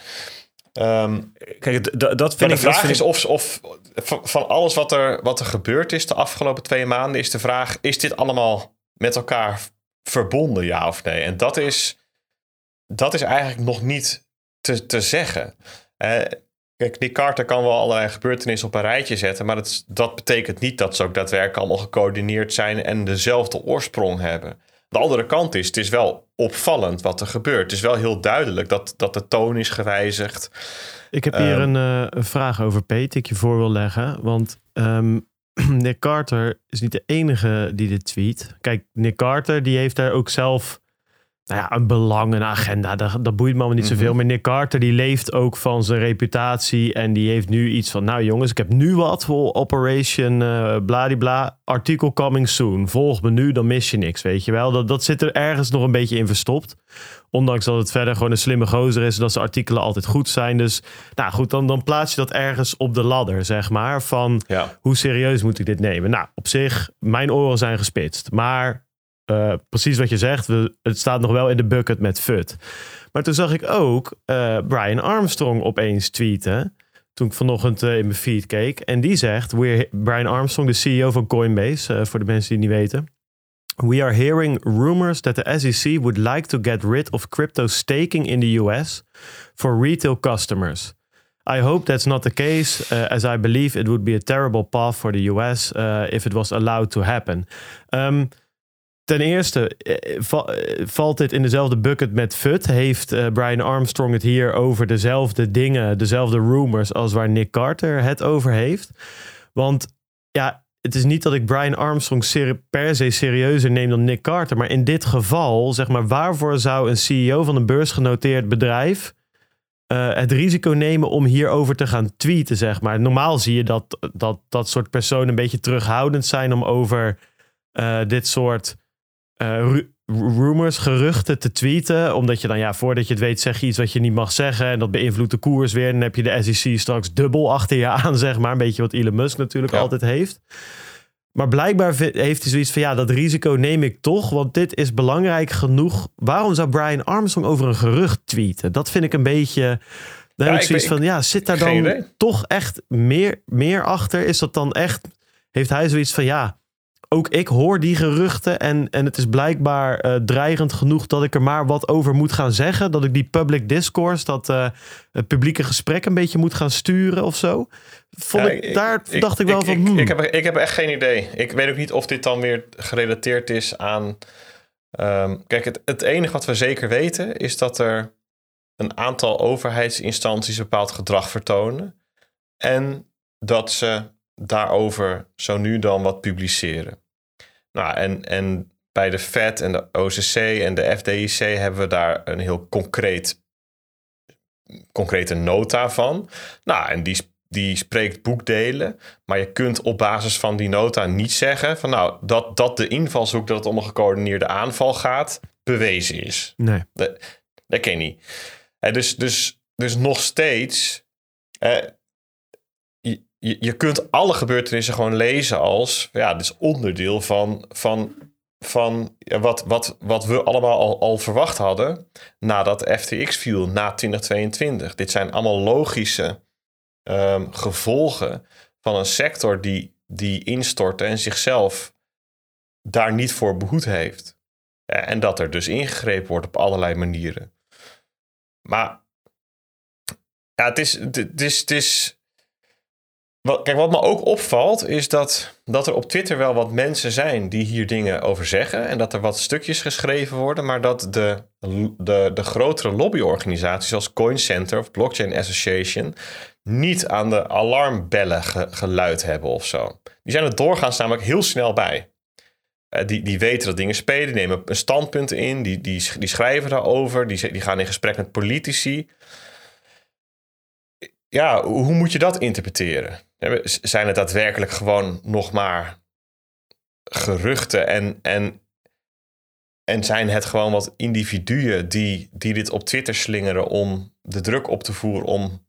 kijk, dat vind ik... De vraag is of van alles wat er gebeurd is de afgelopen 2 maanden... is de vraag, is dit allemaal met elkaar verbonden, ja of nee? En dat is eigenlijk nog niet te zeggen. Kijk, Nick Carter kan wel allerlei gebeurtenissen op een rijtje zetten... maar dat betekent niet dat ze ook daadwerkelijk allemaal gecoördineerd zijn... en dezelfde oorsprong hebben. De andere kant is, het is wel opvallend wat er gebeurt. Het is wel heel duidelijk dat de toon is gewijzigd. Ik heb hier een vraag over, Peet, die ik je voor wil leggen. Want Nick Carter is niet de enige die dit tweet. Kijk, Nick Carter die heeft daar ook zelf een belang, een agenda. Dat boeit me allemaal niet zoveel. Maar Nick Carter die leeft ook van zijn reputatie. En die heeft nu iets van, nou jongens, ik heb nu wat voor Operation bladibla. Artikel coming soon. Volg me nu, dan mis je niks, weet je wel. Dat zit er ergens nog een beetje in verstopt. Ondanks dat het verder gewoon een slimme gozer is. Dat zijn artikelen altijd goed zijn. Dus nou goed, dan plaats je dat ergens op de ladder, zeg maar. Van hoe serieus moet ik dit nemen? Nou, op zich, mijn oren zijn gespitst. Maar... precies wat je zegt, het staat nog wel in de bucket met FUD. Maar toen zag ik ook Brian Armstrong opeens tweeten. Toen ik vanochtend in mijn feed keek. En die zegt, Brian Armstrong, de CEO van Coinbase, voor de mensen die het niet weten. We are hearing rumors that the SEC would like to get rid of crypto staking in the US for retail customers. I hope that's not the case, as I believe it would be a terrible path for the US if it was allowed to happen. Ten eerste, valt dit in dezelfde bucket met FUD? Heeft Brian Armstrong het hier over dezelfde dingen, dezelfde rumors als waar Nick Carter het over heeft? Want het is niet dat ik Brian Armstrong per se serieuzer neem dan Nick Carter. Maar in dit geval, zeg maar, waarvoor zou een CEO van een beursgenoteerd bedrijf het risico nemen om hierover te gaan tweeten, zeg maar? Normaal zie je dat soort personen een beetje terughoudend zijn om over dit soort rumors, geruchten te tweeten. Omdat je dan, voordat je het weet, zeg je iets wat je niet mag zeggen. En dat beïnvloedt de koers weer. En dan heb je de SEC straks dubbel achter je aan, zeg maar. Een beetje wat Elon Musk natuurlijk altijd heeft. Maar blijkbaar heeft hij zoiets van, dat risico neem ik toch. Want dit is belangrijk genoeg. Waarom zou Brian Armstrong over een gerucht tweeten? Dat vind ik een beetje... Dan heb ik zoiets van, zit daar dan toch echt meer achter? Is dat dan echt... Heeft hij zoiets van, ook ik hoor die geruchten en het is blijkbaar dreigend genoeg dat ik er maar wat over moet gaan zeggen. Dat ik die public discourse, het publieke gesprek een beetje moet gaan sturen of zo. Dacht ik wel van... Ik heb echt geen idee. Ik weet ook niet of dit dan weer gerelateerd is aan... kijk, het enige wat we zeker weten is dat er een aantal overheidsinstanties bepaald gedrag vertonen. En dat ze daarover zo nu dan wat publiceren. Nou, en bij de Fed en de OCC en de FDIC hebben we daar een heel concrete nota van. Nou, en die spreekt boekdelen. Maar je kunt op basis van die nota niet zeggen van dat de invalshoek dat het om een gecoördineerde aanval gaat, bewezen is. Nee. Dat ken je niet. Dus nog steeds... Je kunt alle gebeurtenissen gewoon lezen als... dit is onderdeel van wat we allemaal al verwacht hadden... nadat FTX viel, na 2022. Dit zijn allemaal logische gevolgen van een sector die instortte... en zichzelf daar niet voor behoed heeft. En dat er dus ingegrepen wordt op allerlei manieren. Maar het is Kijk, wat me ook opvalt is dat er op Twitter wel wat mensen zijn die hier dingen over zeggen. En dat er wat stukjes geschreven worden. Maar dat de grotere lobbyorganisaties zoals Coin Center of Blockchain Association niet aan de alarmbellen geluid hebben of zo. Die zijn er doorgaans namelijk heel snel bij. Die weten dat dingen spelen, die nemen een standpunt in, die schrijven daarover, die gaan in gesprek met politici. Ja, hoe moet je dat interpreteren? Zijn het daadwerkelijk gewoon nog maar geruchten en zijn het gewoon wat individuen die dit op Twitter slingeren om de druk op te voeren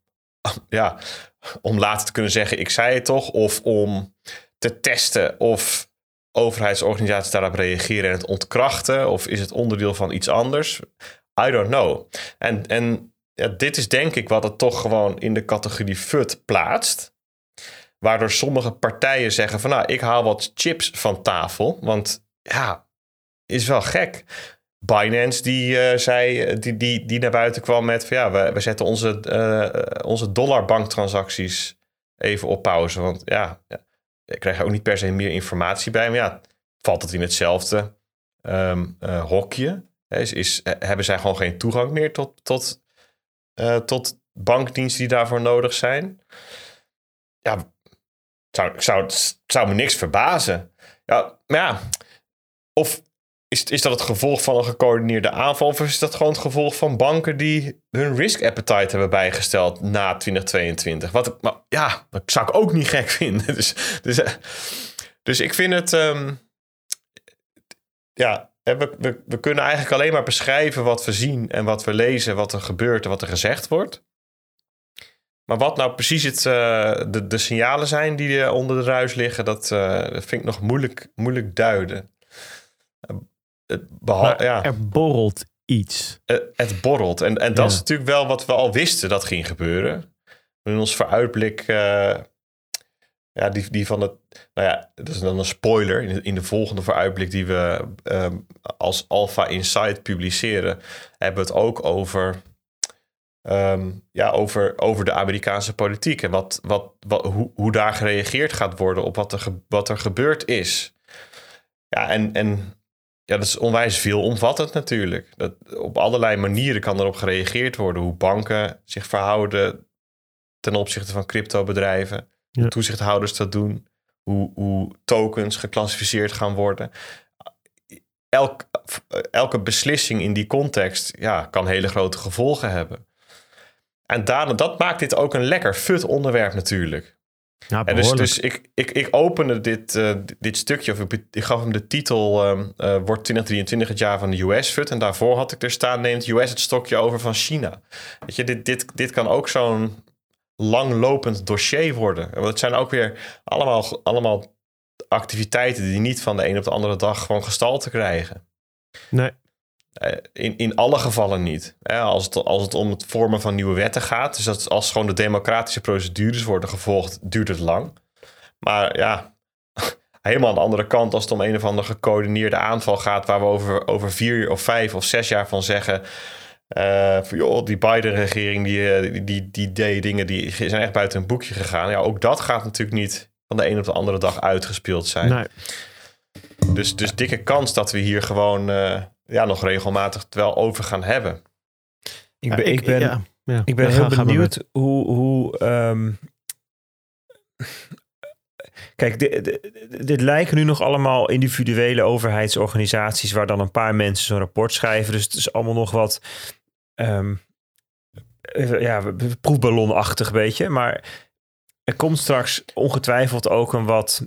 om later te kunnen zeggen ik zei het toch, of om te testen of overheidsorganisaties daarop reageren en het ontkrachten, of is het onderdeel van iets anders? I don't know. En dit is denk ik wat het toch gewoon in de categorie FUD plaatst. Waardoor sommige partijen zeggen van ik haal wat chips van tafel. Want is wel gek. Binance die naar buiten kwam met van we zetten onze dollarbanktransacties even op pauze. Want ik krijg er ook niet per se meer informatie bij. Maar valt het in hetzelfde hokje? Hebben zij gewoon geen toegang meer tot bankdiensten die daarvoor nodig zijn? Zou me niks verbazen. Of is dat het gevolg van een gecoördineerde aanval? Of is dat gewoon het gevolg van banken die hun risk appetite hebben bijgesteld na 2022? Dat zou ik ook niet gek vinden. Dus ik vind het... we kunnen eigenlijk alleen maar beschrijven wat we zien en wat we lezen, wat er gebeurt en wat er gezegd wordt. Maar wat nou precies de signalen zijn die onder de ruis liggen, dat vind ik nog moeilijk duiden. Er borrelt iets. Het borrelt. En dat is natuurlijk wel wat we al wisten dat ging gebeuren. In ons vooruitblik... die van het... dat is dan een spoiler. In de volgende vooruitblik die we als Alpha Insight publiceren, hebben we het ook over over de Amerikaanse politiek. En hoe daar gereageerd gaat worden op wat er gebeurd is. Dat is onwijs veelomvattend natuurlijk. Op allerlei manieren kan erop gereageerd worden. Hoe banken zich verhouden ten opzichte van cryptobedrijven. Hoe toezichthouders dat doen. Hoe tokens geclassificeerd gaan worden. Elke beslissing in die context kan hele grote gevolgen hebben. En dat maakt dit ook een lekker fut onderwerp natuurlijk. Ja, En dus ik opende dit stukje, of ik gaf hem de titel, wordt 2023 het jaar van de US-FUD. En daarvoor had ik er staan, neemt US het stokje over van China. Weet je, dit kan ook zo'n langlopend dossier worden. Want het zijn ook weer allemaal activiteiten die niet van de een op de andere dag gewoon gestalte krijgen. Nee. In alle gevallen niet. Als het om het vormen van nieuwe wetten gaat. Dus als gewoon de democratische procedures worden gevolgd, duurt het lang. Maar ja, helemaal aan de andere kant, als het om een of andere gecoördineerde aanval gaat, waar we over 4 of 5 of 6 jaar van zeggen, die Biden-regering die deed dingen die zijn echt buiten een boekje gegaan. Ja, ook dat gaat natuurlijk niet van de een op de andere dag uitgespeeld zijn. Nee. Dus dikke kans dat we hier gewoon nog regelmatig het wel over gaan hebben. Ik ben heel benieuwd hoe kijk, dit lijken nu nog allemaal individuele overheidsorganisaties waar dan een paar mensen zo'n rapport schrijven. Dus het is allemaal nog wat proefballonachtig, beetje. Maar er komt straks ongetwijfeld ook een wat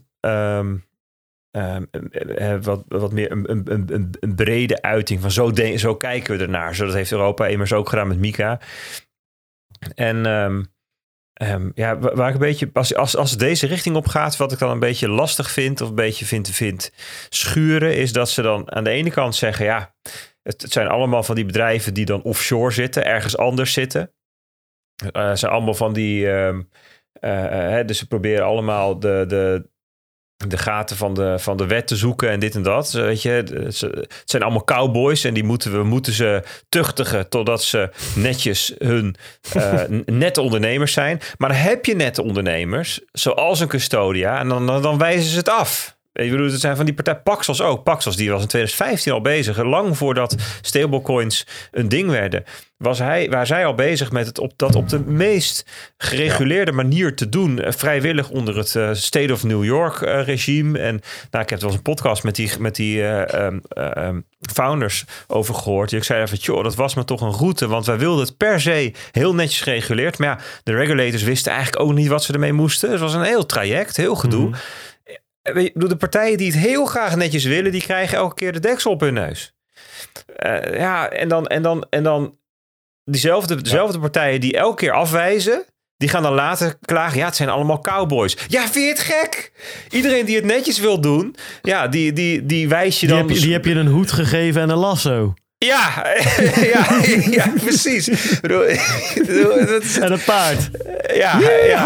meer een brede uiting van zo kijken we ernaar. Zo, dat heeft Europa immers ook gedaan met Mika. En waar ik een beetje, als het deze richting op gaat, wat ik dan een beetje lastig vind of een beetje vind schuren, is dat ze dan aan de ene kant zeggen, ja, het zijn allemaal van die bedrijven die dan offshore zitten, ergens anders zitten. Het zijn allemaal van die, dus ze proberen allemaal de gaten van de wet te zoeken en dit en dat. Weet je, het zijn allemaal cowboys en we moeten ze tuchtigen totdat ze netjes hun nette ondernemers zijn. Maar dan heb je nette ondernemers, zoals een Custodia, en dan wijzen ze het af. Ik bedoel, het zijn van die partij Paxos ook. Paxos, die was in 2015 al bezig. Lang voordat stablecoins een ding werden, waar zij al bezig met het op de meest gereguleerde manier te doen. Vrijwillig onder het State of New York regime. En ik heb wel eens een podcast met die founders over gehoord. Ik zei even, joh, dat was maar toch een route. Want wij wilden het per se heel netjes gereguleerd. Maar ja, de regulators wisten eigenlijk ook niet wat ze ermee moesten. Het was een heel traject, heel gedoe. Mm-hmm. De partijen die het heel graag netjes willen, die krijgen elke keer de deksel op hun neus. En dan dezelfde partijen die elke keer afwijzen, die gaan dan later klagen, ja, het zijn allemaal cowboys. Ja, vind je het gek? Iedereen die het netjes wil doen, ja, die wijs je dan. Die heb je een hoed gegeven en een lasso. Ja, precies. En een paard. Ja.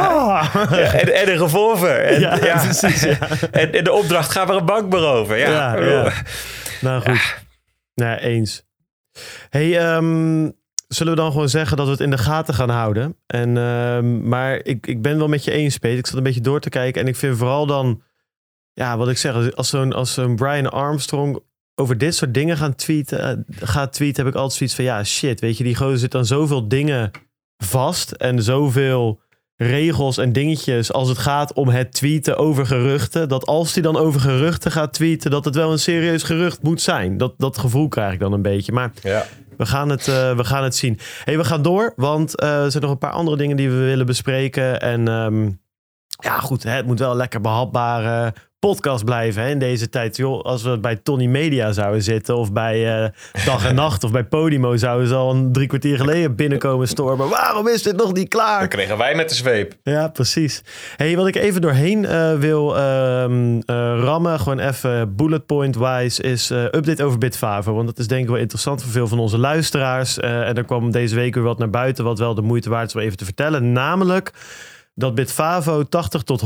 En een revolver. En, precies. Ja. En de opdracht, ga maar een bank beroven. Ja. Nou goed. Nee, eens. Hey, zullen we dan gewoon zeggen dat we het in de gaten gaan houden? Maar ik ben wel met je eens, Peter. Ik zat een beetje door te kijken. En ik vind vooral dan, ja, wat ik zeg, als zo'n Brian Armstrong over dit soort dingen gaat tweeten, heb ik altijd zoiets van, ja, shit, weet je, die gozer zit aan zoveel dingen vast en zoveel regels en dingetjes als het gaat om het tweeten over geruchten, dat als hij dan over geruchten gaat tweeten, dat het wel een serieus gerucht moet zijn. Dat gevoel krijg ik dan een beetje. Maar ja, we gaan het zien. Hey, we gaan door, want er zijn nog een paar andere dingen die we willen bespreken. En ja, goed, het moet wel lekker behapbare podcast blijven in deze tijd. Joh, als we bij Tony Media zouden zitten of bij Dag en Nacht of bij Podimo, zouden ze al 3 kwartier geleden binnenkomen stormen. Waarom is dit nog niet klaar? Dan kregen wij met de zweep. Ja, precies. Hey, wat ik even doorheen wil rammen, gewoon even bullet point wise, is update over Bitfavo. Want dat is denk ik wel interessant voor veel van onze luisteraars. En er kwam deze week weer wat naar buiten, wat wel de moeite waard is om even te vertellen. Namelijk dat Bitfavo 80 tot 100%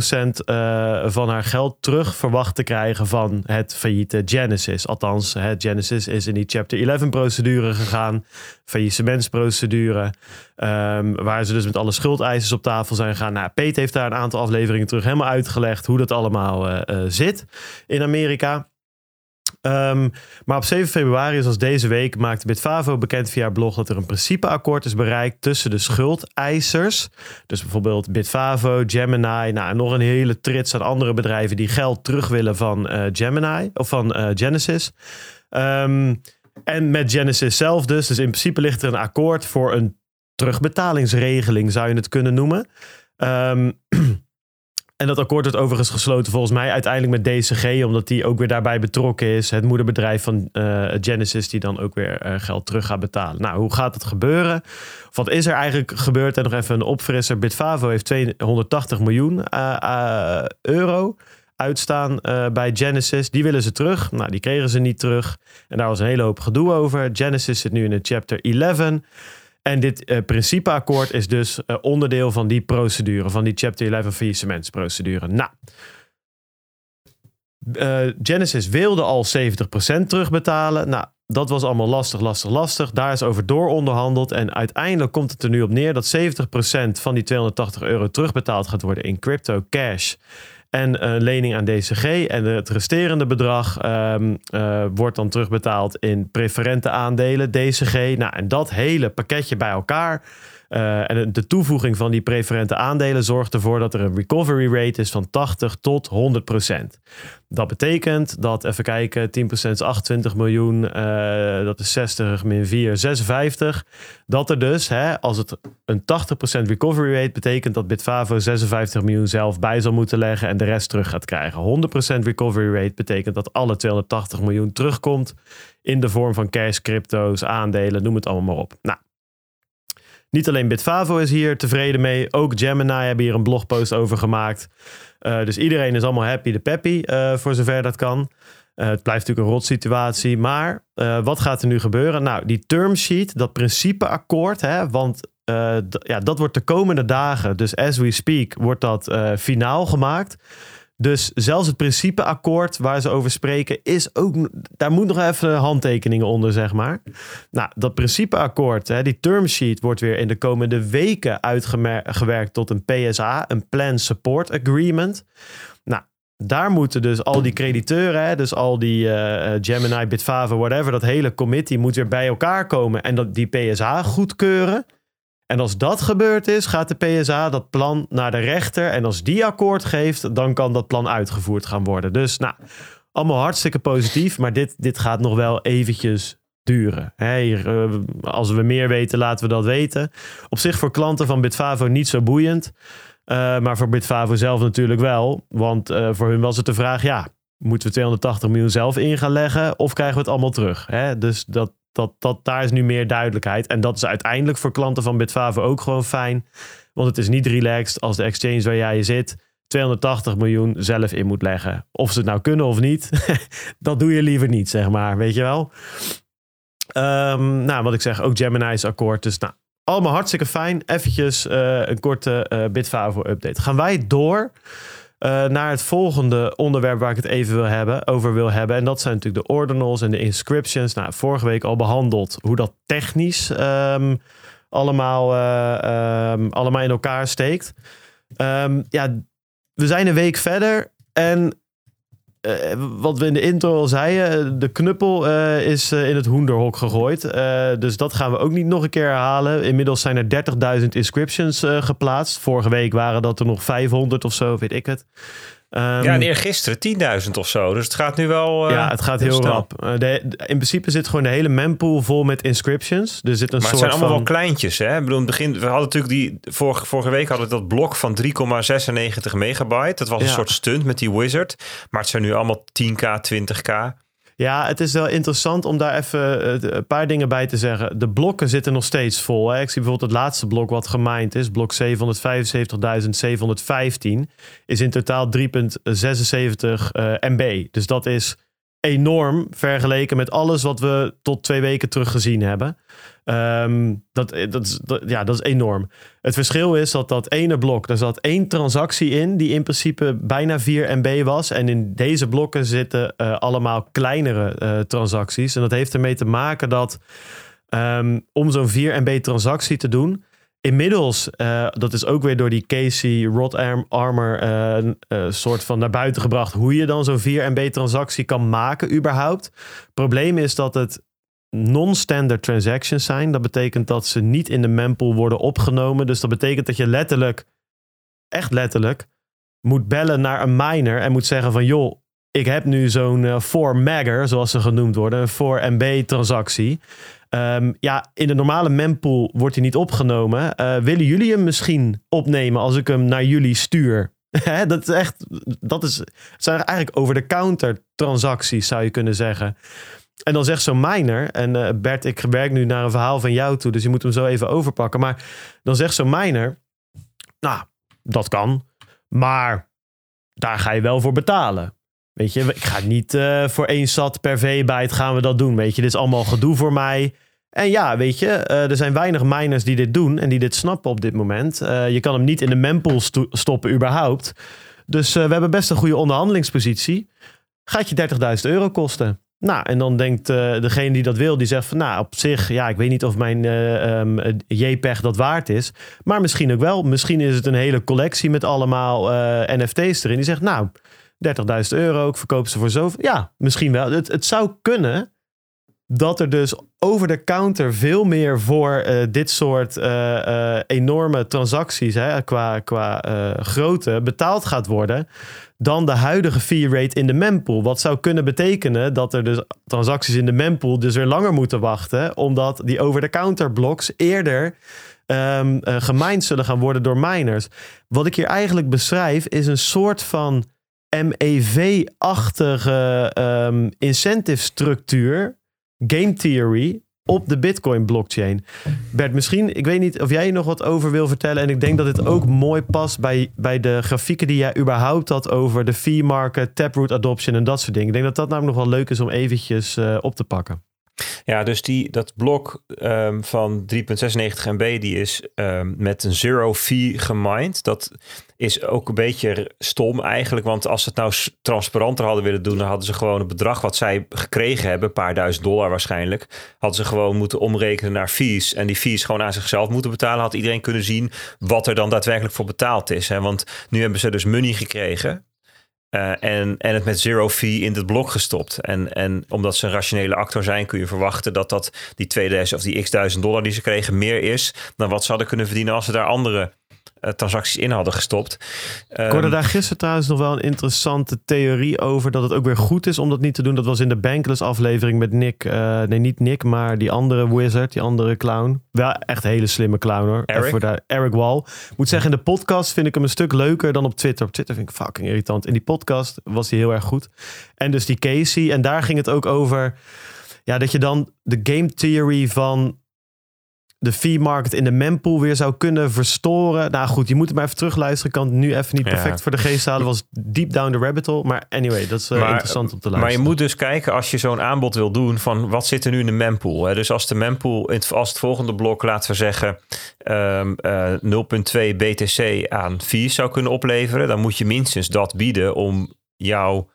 van haar geld terug verwacht te krijgen van het failliete Genesis. Althans, Genesis is in die Chapter 11 procedure gegaan, faillissementsprocedure, waar ze dus met alle schuldeisers op tafel zijn gegaan. Nou, Peet heeft daar een aantal afleveringen terug helemaal uitgelegd hoe dat allemaal zit in Amerika. Maar op 7 februari, zoals deze week, maakte Bitfavo bekend via haar blog dat er een principeakkoord is bereikt tussen de schuldeisers. Dus bijvoorbeeld Bitfavo, Gemini, en nog een hele trits aan andere bedrijven die geld terug willen van Gemini of van Genesis. En met Genesis zelf dus. Dus in principe ligt er een akkoord voor een terugbetalingsregeling, zou je het kunnen noemen. En dat akkoord wordt overigens gesloten volgens mij uiteindelijk met DCG, omdat die ook weer daarbij betrokken is. Het moederbedrijf van Genesis die dan ook weer geld terug gaat betalen. Nou, hoe gaat het gebeuren? Of wat is er eigenlijk gebeurd? En nog even een opfrisser. Bitfavo heeft 280 miljoen euro uitstaan bij Genesis. Die willen ze terug. Nou, die kregen ze niet terug. En daar was een hele hoop gedoe over. Genesis zit nu in het chapter 11. En dit principeakkoord is dus onderdeel van die procedure, van die Chapter 11 faillissementsprocedure. Nou, Genesis wilde al 70% terugbetalen. Nou, dat was allemaal lastig. Daar is over dooronderhandeld. En uiteindelijk komt het er nu op neer dat 70% van die €280 terugbetaald gaat worden in crypto cash en een lening aan DCG. En het resterende bedrag wordt dan terugbetaald in preferente aandelen, DCG. Nou, en dat hele pakketje bij elkaar. En de toevoeging van die preferente aandelen zorgt ervoor dat er een recovery rate is van 80 tot 100%. Dat betekent dat, even kijken, 10% is 28 miljoen. Dat is 60 min 4, 56. Dat er dus, als het een 80% recovery rate betekent dat Bitfavo 56 miljoen zelf bij zal moeten leggen en de rest terug gaat krijgen. 100% recovery rate betekent dat alle 280 miljoen terugkomt in de vorm van cash, crypto's, aandelen, noem het allemaal maar op. Nou, niet alleen Bitfavo is hier tevreden mee. Ook Gemini hebben hier een blogpost over gemaakt. Dus iedereen is allemaal happy de peppy voor zover dat kan. Het blijft natuurlijk een rotsituatie. Maar wat gaat er nu gebeuren? Nou, die termsheet, dat principeakkoord. Want dat wordt de komende dagen, dus as we speak, wordt dat finaal gemaakt. Dus zelfs het principeakkoord waar ze over spreken is ook, daar moet nog even handtekeningen onder, zeg maar. Nou, dat principeakkoord, die termsheet, wordt weer in de komende weken uitgewerkt tot een PSA, een Plan Support Agreement. Nou, daar moeten dus al die crediteuren, dus al die Gemini, Bitfavo, whatever, dat hele committee moet weer bij elkaar komen en die PSA goedkeuren. En als dat gebeurd is, gaat de PSA dat plan naar de rechter. En als die akkoord geeft, dan kan dat plan uitgevoerd gaan worden. Dus nou, allemaal hartstikke positief. Maar dit gaat nog wel eventjes duren. Als we meer weten, laten we dat weten. Op zich voor klanten van Bitfavo niet zo boeiend. Maar voor Bitfavo zelf natuurlijk wel. Want voor hun was het de vraag, moeten we 280 miljoen zelf in gaan leggen? Of krijgen we het allemaal terug? Dus daar is nu meer duidelijkheid. En dat is uiteindelijk voor klanten van Bitfavo ook gewoon fijn. Want het is niet relaxed als de exchange waar jij zit 280 miljoen zelf in moet leggen. Of ze het nou kunnen of niet, dat doe je liever niet, zeg maar. Weet je wel? Wat ik zeg, ook Gemini's akkoord. Dus nou, allemaal hartstikke fijn. Eventjes een korte Bitfavo update. Gaan wij door naar het volgende onderwerp waar ik het even over wil hebben. En dat zijn natuurlijk de ordinals en de inscriptions. Nou, vorige week al behandeld hoe dat technisch allemaal in elkaar steekt. We zijn een week verder en wat we in de intro al zeiden, de knuppel is in het hoenderhok gegooid. Dus dat gaan we ook niet nog een keer herhalen. Inmiddels zijn er 30.000 inscriptions geplaatst. Vorige week waren dat er nog 500 of zo, weet ik het. En eergisteren 10.000 of zo. Dus het gaat nu wel het gaat heel rap. In principe zit gewoon de hele mempool vol met inscriptions. Er zit een maar soort het zijn allemaal wel kleintjes, hè? Ik bedoel, in het begin, we hadden natuurlijk vorige week hadden we dat blok van 3,96 megabyte. Dat was een soort stunt met die wizard. Maar het zijn nu allemaal 10k, 20k. Ja, het is wel interessant om daar even een paar dingen bij te zeggen. De blokken zitten nog steeds vol. Hè? Ik zie bijvoorbeeld het laatste blok wat gemined is. Blok 775.715 is in totaal 3,76 MB. Dus dat is enorm vergeleken met alles wat we tot 2 weken terug gezien hebben. Dat is enorm. Het verschil is dat ene blok, daar zat 1 transactie in die in principe bijna 4 MB was. En in deze blokken zitten allemaal kleinere transacties. En dat heeft ermee te maken dat om zo'n 4 MB transactie te doen, inmiddels, dat is ook weer door die Casey Rodarmer soort van naar buiten gebracht, hoe je dan zo'n 4 MB transactie kan maken überhaupt. Het probleem is dat het non-standard transactions zijn. Dat betekent dat ze niet in de mempool worden opgenomen. Dus dat betekent dat je echt letterlijk, moet bellen naar een miner en moet zeggen van, joh, ik heb nu zo'n 4-magger, zoals ze genoemd worden, een 4 MB transactie. In de normale mempool wordt hij niet opgenomen. Willen jullie hem misschien opnemen als ik hem naar jullie stuur? Het zijn eigenlijk over-the-counter transacties, zou je kunnen zeggen. En dan zegt zo'n miner, en Bert, ik werk nu naar een verhaal van jou toe, dus je moet hem zo even overpakken. Maar dan zegt zo'n miner, nou, dat kan, maar daar ga je wel voor betalen. Weet je, ik ga niet voor 1 sat per V-byte gaan we dat doen. Weet je, dit is allemaal gedoe voor mij. En ja, weet je, er zijn weinig miners die dit doen en die dit snappen op dit moment. Je kan hem niet in de mempool stoppen überhaupt. Dus we hebben best een goede onderhandelingspositie. Gaat je €30.000 kosten. Nou, en dan denkt degene die dat wil, die zegt van, nou, op zich, ja, ik weet niet of mijn JPEG dat waard is. Maar misschien ook wel. Misschien is het een hele collectie met allemaal NFT's erin. Die zegt, nou, €30.000, ik verkoop ze voor zoveel. Ja, misschien wel. Het zou kunnen dat er dus over de counter veel meer voor dit soort enorme transacties qua grootte betaald gaat worden dan de huidige fee rate in de mempool. Wat zou kunnen betekenen dat er dus transacties in de mempool dus weer langer moeten wachten, omdat die over de counter blocks eerder gemined zullen gaan worden door miners. Wat ik hier eigenlijk beschrijf is een soort van MEV-achtige incentive structuur, game theory, op de Bitcoin blockchain. Bert, misschien, ik weet niet of jij hier nog wat over wil vertellen. En ik denk dat dit ook mooi past bij de grafieken die jij überhaupt had over de fee market, taproot adoption en dat soort dingen. Ik denk dat dat namelijk nog wel leuk is om eventjes op te pakken. Ja, dus dat blok van 3,96 MB, die is met een zero fee gemined. Dat is ook een beetje stom eigenlijk, want als ze het nou transparanter hadden willen doen, dan hadden ze gewoon het bedrag wat zij gekregen hebben, een paar $1000 waarschijnlijk, hadden ze gewoon moeten omrekenen naar fees en die fees gewoon aan zichzelf moeten betalen. Had iedereen kunnen zien wat er dan daadwerkelijk voor betaald is. Hè? Want nu hebben ze dus money gekregen. En het met zero fee in het blok gestopt. En omdat ze een rationele actor zijn, kun je verwachten dat die 2000 of die $x1000 die ze kregen meer is dan wat ze hadden kunnen verdienen als ze daar andere transacties in hadden gestopt. Ik hoorde daar gisteren trouwens nog wel een interessante theorie over dat het ook weer goed is om dat niet te doen. Dat was in de Bankless aflevering met Nick. Nee, niet Nick, maar die andere wizard, die andere clown. Wel echt een hele slimme clown hoor. Eric Wall. Ik moet zeggen, in de podcast vind ik hem een stuk leuker dan op Twitter. Op Twitter vind ik fucking irritant. In die podcast was hij heel erg goed. En dus die Casey. En daar ging het ook over, ja, dat je dan de game theory van de fee market in de mempool weer zou kunnen verstoren. Nou goed, je moet het maar even terugluisteren. Ik kan het nu even niet perfect voor de geest halen. Was deep down the rabbit hole. Maar anyway, dat is interessant om te luisteren. Maar je moet dus kijken als je zo'n aanbod wil doen van wat zit er nu in de mempool. Hè? Dus als de mempool, als het volgende blok, laten we zeggen 0,2 BTC aan fees zou kunnen opleveren, dan moet je minstens dat bieden om jouw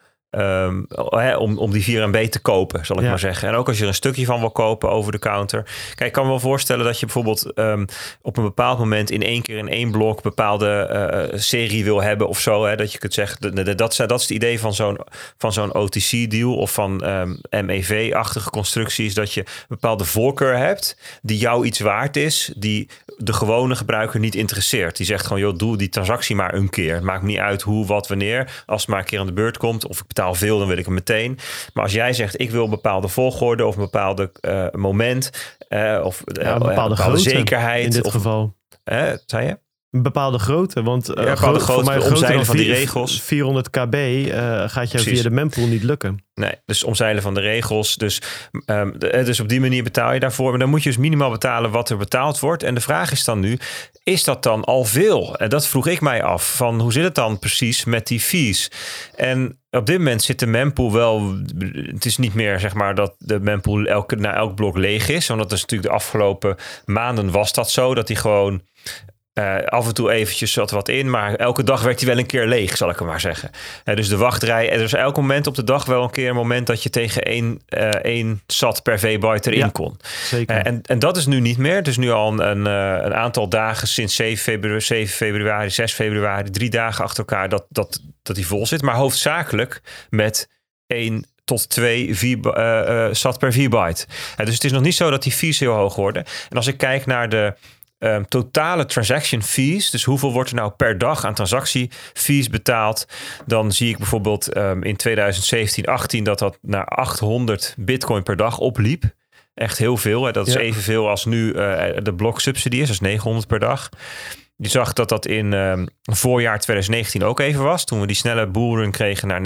om die 4 MB te kopen, zal ik maar zeggen. En ook als je er een stukje van wil kopen over de counter. Kijk, ik kan me wel voorstellen dat je bijvoorbeeld op een bepaald moment in één keer in één blok bepaalde serie wil hebben of zo. Hè, dat je kunt zeggen, dat is het idee van zo'n OTC-deal of van MEV-achtige constructies, dat je een bepaalde voorkeur hebt die jou iets waard is, die de gewone gebruiker niet interesseert. Die zegt gewoon, joh, doe die transactie maar een keer. Het maakt me niet uit hoe, wat, wanneer. Als het maar een keer aan de beurt komt of ik betaal veel, dan wil ik hem meteen. Maar als jij zegt, ik wil een bepaalde volgorde of een bepaalde moment of een bepaalde zekerheid. In dit geval. Zei je? Een bepaalde grootte, want bepaalde grootte, omzeilen van die regels. 400 KB gaat je via de mempool niet lukken. Nee, dus omzeilen van de regels. Dus op die manier betaal je daarvoor. Maar dan moet je dus minimaal betalen wat er betaald wordt. En de vraag is dan nu, is dat dan al veel? En dat vroeg ik mij af. Van hoe zit het dan precies met die fees? En op dit moment zit de mempool wel. Het is niet meer zeg maar dat de mempool na elk blok leeg is. Want dat is natuurlijk de afgelopen maanden was dat zo. Dat die gewoon af en toe eventjes zat wat in, maar elke dag werd hij wel een keer leeg, zal ik er maar zeggen. Dus de wachtrij, er is elk moment op de dag wel een keer een moment dat je tegen één sat per V-byte erin kon. Zeker. En dat is nu niet meer. Het is nu al een aantal dagen sinds 7 februari, 6 februari, 3 dagen achter elkaar dat hij vol zit, maar hoofdzakelijk met 1 tot 2 sat per V-byte. Dus het is nog niet zo dat die fees heel hoog worden. En als ik kijk naar de totale transaction fees, dus hoeveel wordt er nou per dag aan transactiefees betaald, dan zie ik bijvoorbeeld in 2017-18 dat naar 800 bitcoin per dag opliep. Echt heel veel. Hè? Dat is evenveel als nu de bloksubsidie is, dat is 900 per dag. Je zag dat in voorjaar 2019 ook even was. Toen we die snelle bullrun kregen naar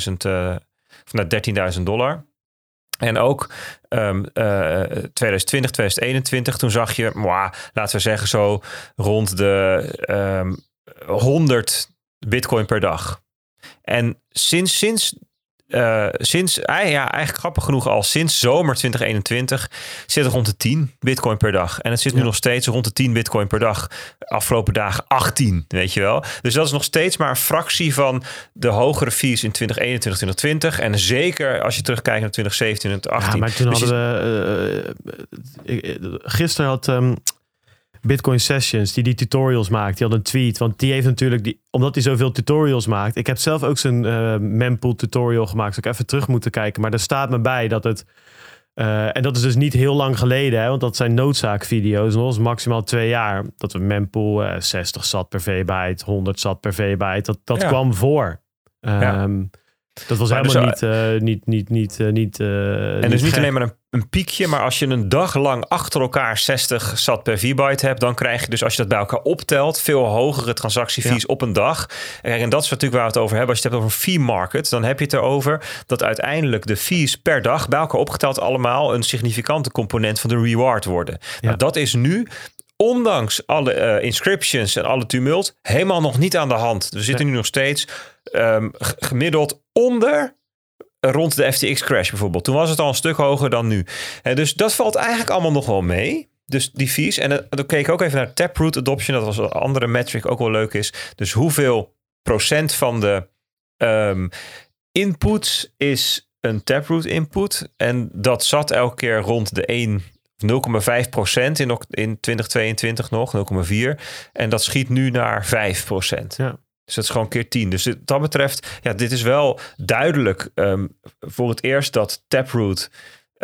naar $13.000. En ook 2020, 2021, toen zag je, laten we zeggen zo rond de 100 bitcoin per dag. En sinds eigenlijk grappig genoeg al sinds zomer 2021 zit het rond de 10 bitcoin per dag. En het zit nu nog steeds rond de 10 bitcoin per dag. Afgelopen dagen 18, weet je wel. Dus dat is nog steeds maar een fractie van de hogere fees in 2021, 2020. En zeker als je terugkijkt naar 2017 en 2018. Ja, maar toen hadden we... gisteren had... Bitcoin Sessions, die tutorials maakt. Die had een tweet, want die heeft natuurlijk... omdat hij zoveel tutorials maakt... Ik heb zelf ook zijn mempool tutorial gemaakt. Dus ik even terug moeten kijken. Maar er staat me bij dat het... en dat is dus niet heel lang geleden. Hè, want dat zijn noodzaakvideo's. Dat was maximaal 2 jaar. Dat we mempool 60 sat per V-byte, 100 sat per V-byte. Dat kwam voor. Dat was maar helemaal niet en dus niet alleen maar een piekje, maar als je een dag lang achter elkaar 60 sat per V-byte hebt, dan krijg je dus, als je dat bij elkaar optelt, veel hogere transactiefees op een dag. En dat is natuurlijk waar we het over hebben. Als je het hebt over een fee market, dan heb je het erover dat uiteindelijk de fees per dag bij elkaar opgeteld allemaal een significante component van de reward worden. Ja. Nou, dat is nu, ondanks alle inscriptions en alle tumult, helemaal nog niet aan de hand. We zitten nu nog steeds gemiddeld onder rond de FTX crash bijvoorbeeld. Toen was het al een stuk hoger dan nu. Dus dat valt eigenlijk allemaal nog wel mee. Dus die fees. En dan keek ik ook even naar Taproot adoption. Dat was een andere metric, ook wel leuk is. Dus hoeveel procent van de inputs is een Taproot input? En dat zat elke keer rond de 0,5% in 2022 nog, 0,4. En dat schiet nu naar 5%. Ja. Dus dat is gewoon keer 10. Dus dat betreft, dit is wel duidelijk voor het eerst dat Taproot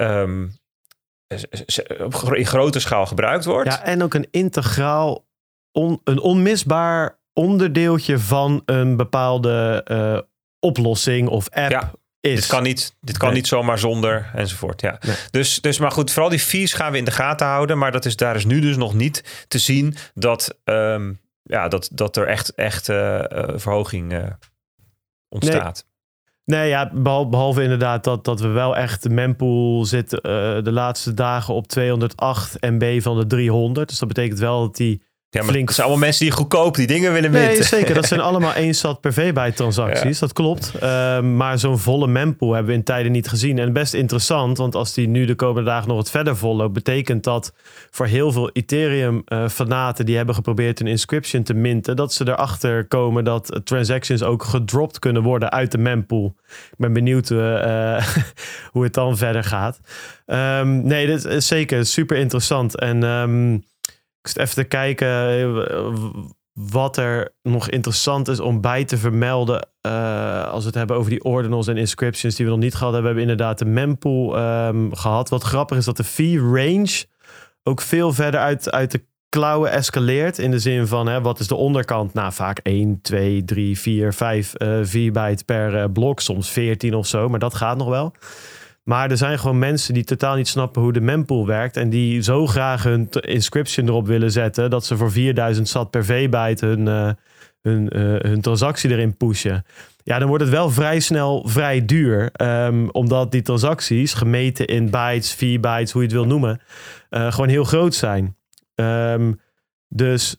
in grote schaal gebruikt wordt. Ja, en ook een integraal, een onmisbaar onderdeeltje van een bepaalde oplossing of app is. Dit kan niet zomaar zonder enzovoort. Ja. Nee. Dus maar goed, vooral die fees gaan we in de gaten houden. Maar daar is nu dus nog niet te zien dat... dat er echt verhoging ontstaat. Nee, behalve inderdaad dat we wel echt de mempool zitten de laatste dagen op 208 MB van de 300. Dus dat betekent wel dat die flink... Het zijn allemaal mensen die goedkoop die dingen willen minten. Nee, zeker. Dat zijn allemaal 1 sat per V-byte transacties. Ja. Dat klopt. Maar zo'n volle mempool hebben we in tijden niet gezien. En best interessant, want als die nu de komende dagen nog wat verder volloopt, betekent dat voor heel veel Ethereum-fanaten die hebben geprobeerd een inscription te minten, dat ze erachter komen dat transactions ook gedropt kunnen worden uit de mempool. Ik ben benieuwd hoe het dan verder gaat. Nee, dat is zeker super interessant. En ik zit even te kijken wat er nog interessant is om bij te vermelden. Als we het hebben over die ordinals en inscriptions die we nog niet gehad hebben. We hebben inderdaad de mempool gehad. Wat grappig is dat de fee range ook veel verder uit de klauwen escaleert. In de zin van, wat is de onderkant? Nou, vaak 1, 2, 3, 4, 5 V-byte per blok. Soms 14 of zo, maar dat gaat nog wel. Maar er zijn gewoon mensen die totaal niet snappen hoe de mempool werkt. En die zo graag hun inscription erop willen zetten, dat ze voor 4000 sat per V-byte hun transactie erin pushen. Ja, dan wordt het wel vrij snel vrij duur. Omdat die transacties, gemeten in bytes, V-bytes, hoe je het wil noemen, gewoon heel groot zijn. Dus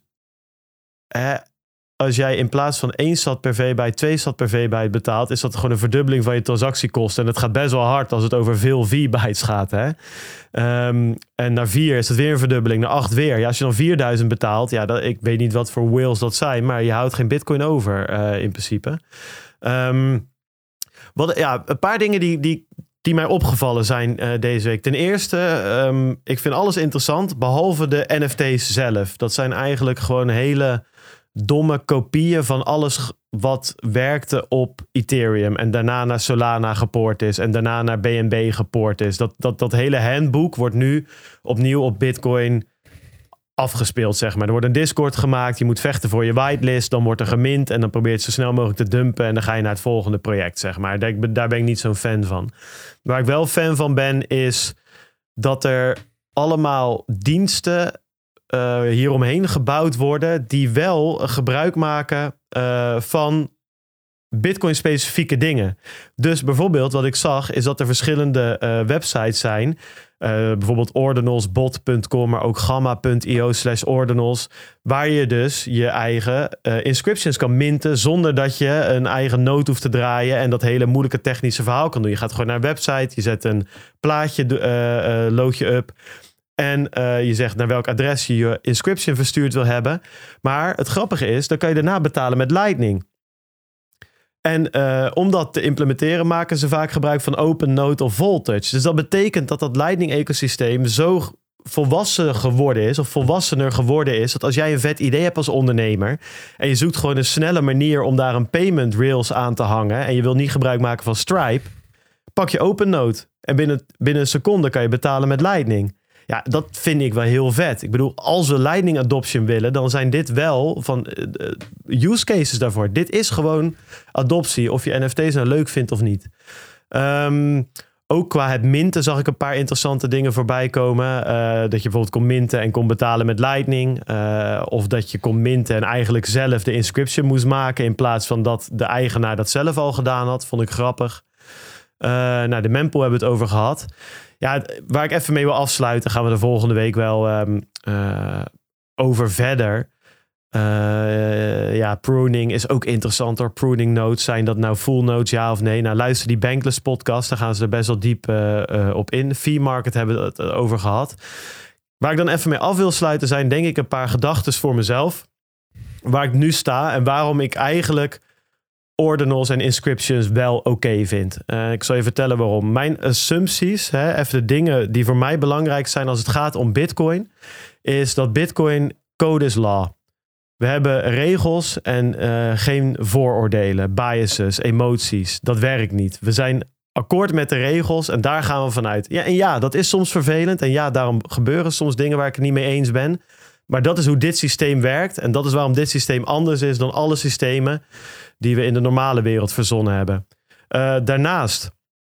als jij in plaats van 1 sat per V-byte 2 sat per V-byte betaalt, is dat gewoon een verdubbeling van je transactiekosten. En het gaat best wel hard als het over veel V-bytes gaat. Hè? En naar 4 is het weer een verdubbeling. Naar 8 weer. Ja, als je dan 4000 betaalt, ik weet niet wat voor whales dat zijn, maar je houdt geen bitcoin over in principe. Een paar dingen die mij opgevallen zijn deze week. Ten eerste, ik vind alles interessant, behalve de NFT's zelf. Dat zijn eigenlijk gewoon hele domme kopieën van alles wat werkte op Ethereum en daarna naar Solana gepoord is en daarna naar BNB gepoord is. Dat hele handboek wordt nu opnieuw op Bitcoin afgespeeld, zeg maar. Er wordt een Discord gemaakt, je moet vechten voor je whitelist, dan wordt er gemint en dan probeer je het zo snel mogelijk te dumpen en dan ga je naar het volgende project, zeg maar. Daar ben ik niet zo'n fan van. Waar ik wel fan van ben, is dat er allemaal diensten hieromheen gebouwd worden die wel gebruik maken van Bitcoin-specifieke dingen. Dus bijvoorbeeld wat ik zag is dat er verschillende websites zijn. Bijvoorbeeld ordinalsbot.com, maar ook gamma.io/ordinals. Waar je dus je eigen inscriptions kan minten zonder dat je een eigen node hoeft te draaien en dat hele moeilijke technische verhaal kan doen. Je gaat gewoon naar een website, je zet een plaatje, load je up. En je zegt naar welk adres je je inscription verstuurd wil hebben. Maar het grappige is, dan kan je daarna betalen met Lightning. En om dat te implementeren maken ze vaak gebruik van OpenNode of Voltage. Dus dat betekent dat Lightning-ecosysteem zo volwassen geworden is, of volwassener geworden is, dat als jij een vet idee hebt als ondernemer en je zoekt gewoon een snelle manier om daar een payment rails aan te hangen en je wil niet gebruik maken van Stripe, pak je OpenNode en binnen een seconde kan je betalen met Lightning. Ja, dat vind ik wel heel vet. Ik bedoel, als we Lightning adoption willen, dan zijn dit wel van use cases daarvoor. Dit is gewoon adoptie, of je NFT's nou leuk vindt of niet. Ook qua het minten zag ik een paar interessante dingen voorbij komen. Dat je bijvoorbeeld kon minten en kon betalen met Lightning. Of dat je kon minten en eigenlijk zelf de inscription moest maken in plaats van dat de eigenaar dat zelf al gedaan had. Vond ik grappig. Nou, de mempool hebben we het over gehad. Ja, waar ik even mee wil afsluiten, gaan we de volgende week wel over verder. Pruning is ook interessant hoor. Pruning nodes, zijn dat nou full nodes, ja of nee? Nou, luister die Bankless podcast, daar gaan ze er best wel diep op in. V-Market hebben we het over gehad. Waar ik dan even mee af wil sluiten zijn, denk ik, een paar gedachten voor mezelf. Waar ik nu sta en waarom ik eigenlijk ordinals en inscriptions wel oké vind. Ik zal je vertellen waarom. Mijn assumpties, even de dingen die voor mij belangrijk zijn als het gaat om Bitcoin, is dat Bitcoin code is law. We hebben regels en geen vooroordelen, biases, emoties. Dat werkt niet. We zijn akkoord met de regels en daar gaan we vanuit. Ja, en ja, dat is soms vervelend en ja, daarom gebeuren soms dingen waar ik het niet mee eens ben. Maar dat is hoe dit systeem werkt en dat is waarom dit systeem anders is dan alle systemen die we in de normale wereld verzonnen hebben. Daarnaast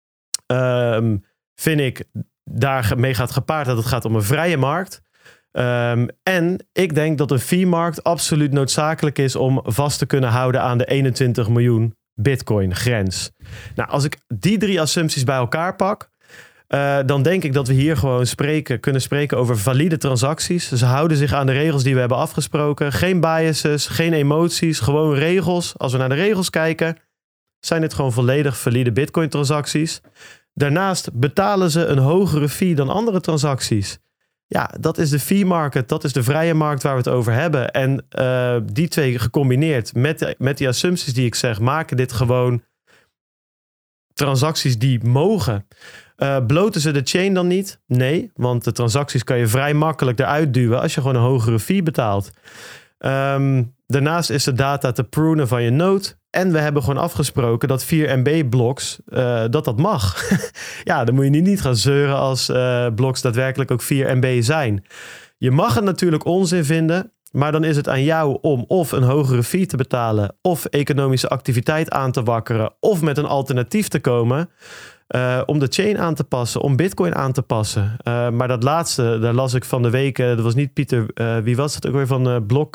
vind ik daarmee gaat gepaard dat het gaat om een vrije markt. En ik denk dat een fee-markt absoluut noodzakelijk is om vast te kunnen houden aan de 21 miljoen Bitcoin grens. Nou, als ik die 3 assumpties bij elkaar pak, dan denk ik dat we hier gewoon kunnen spreken over valide transacties. Ze houden zich aan de regels die we hebben afgesproken. Geen biases, geen emoties, gewoon regels. Als we naar de regels kijken, zijn dit gewoon volledig valide Bitcoin transacties. Daarnaast betalen ze een hogere fee dan andere transacties. Ja, dat is de fee market, dat is de vrije markt waar we het over hebben. En die twee gecombineerd met die assumpties die ik zeg, maken dit gewoon transacties die mogen. Bloten ze de chain dan niet? Nee, want de transacties kan je vrij makkelijk eruit duwen als je gewoon een hogere fee betaalt. Daarnaast is de data te prunen van je node. En we hebben gewoon afgesproken dat 4 MB blocks, dat mag. Ja, dan moet je niet gaan zeuren als blocks daadwerkelijk ook 4 MB zijn. Je mag het natuurlijk onzin vinden, maar dan is het aan jou om of een hogere fee te betalen, of economische activiteit aan te wakkeren, of met een alternatief te komen om de chain aan te passen, om Bitcoin aan te passen. Maar dat laatste, daar las ik van de week, dat was niet Pieter, wie was het ook weer van Blok,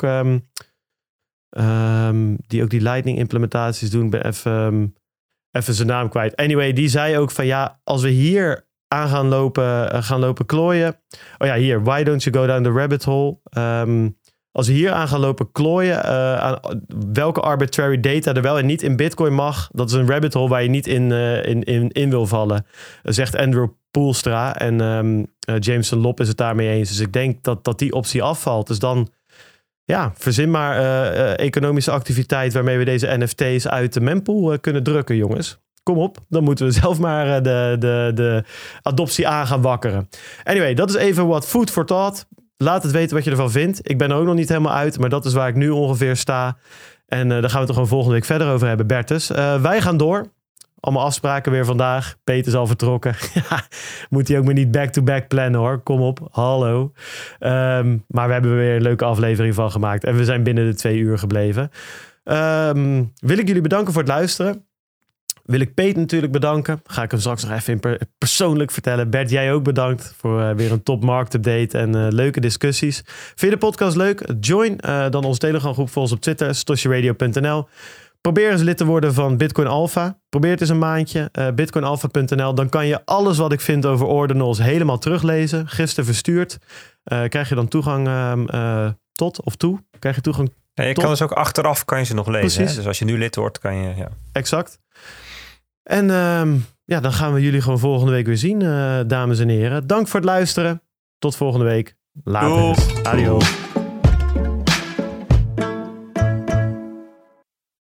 die ook die Lightning implementaties doen. Ik ben even zijn naam kwijt. Anyway, die zei ook van ja, als we hier aan gaan lopen klooien. Oh ja, hier. Why don't you go down the rabbit hole? Als we hier aan gaan lopen klooien, aan welke arbitrary data er wel en niet in Bitcoin mag, dat is een rabbit hole waar je niet in wil vallen. Zegt Andrew Poelstra en Jameson Lopp is het daarmee eens. Dus ik denk dat die optie afvalt. Dus dan, ja, verzin maar economische activiteit waarmee we deze NFT's uit de mempool kunnen drukken, jongens. Kom op, dan moeten we zelf maar de adoptie aan gaan wakkeren. Anyway, dat is even wat food for thought. Laat het weten wat je ervan vindt. Ik ben er ook nog niet helemaal uit, maar dat is waar ik nu ongeveer sta. En daar gaan we het er gewoon volgende week verder over hebben, Bertus. Wij gaan door. Allemaal afspraken weer vandaag. Peter is al vertrokken. Moet hij ook maar niet back-to-back plannen hoor. Kom op, hallo. Maar we hebben er weer een leuke aflevering van gemaakt. En we zijn binnen de 2 uur gebleven. Wil ik jullie bedanken voor het luisteren. Wil ik Peet natuurlijk bedanken. Ga ik hem straks nog even persoonlijk vertellen. Bert, jij ook bedankt voor weer een top marktupdate en leuke discussies. Vind je de podcast leuk? Join dan onze Telegram-groep. Volg ons op Twitter, satoshiradio.nl. Probeer eens lid te worden van Bitcoin Alpha. Probeer het eens een maandje. Bitcoinalpha.nl. Dan kan je alles wat ik vind over ordinals helemaal teruglezen. Gisteren verstuurd. Krijg je dan toegang Krijg je toegang Ja, je kan dus ook achteraf kan je ze nog lezen. Hè? Dus als je nu lid wordt, kan je... Ja. Exact. En dan gaan we jullie gewoon volgende week weer zien, dames en heren. Dank voor het luisteren. Tot volgende week. Later. Adios.